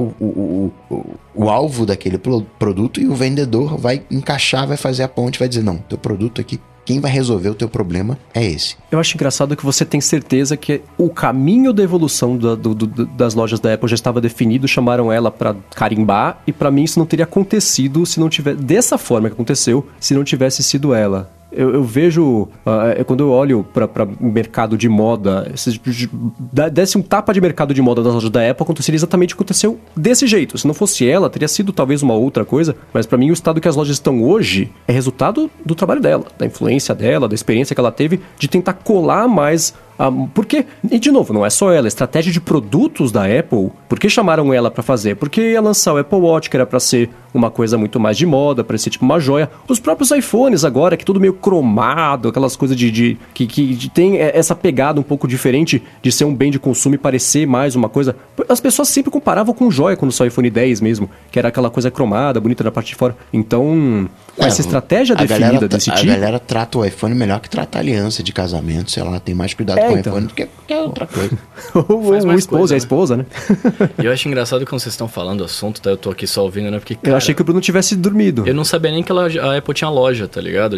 o alvo daquele produto, e o vendedor vai encaixar, vai fazer a ponte, vai dizer, não, teu produto aqui, quem vai resolver o teu problema é esse. Eu acho engraçado que você tem certeza que o caminho da evolução das lojas da Apple já estava definido, chamaram ela para carimbar, e para mim isso não teria acontecido se não tivesse, dessa forma que aconteceu, se não tivesse sido ela. Eu vejo, quando eu olho para mercado de moda, se desse um tapa de mercado de moda das lojas da Apple, aconteceria exatamente o que aconteceu desse jeito. Se não fosse ela, teria sido talvez uma outra coisa, mas para mim o estado que as lojas estão hoje é resultado do trabalho dela, da influência dela, da experiência que ela teve de tentar colar mais. Porque, e de novo, não é só ela, a estratégia de produtos da Apple, por que chamaram ela para fazer? Porque ia lançar o Apple Watch, que era para ser uma coisa muito mais de moda, para ser tipo uma joia. Os próprios iPhones agora, que tudo meio cromado, aquelas coisas que tem essa pegada um pouco diferente de ser um bem de consumo e parecer mais uma coisa. As pessoas sempre comparavam com joia quando saiu o iPhone 10 mesmo, que era aquela coisa cromada, bonita da parte de fora. Então, com essa estratégia definida desse tipo... A galera trata o iPhone melhor que trata a aliança de casamento, sei lá, tem mais cuidado com o iPhone do que qualquer outra coisa. O esposo, a esposa, né? E eu acho engraçado quando vocês estão falando o assunto, tá? Eu tô aqui só ouvindo, né? Porque, cara, eu achei que o Bruno tivesse dormido. Eu não sabia nem que a Apple tinha loja, tá ligado?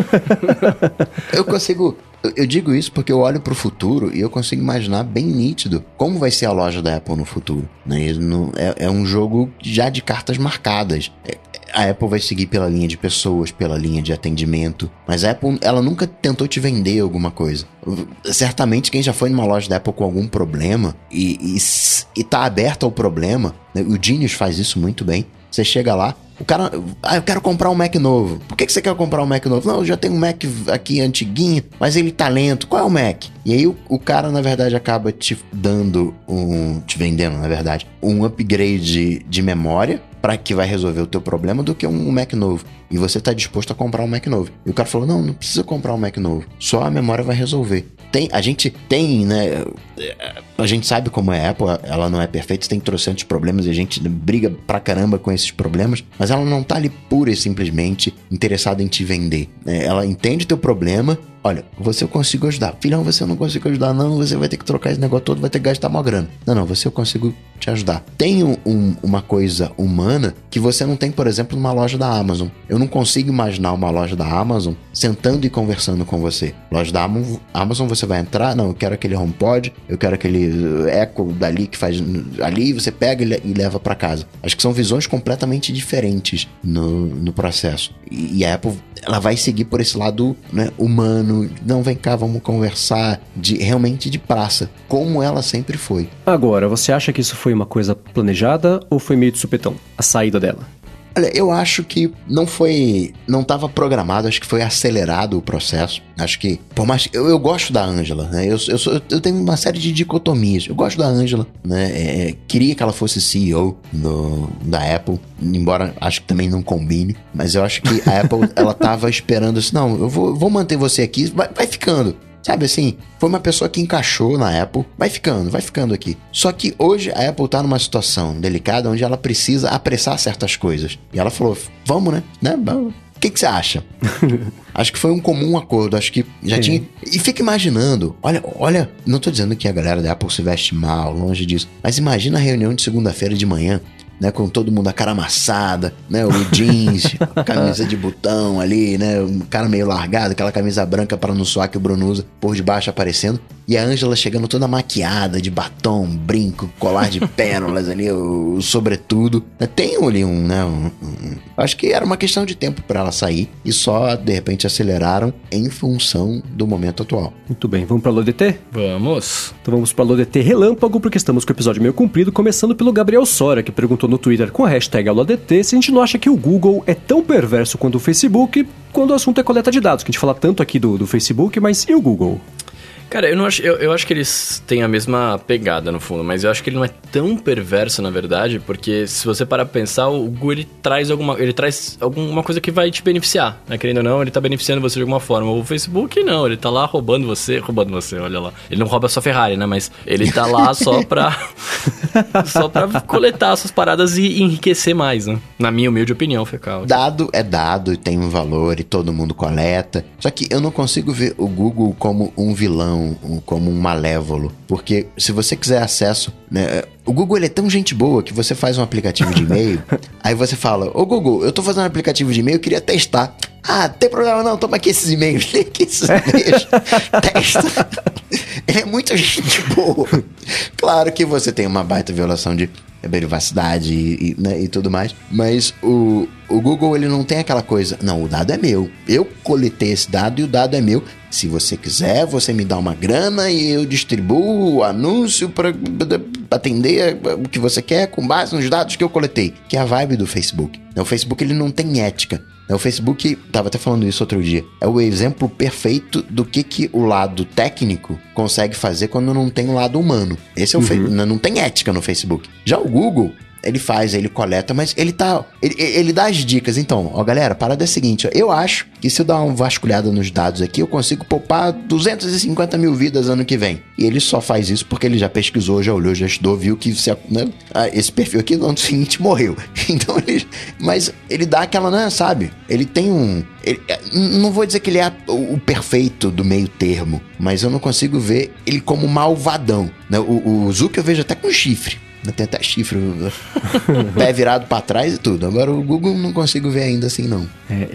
Eu digo isso porque eu olho pro futuro e eu consigo imaginar bem nítido como vai ser a loja da Apple no futuro, né? É um jogo já de cartas marcadas. A Apple vai seguir pela linha de pessoas, pela linha de atendimento, mas a Apple, ela nunca tentou te vender alguma coisa. Certamente quem já foi numa loja da Apple com algum problema e tá aberto ao problema, né? O Genius faz isso muito bem. Você chega lá, o cara... eu quero comprar um Mac novo. Por que você quer comprar um Mac novo? Não, eu já tenho um Mac aqui antiguinho, mas ele tá lento. Qual é o Mac? E aí o cara, na verdade, acaba te vendendo, na verdade, um upgrade de memória para que vai resolver o teu problema do que um Mac novo. E você tá disposto a comprar um Mac novo. E o cara falou, não precisa comprar um Mac novo. Só a memória vai resolver. gente tem, né? A gente sabe como é a Apple, ela não é perfeita, tem trocentos problemas e a gente briga pra caramba com esses problemas, mas ela não tá ali pura e simplesmente interessada em te vender. Ela entende teu problema. Olha, você eu consigo ajudar. Filhão, você eu não consigo ajudar, não. Você vai ter que trocar esse negócio todo, vai ter que gastar uma grana. Não, você eu consigo te ajudar. Tem uma coisa humana que você não tem, por exemplo, numa loja da Amazon. Eu não consigo imaginar uma loja da Amazon sentando e conversando com você. Loja da Amazon, você vai entrar, não, eu quero aquele HomePod, eu quero aquele Echo dali que faz ali, você pega e leva pra casa. Acho que são visões completamente diferentes no processo. E a Apple, ela vai seguir por esse lado, né, humano. Não, vem cá, vamos conversar realmente de praça, como ela sempre foi. Agora, você acha que isso foi uma coisa planejada ou foi meio de supetão, a saída dela? Olha, eu acho que não estava programado, acho que foi acelerado o processo. Acho que, por mais que eu gosto da Angela, né? Eu tenho uma série de dicotomias. Eu gosto da Angela, né? Queria que ela fosse CEO da Apple, embora acho que também não combine, mas eu acho que a Apple, ela tava esperando assim, não, eu vou manter você aqui, vai ficando. Sabe assim, foi uma pessoa que encaixou na Apple, vai ficando aqui. Só que hoje a Apple tá numa situação delicada onde ela precisa apressar certas coisas. E ela falou, vamos, né? O que você acha? Acho que foi um comum acordo, acho que já tinha... E fica imaginando, olha, não tô dizendo que a galera da Apple se veste mal, longe disso, mas imagina a reunião de segunda-feira de manhã, né, com todo mundo a cara amassada, né, o jeans, camisa de botão ali, né, o cara meio largado, aquela camisa branca para não suar que o Bruno usa, por debaixo aparecendo, e a Angela chegando toda maquiada, de batom, brinco, colar de pérolas ali, o sobretudo. Tem ali acho que era uma questão de tempo para ela sair, e só, de repente, aceleraram em função do momento atual. Muito bem, vamos pra LoDT? Vamos. Então vamos pra LoDT relâmpago, porque estamos com o episódio meio comprido, começando pelo Gabriel Sora, que perguntou no Twitter com a hashtag LoDT se a gente não acha que o Google é tão perverso quanto o Facebook quando o assunto é coleta de dados, que a gente fala tanto aqui do Facebook, mas e o Google? Cara, eu acho que eles têm a mesma pegada no fundo, mas eu acho que ele não é tão perverso, na verdade, porque se você parar pra pensar, o Google ele traz alguma coisa que vai te beneficiar, né? Querendo ou não, ele tá beneficiando você de alguma forma. O Facebook não, ele tá lá roubando você, olha lá. Ele não rouba a sua Ferrari, né? Mas ele tá lá só pra coletar suas paradas e enriquecer mais, né? Na minha humilde opinião, Fecal. Dado é dado e tem um valor e todo mundo coleta. Só que eu não consigo ver o Google como um vilão, como um malévolo, porque se você quiser acesso, né, o Google ele é tão gente boa que você faz um aplicativo de e-mail, aí você fala, ô Google, eu tô fazendo um aplicativo de e-mail, eu queria testar. Ah, tem problema não, toma aqui esses e-mails, lê aqui esses e-mails, testa. Ele é muito gente boa. Claro que você tem uma baita violação de privacidade e tudo mais, mas o Google ele não tem aquela coisa, não, o dado é meu, eu coletei esse dado e o dado é meu, se você quiser, você me dá uma grana e eu distribuo o anúncio para atender o que você quer com base nos dados que eu coletei, que é a vibe do Facebook. O Facebook ele não tem ética. O Facebook, tava até falando isso outro dia, é o exemplo perfeito do que o lado técnico consegue fazer quando não tem o lado humano. Esse é o não tem ética no Facebook. Já o Google, ele coleta, mas ele dá as dicas. Então, ó galera, a parada é a seguinte, ó, eu acho que se eu dar uma vasculhada nos dados aqui, eu consigo poupar 250 mil vidas ano que vem. E ele só faz isso porque ele já pesquisou, já olhou, já estudou, viu que esse perfil aqui no ano seguinte morreu. Então mas ele dá aquela, né, sabe? Ele tem não vou dizer que ele é o perfeito do meio termo, mas eu não consigo ver ele como malvadão, né? O Zuck eu vejo até com chifre. Tem até chifre, pé virado pra trás e tudo. Agora o Google não consigo ver ainda assim, não.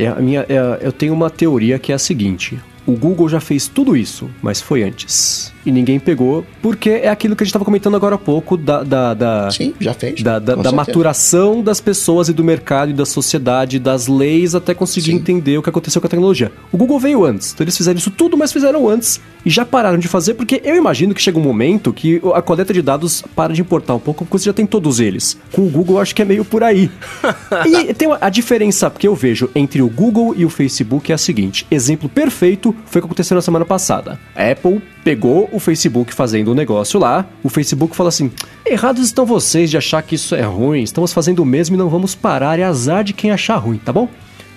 Eu tenho uma teoria que é a seguinte: o Google já fez tudo isso, mas foi antes. E ninguém pegou, porque é aquilo que a gente estava comentando agora há pouco Sim, já fez. Da maturação das pessoas e do mercado e da sociedade, das leis, até conseguir entender o que aconteceu com a tecnologia. O Google veio antes, então eles fizeram isso tudo, mas fizeram antes e já pararam de fazer, porque eu imagino que chega um momento que a coleta de dados para de importar um pouco, porque você já tem todos eles. Com o Google, eu acho que é meio por aí. E tem a diferença que eu vejo entre o Google e o Facebook é a seguinte: exemplo perfeito foi o que aconteceu na semana passada. A Apple pegou o Facebook fazendo um negócio lá, o Facebook fala assim: errados estão vocês de achar que isso é ruim, estamos fazendo o mesmo e não vamos parar, é azar de quem achar ruim, tá bom?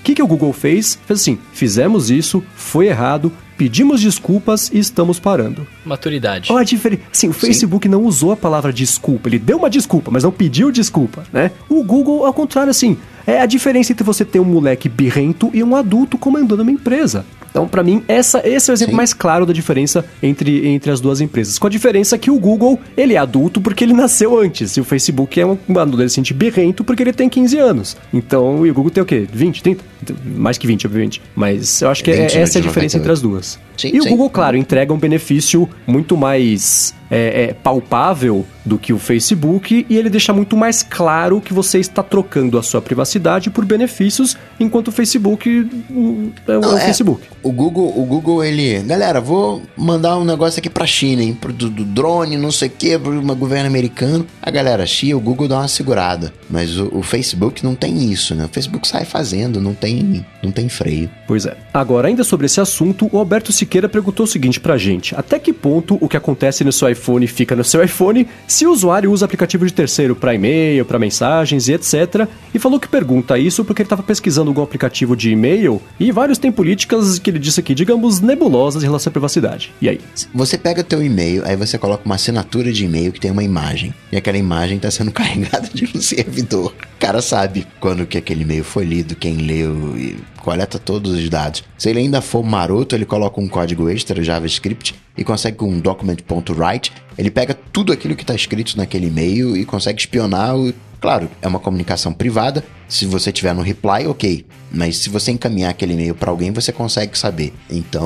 que o Google fez? Fez assim, fizemos isso, foi errado, pedimos desculpas e estamos parando. Maturidade. Olha a diferença. Assim, o Facebook não usou a palavra desculpa, ele deu uma desculpa, mas não pediu desculpa, né? O Google, ao contrário, assim, é a diferença entre você ter um moleque birrento e um adulto comandando uma empresa. Então, pra mim, esse é o exemplo mais claro da diferença entre as duas empresas. Com a diferença que o Google, ele é adulto porque ele nasceu antes. E o Facebook é um adolescente birrento porque ele tem 15 anos. Então, e o Google tem o quê? 20, 30? Mais que 20, obviamente. Mas eu acho que essa é a diferença entre as duas. Sim, e o Google, claro, entrega um benefício muito mais palpável do que o Facebook, e ele deixa muito mais claro que você está trocando a sua privacidade por benefícios, enquanto o Facebook é o Facebook. O Google, ele... Galera, vou mandar um negócio aqui pra China, hein? Do drone, não sei o que, pro governo americano. A galera chia, o Google dá uma segurada. Mas o Facebook não tem isso, né? O Facebook sai fazendo, não tem freio. Pois é. Agora, ainda sobre esse assunto, o Alberto Siqueira perguntou o seguinte pra gente: até que ponto o que acontece no seu iPhone fica no seu iPhone se o usuário usa aplicativo de terceiro para e-mail, para mensagens e etc. E falou que pergunta isso porque ele estava pesquisando algum aplicativo de e-mail e vários têm políticas que ele disse aqui, digamos, nebulosas em relação à privacidade. E aí? Você pega teu e-mail, aí você coloca uma assinatura de e-mail que tem uma imagem. E aquela imagem está sendo carregada de um servidor. O cara sabe quando que aquele e-mail foi lido, quem leu e coleta todos os dados. Se ele ainda for maroto, ele coloca um código extra, JavaScript, e consegue com um document.write, ele pega tudo aquilo que está escrito naquele e-mail e consegue espionar o... Claro, é uma comunicação privada. Se você tiver no reply, ok. Mas se você encaminhar aquele e-mail para alguém, você consegue saber. Então,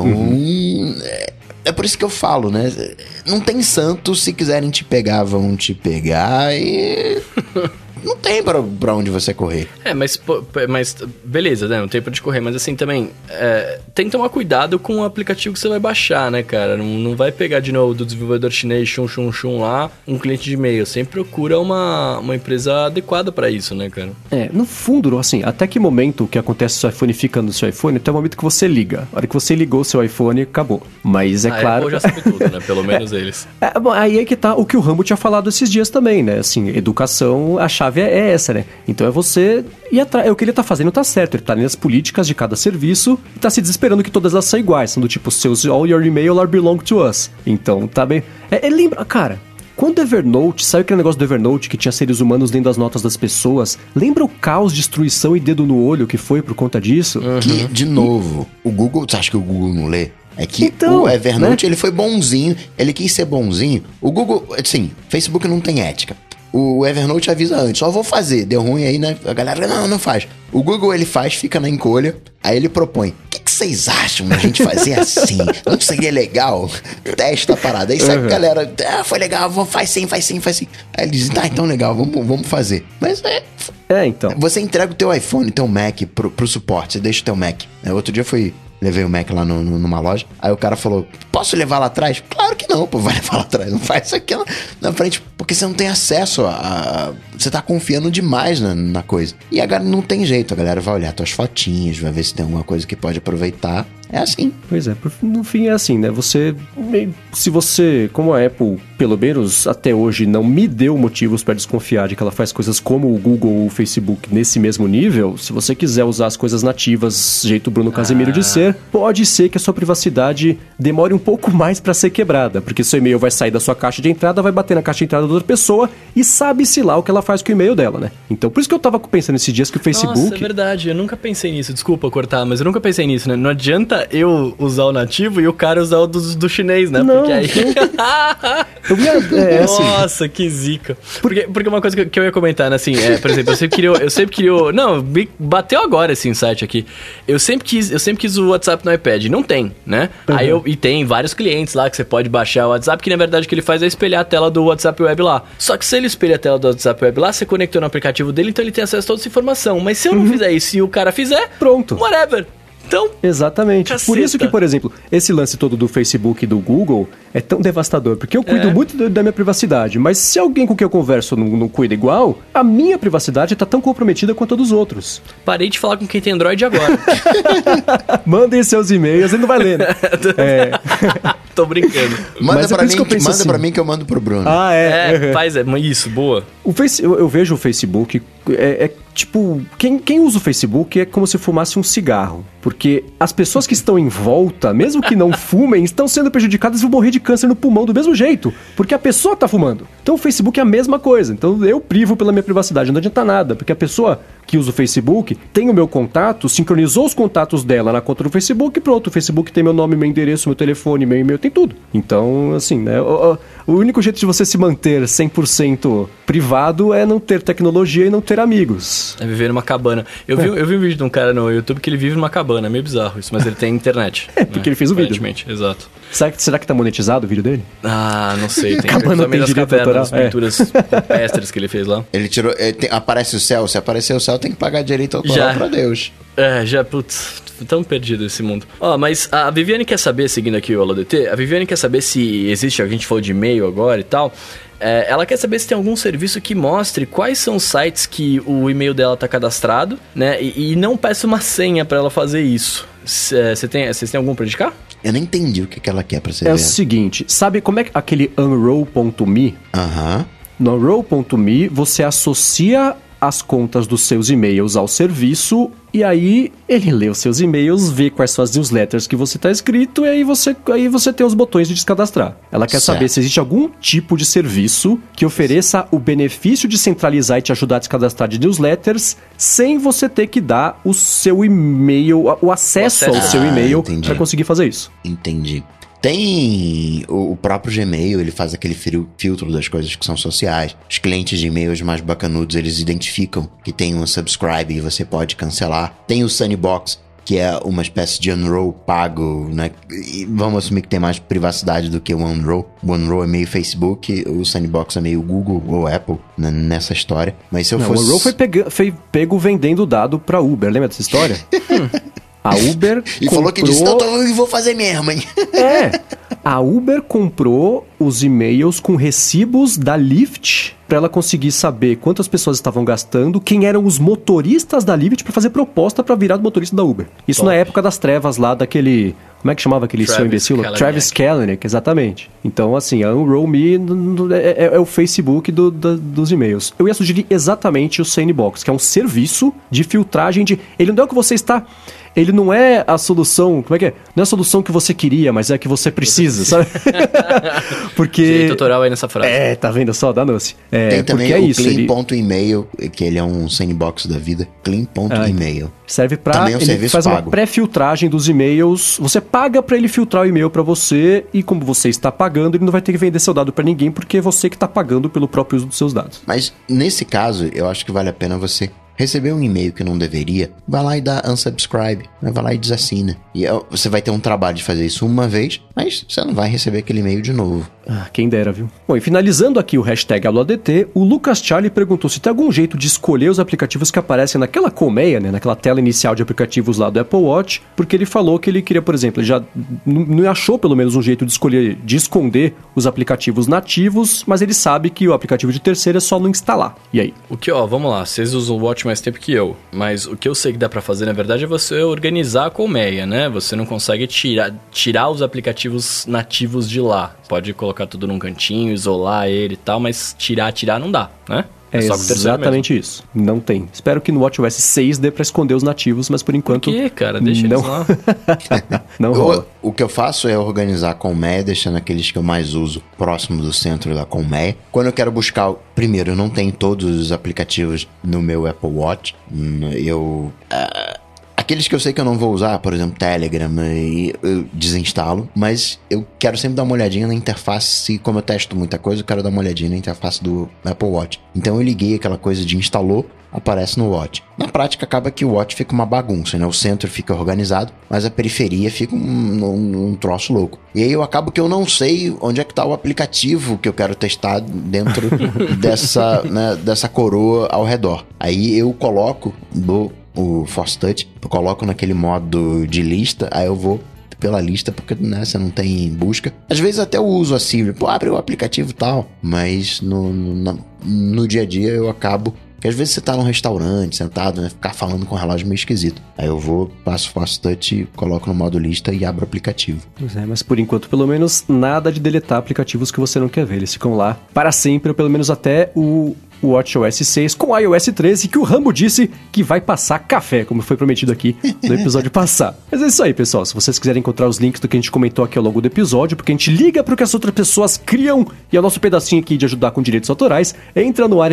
é por isso que eu falo, né? Não tem santo, se quiserem te pegar, vão te pegar e... Não tem pra onde você correr. Mas beleza, né? Não tem pra onde correr. Mas assim, também, tem que tomar cuidado com o aplicativo que você vai baixar, né, cara? Não vai pegar de novo do desenvolvedor chinês, chum lá, um cliente de e-mail. Sempre procura uma empresa adequada pra isso, né, cara? No fundo, assim, até que momento o que acontece no seu iPhone fica no seu iPhone, até o momento que você liga. A hora que você ligou o seu iPhone, acabou. Mas claro... A Apple já sabe tudo, né? Pelo menos eles. Bom, aí é que tá o que o Rambo tinha falado esses dias também, né? Assim, educação, a chave é essa, né? Então é você ir atrás. O que ele tá fazendo tá certo. Ele tá nas políticas de cada serviço e tá se desesperando que todas elas são iguais. São do tipo, all your email are belong to us. Então tá bem. Lembra, cara, quando o Evernote, sabe aquele negócio do Evernote que tinha seres humanos lendo as notas das pessoas? Lembra o caos, destruição e dedo no olho que foi por conta disso? Que, de novo, o Google... Você acha que o Google não lê? É que então, o Evernote, né? Ele foi bonzinho, ele quis ser bonzinho. O Google, assim, Facebook não tem ética. O Evernote avisa antes, só vou fazer, deu ruim aí, né? A galera, não faz. O Google, ele faz, fica na encolha, aí ele propõe, o que vocês acham da gente fazer assim? Não seria legal? Testa a parada. Aí sabe a galera, foi legal, faz sim. Aí ele diz, tá, então legal, vamos fazer. Mas então. Você entrega o teu iPhone, teu Mac pro suporte, você deixa o teu Mac. Outro dia levei o Mac lá numa loja, aí o cara falou, posso levar lá atrás? Claro que não, pô, vai levar lá atrás, não faz isso aqui na frente, porque você não tem acesso você tá confiando demais na coisa. E agora não tem jeito, a galera vai olhar tuas fotinhas, vai ver se tem alguma coisa que pode aproveitar. É assim. Pois é, no fim é assim, né? Se você, como a Apple, pelo menos até hoje, não me deu motivos para desconfiar de que ela faz coisas como o Google ou o Facebook nesse mesmo nível, se você quiser usar as coisas nativas, jeito Bruno Casemiro de ser, pode ser que a sua privacidade demore um pouco mais para ser quebrada, porque seu e-mail vai sair da sua caixa de entrada, vai bater na caixa de entrada da outra pessoa e sabe-se lá o que ela faz com o e-mail dela, né? Então, por isso que eu tava pensando esses dias que o Facebook... Nossa, é verdade, eu nunca pensei nisso, desculpa cortar, mas eu nunca pensei nisso, né? Não adianta eu usar o nativo e o cara usar o do chinês, né? Não, porque aí... assim. Nossa, que zica. Porque uma coisa que eu ia comentar, né, assim, por exemplo, eu sempre queria... Não, me bateu agora esse insight aqui. Eu sempre quis o WhatsApp no iPad, não tem, né? Uhum. E tem vários clientes lá que você pode baixar o WhatsApp, que na verdade o que ele faz é espelhar a tela do WhatsApp Web lá. Só que se ele espelha a tela do WhatsApp Web lá, você conectou no aplicativo dele, então ele tem acesso a toda essa informação. Mas se eu não fizer isso e o cara fizer, pronto. Whatever. Então, exatamente. Caceta. Por isso que, por exemplo, esse lance todo do Facebook e do Google é tão devastador, porque eu cuido muito da minha privacidade, mas se alguém com quem eu converso não cuida igual, a minha privacidade tá tão comprometida quanto a dos outros. Parei de falar com quem tem Android agora. Mandem seus e-mails, ele não vai ler, né? Tô brincando. Manda pra mim que eu mando pro Bruno. Faz isso, boa. Eu vejo o Facebook, tipo, quem usa o Facebook é como se fumasse um cigarro. Porque as pessoas que estão em volta, mesmo que não fumem, estão sendo prejudicadas e vão morrer de câncer no pulmão do mesmo jeito. Porque a pessoa tá fumando. Então o Facebook é a mesma coisa. Então eu privo pela minha privacidade. Não adianta nada. Porque a pessoa que usa o Facebook tem o meu contato, sincronizou os contatos dela na conta do Facebook e pronto. O Facebook tem meu nome, meu endereço, meu telefone, meu e-mail, tem tudo. Então, assim, né? O único jeito de você se manter 100% privado é não ter tecnologia e não ter amigos. É viver numa cabana. Eu vi um vídeo de um cara no YouTube que ele vive numa cabana. É meio bizarro isso, mas ele tem internet. Porque ele fez o vídeo. Exato. Será que tá monetizado o vídeo dele? Ah, não sei. Tem cabana tem direito autoral. As pinturas rupestres que ele fez lá. Ele tirou... aparece o céu. Se aparecer o céu, tem que pagar direito autoral pra Deus. Putz, tão perdido esse mundo. Mas a Viviane quer saber, seguindo aqui o AloDT, a Viviane quer saber se existe, a gente falou de e-mail agora e tal, ela quer saber se tem algum serviço que mostre quais são os sites que o e-mail dela tá cadastrado, né, e não peça uma senha pra ela fazer isso. Vocês têm algum pra indicar? Eu não entendi o que ela quer pra você ver. O seguinte, sabe como é aquele unroll.me? No unroll.me você associa as contas dos seus e-mails ao serviço e aí ele lê os seus e-mails, vê quais são as newsletters que você está inscrito e aí você tem os botões de descadastrar. Ela quer saber se existe algum tipo de serviço que ofereça o benefício de centralizar e te ajudar a descadastrar de newsletters sem você ter que dar o seu e-mail, o acesso ao seu e-mail para conseguir fazer isso. Entendi. Tem o próprio Gmail, ele faz aquele filtro das coisas que são sociais. Os clientes de e-mails mais bacanudos, eles identificam que tem um subscribe e você pode cancelar. Tem o Sunnybox, que é uma espécie de Unroll pago, né? E vamos assumir que tem mais privacidade do que o Unroll. O Unroll é meio Facebook, o Sunnybox é meio Google ou Apple, né, nessa história. Mas se eu fosse... O Unroll foi pego vendendo dado pra Uber, lembra dessa história? A Uber e falou que disse, não, eu vou fazer mesmo, hein? A Uber comprou os e-mails com recibos da Lyft para ela conseguir saber quantas pessoas estavam gastando, quem eram os motoristas da Lyft para fazer proposta para virar do motorista da Uber. Isso na época das trevas lá daquele... Como é que chamava aquele seu imbecil? Travis Kalanick, exatamente. Então, assim, a Unroll.me é o Facebook dos e-mails. Eu ia sugerir exatamente o Sanebox, que é um serviço de filtragem de... Ele não é o que você está... Ele não é a solução... Como é que é? Não é a solução que você queria, mas é a que você precisa, sabe? Porque... Direito autoral aí nessa frase. Tá vendo só? Danou-se. Tem também o clean.email, que ele é um sandbox da vida. Clean.email. Serve pra... Também é um serviço faz pago. Uma pré-filtragem dos e-mails. Você paga pra ele filtrar o e-mail pra você e como você está pagando, ele não vai ter que vender seu dado pra ninguém porque é você que tá pagando pelo próprio uso dos seus dados. Mas nesse caso, eu acho que vale a pena você receber um e-mail que não deveria, vai lá e dá unsubscribe, vai lá e desassina. E você vai ter um trabalho de fazer isso uma vez, mas você não vai receber aquele e-mail de novo. Quem dera, viu? Bom, e finalizando aqui o hashtag AloADT, o Lucas Charlie perguntou se tem algum jeito de escolher os aplicativos que aparecem naquela colmeia, né, naquela tela inicial de aplicativos lá do Apple Watch, porque ele falou que ele queria, por exemplo, ele já não achou pelo menos um jeito de escolher, de esconder os aplicativos nativos, mas ele sabe que o aplicativo de terceiro é só não instalar. E aí? O que, vamos lá, vocês usam o Watch mais tempo que eu, mas o que eu sei que dá pra fazer, na verdade, é você organizar a colmeia, né? Você não consegue tirar os aplicativos nativos de lá. Pode colocar tudo num cantinho, isolar ele e tal, mas tirar não dá, né? É só exatamente mesmo. Isso. Não tem. Espero que no WatchOS 6 dê pra esconder os nativos, mas por enquanto... Por quê, cara? Deixa eles lá. Não rola. O que eu faço é organizar a colmeia, deixando aqueles que eu mais uso próximo do centro da colmeia. Quando eu quero buscar... Primeiro, eu não tenho todos os aplicativos no meu Apple Watch. Aqueles que eu sei que eu não vou usar, por exemplo, Telegram, eu desinstalo, mas eu quero sempre dar uma olhadinha na interface, como eu testo muita coisa, eu quero dar uma olhadinha na interface do Apple Watch. Então eu liguei aquela coisa de instalou, aparece no Watch. Na prática acaba que o Watch fica uma bagunça, né? O centro fica organizado, mas a periferia fica um troço louco. E aí eu acabo que eu não sei onde é que tá o aplicativo que eu quero testar dentro dessa coroa ao redor. Aí eu coloco o Force Touch, eu coloco naquele modo de lista, aí eu vou pela lista, porque né, você não tem busca. Às vezes até eu uso a Siri, abre o aplicativo e tal, mas no dia a dia eu acabo... Porque às vezes você tá num restaurante, sentado, né? Ficar falando com o relógio meio esquisito. Aí eu passo o Force Touch, coloco no modo lista e abro o aplicativo. Pois é, mas por enquanto, pelo menos, nada de deletar aplicativos que você não quer ver. Eles ficam lá para sempre, ou pelo menos até o o WatchOS 6 com iOS 13, que o Rambo disse que vai passar café, como foi prometido aqui no episódio passado. Mas é isso aí, pessoal. Se vocês quiserem encontrar os links do que a gente comentou aqui ao longo do episódio, porque a gente liga pro que as outras pessoas criam, e é o nosso pedacinho aqui de ajudar com direitos autorais, entra no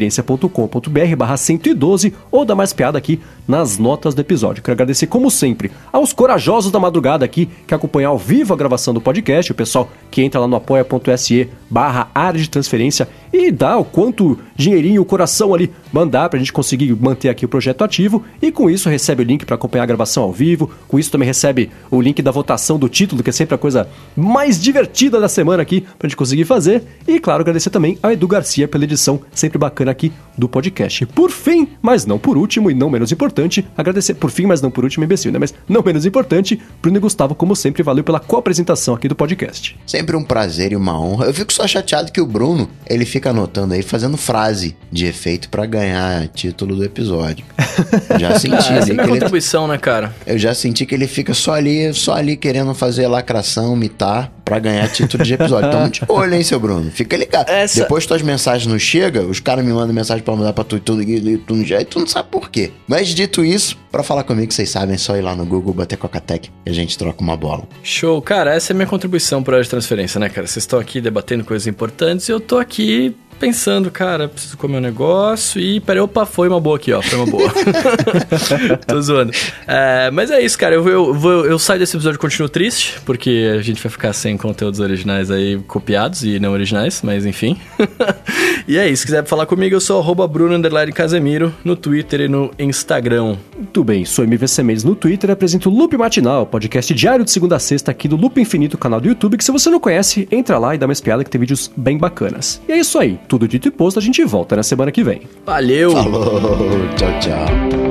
areadetransferencia.com.br/112 ou dá mais piada aqui nas notas do episódio. Quero agradecer, como sempre, aos corajosos da madrugada aqui que acompanham ao vivo a gravação do podcast, o pessoal que entra lá no apoia.se/área de transferência e dá o quanto dinheirinho o coração ali mandar pra gente conseguir manter aqui o projeto ativo, e com isso recebe o link pra acompanhar a gravação ao vivo, com isso também recebe o link da votação do título, que é sempre a coisa mais divertida da semana aqui pra gente conseguir fazer, e claro, agradecer também ao Edu Garcia pela edição sempre bacana aqui do podcast. Por fim, mas não por último e não menos importante, agradecer, por fim, mas não por último, imbecil, né? Mas não menos importante, Bruno e Gustavo, como sempre, valeu pela co-apresentação aqui do podcast. Sempre um prazer e uma honra. Eu fico só chateado que o Bruno, ele fica anotando aí, fazendo frase de efeito pra ganhar título do episódio. Já senti. Essa é minha contribuição, né, cara? Eu já senti que ele fica só ali querendo fazer lacração, mitar, pra ganhar título de episódio. Então, de olho, hein, seu Bruno? Fica ligado. Depois tuas mensagens não chegam, os caras me mandam mensagem pra mandar pra tu e tudo, e tu não sabe por quê. Mas dito isso, pra falar comigo, vocês sabem, é só ir lá no Google, bater Coca-Tech e a gente troca uma bola. Show. Cara, essa é a minha contribuição pra área de transferência, né, cara? Vocês estão aqui debatendo coisas importantes e eu tô aqui pensando, cara, preciso comer um negócio e... Peraí, opa, foi uma boa aqui, ó. Foi uma boa. Tô zoando. Mas é isso, cara. Eu saio desse episódio e continuo triste, porque a gente vai ficar sem conteúdos originais aí copiados e não originais, mas enfim. E é isso. Se quiser falar comigo, eu sou @Bruno_Casemiro no Twitter e no Instagram. Muito bem, sou MVC Mendes no Twitter e apresento o Loop Matinal, podcast diário de segunda a sexta aqui do Loop Infinito, canal do YouTube, que se você não conhece, entra lá e dá uma espiada que tem vídeos bem bacanas. E é isso aí. Tudo dito e posto, a gente volta na semana que vem. Valeu! Falou! Tchau, tchau.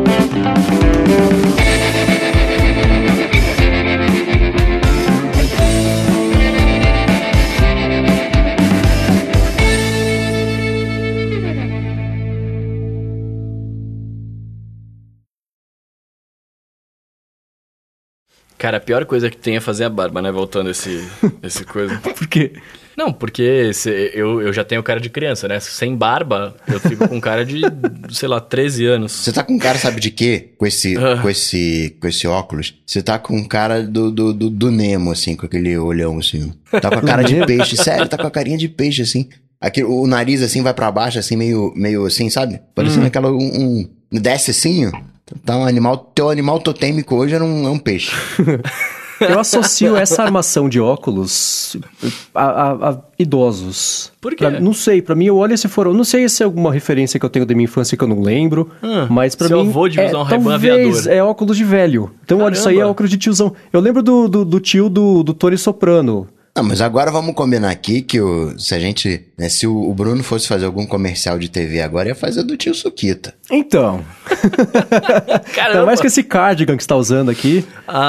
Cara, a pior coisa que tem é fazer a barba, né? Voltando esse coisa. Por quê? Não, porque eu já tenho cara de criança, né? Sem barba, eu fico com cara de, sei lá, 13 anos. Você tá com cara, sabe de quê? Com esse óculos? Você tá com cara do Nemo, assim, com aquele olhão, assim. Tá com a cara de peixe, sério, tá com a carinha de peixe, assim. Aqui, o nariz, assim, vai pra baixo, assim, meio assim, sabe? Parecendo aquela, desce assim, ó. Tá teu animal totêmico hoje é um peixe. Eu associo essa armação de óculos a idosos. Por quê? Não sei, pra mim eu olho se for... Não sei se é alguma referência que eu tenho da minha infância que eu não lembro, mas pra mim... Seu avô de usar um Ray-Ban talvez aviador. É óculos de velho. Então, olha, isso aí é óculos de tiozão. Eu lembro do tio do Tony Soprano. Não, mas agora vamos combinar aqui que se o Bruno fosse fazer algum comercial de TV agora, ia fazer do tio Suquita. Então. Caramba. Ainda mais que esse cardigan que você tá usando aqui.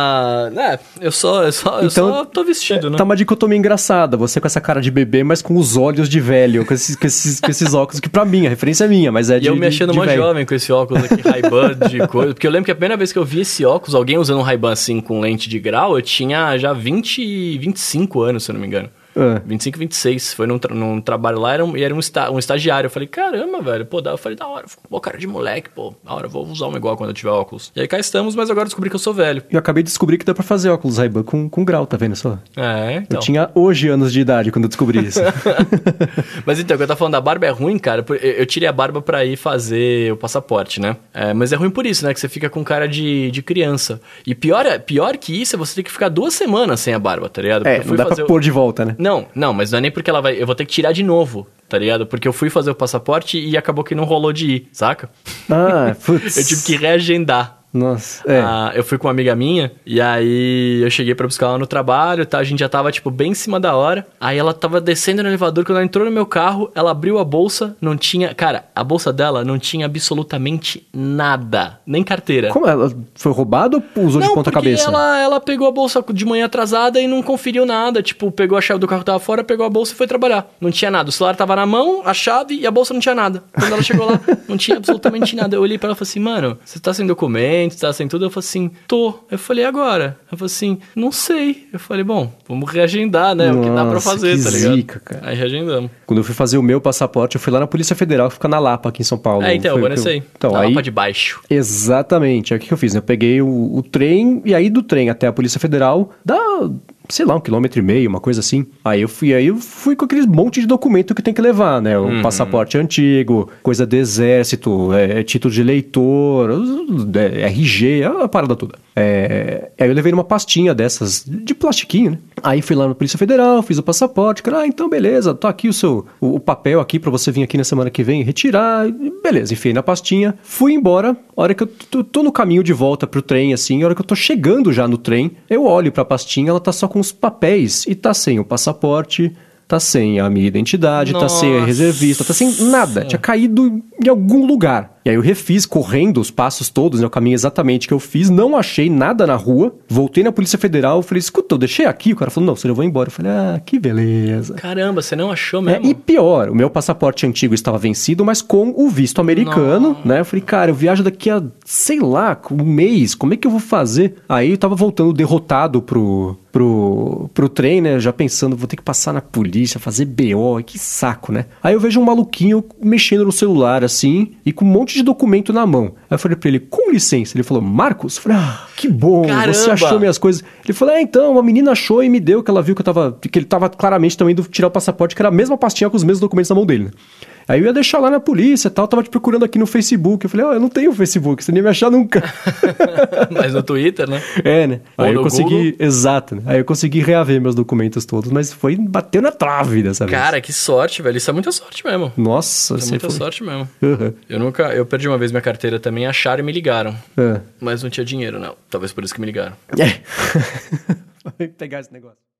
Eu só tô vestido, né? Tá uma dicotomia engraçada. Você com essa cara de bebê, mas com os olhos de velho, com esses óculos, que pra mim, a referência é minha, mas é de E eu me achando uma jovem com esse óculos aqui, Ray-Ban de coisa. Porque eu lembro que a primeira vez que eu vi esse óculos, alguém usando um Ray-Ban assim com lente de grau, eu tinha já 25 anos, se eu não me engano. 25, 26. Foi num trabalho lá, era um estagiário. Eu falei, caramba, velho. Eu falei, da hora. Pô, cara de moleque, pô. Da hora, vou usar um igual quando eu tiver óculos. E aí cá estamos, mas agora descobri que eu sou velho. Eu acabei de descobrir que dá pra fazer óculos Ray-Ban com grau, tá vendo só? Então. Eu tinha hoje anos de idade quando eu descobri isso. Mas então, o que eu tava falando da barba é ruim, cara. Eu tirei a barba pra ir fazer o passaporte, né? Mas é ruim por isso, né? Que você fica com cara de criança. E pior que isso é você ter que ficar 2 semanas sem a barba, tá ligado? Porque não dá pra pôr de volta, né? Não, mas não é nem porque eu vou ter que tirar de novo, tá ligado? Porque eu fui fazer o passaporte e acabou que não rolou de ir, saca? Putz. Eu tive que reagendar. Nossa, eu fui com uma amiga minha, e aí eu cheguei pra buscar ela no trabalho, tá? A gente já tava, tipo, bem em cima da hora. Aí ela tava descendo no elevador, quando ela entrou no meu carro, ela abriu a bolsa, não tinha... Cara, a bolsa dela não tinha absolutamente nada, nem carteira. Como? Ela foi roubada ou usou de ponta cabeça? Ela pegou a bolsa de manhã atrasada e não conferiu nada. Tipo, pegou a chave do carro que tava fora, pegou a bolsa e foi trabalhar. Não tinha nada. O celular tava na mão, a chave e a bolsa não tinha nada. Quando ela chegou lá, não tinha absolutamente nada. Eu olhei pra ela e falei assim, mano, você tá sem documento? documentos, tá sem tudo. Eu falei assim, tô. Eu falei, agora? Eu falei assim, não sei. Eu falei, bom, vamos reagendar, né? O que dá pra fazer, que tá ligado? zica, cara. Aí reagendamos. Quando eu fui fazer o meu passaporte, eu fui lá na Polícia Federal, que fica na Lapa, aqui em São Paulo. Então, agora eu sei. Então, Na aí... Lapa de baixo. Exatamente. Aí o que eu fiz? Eu peguei o trem, e aí do trem até a Polícia Federal, dá... sei lá, 1,5 km, uma coisa assim. Aí eu fui com aqueles monte de documento que tem que levar, né? O passaporte antigo, coisa do exército, título de eleitor, RG, a parada toda. Aí eu levei numa pastinha dessas, de plastiquinho, né? Aí fui lá na Polícia Federal, fiz o passaporte, cara, então beleza, tô aqui o papel aqui pra você vir aqui na semana que vem retirar, beleza, enfiei na pastinha, fui embora, a hora que eu tô no caminho de volta pro trem, assim, a hora que eu tô chegando já no trem, eu olho pra pastinha, ela tá só com os papéis e tá sem o passaporte, tá sem a minha identidade, tá sem a reservista, tá sem nada. Tinha caído em algum lugar. E aí eu refiz correndo os passos todos, né, o caminho exatamente que eu fiz, não achei nada na rua, voltei na Polícia Federal, falei, escuta, eu deixei aqui? O cara falou, não, você levou embora. Eu falei, que beleza. Caramba, você não achou mesmo? E pior, o meu passaporte antigo estava vencido, mas com o visto americano, né? Eu falei, cara, eu viajo daqui a, sei lá, um mês, como é que eu vou fazer? Aí eu tava voltando derrotado pro trem, né? Já pensando, vou ter que passar na polícia, fazer BO, que saco, né? Aí eu vejo um maluquinho mexendo no celular, assim, e com um monte de documento na mão. Aí eu falei pra ele, com licença. Ele falou, Marcos? Eu falei, que bom, caramba, você achou minhas coisas. Ele falou, então, uma menina achou e me deu, que ela viu que ele tava claramente também indo tirar o passaporte, que era a mesma pastinha com os mesmos documentos na mão dele, né? Aí eu ia deixar lá na polícia e tal, tava te procurando aqui no Facebook. Eu falei, eu não tenho Facebook, você nem me achar nunca. Mas no Twitter, né? Né? Aí eu consegui, Google. Exato, né? Aí eu consegui reaver meus documentos todos, mas bateu na trave dessa vez. Cara, que sorte, velho. Isso é muita sorte mesmo. Nossa, isso é muita sorte mesmo. Uhum. Eu perdi uma vez minha carteira também, acharam e me ligaram. Mas não tinha dinheiro, não. Talvez por isso que me ligaram. Vai pegar esse negócio.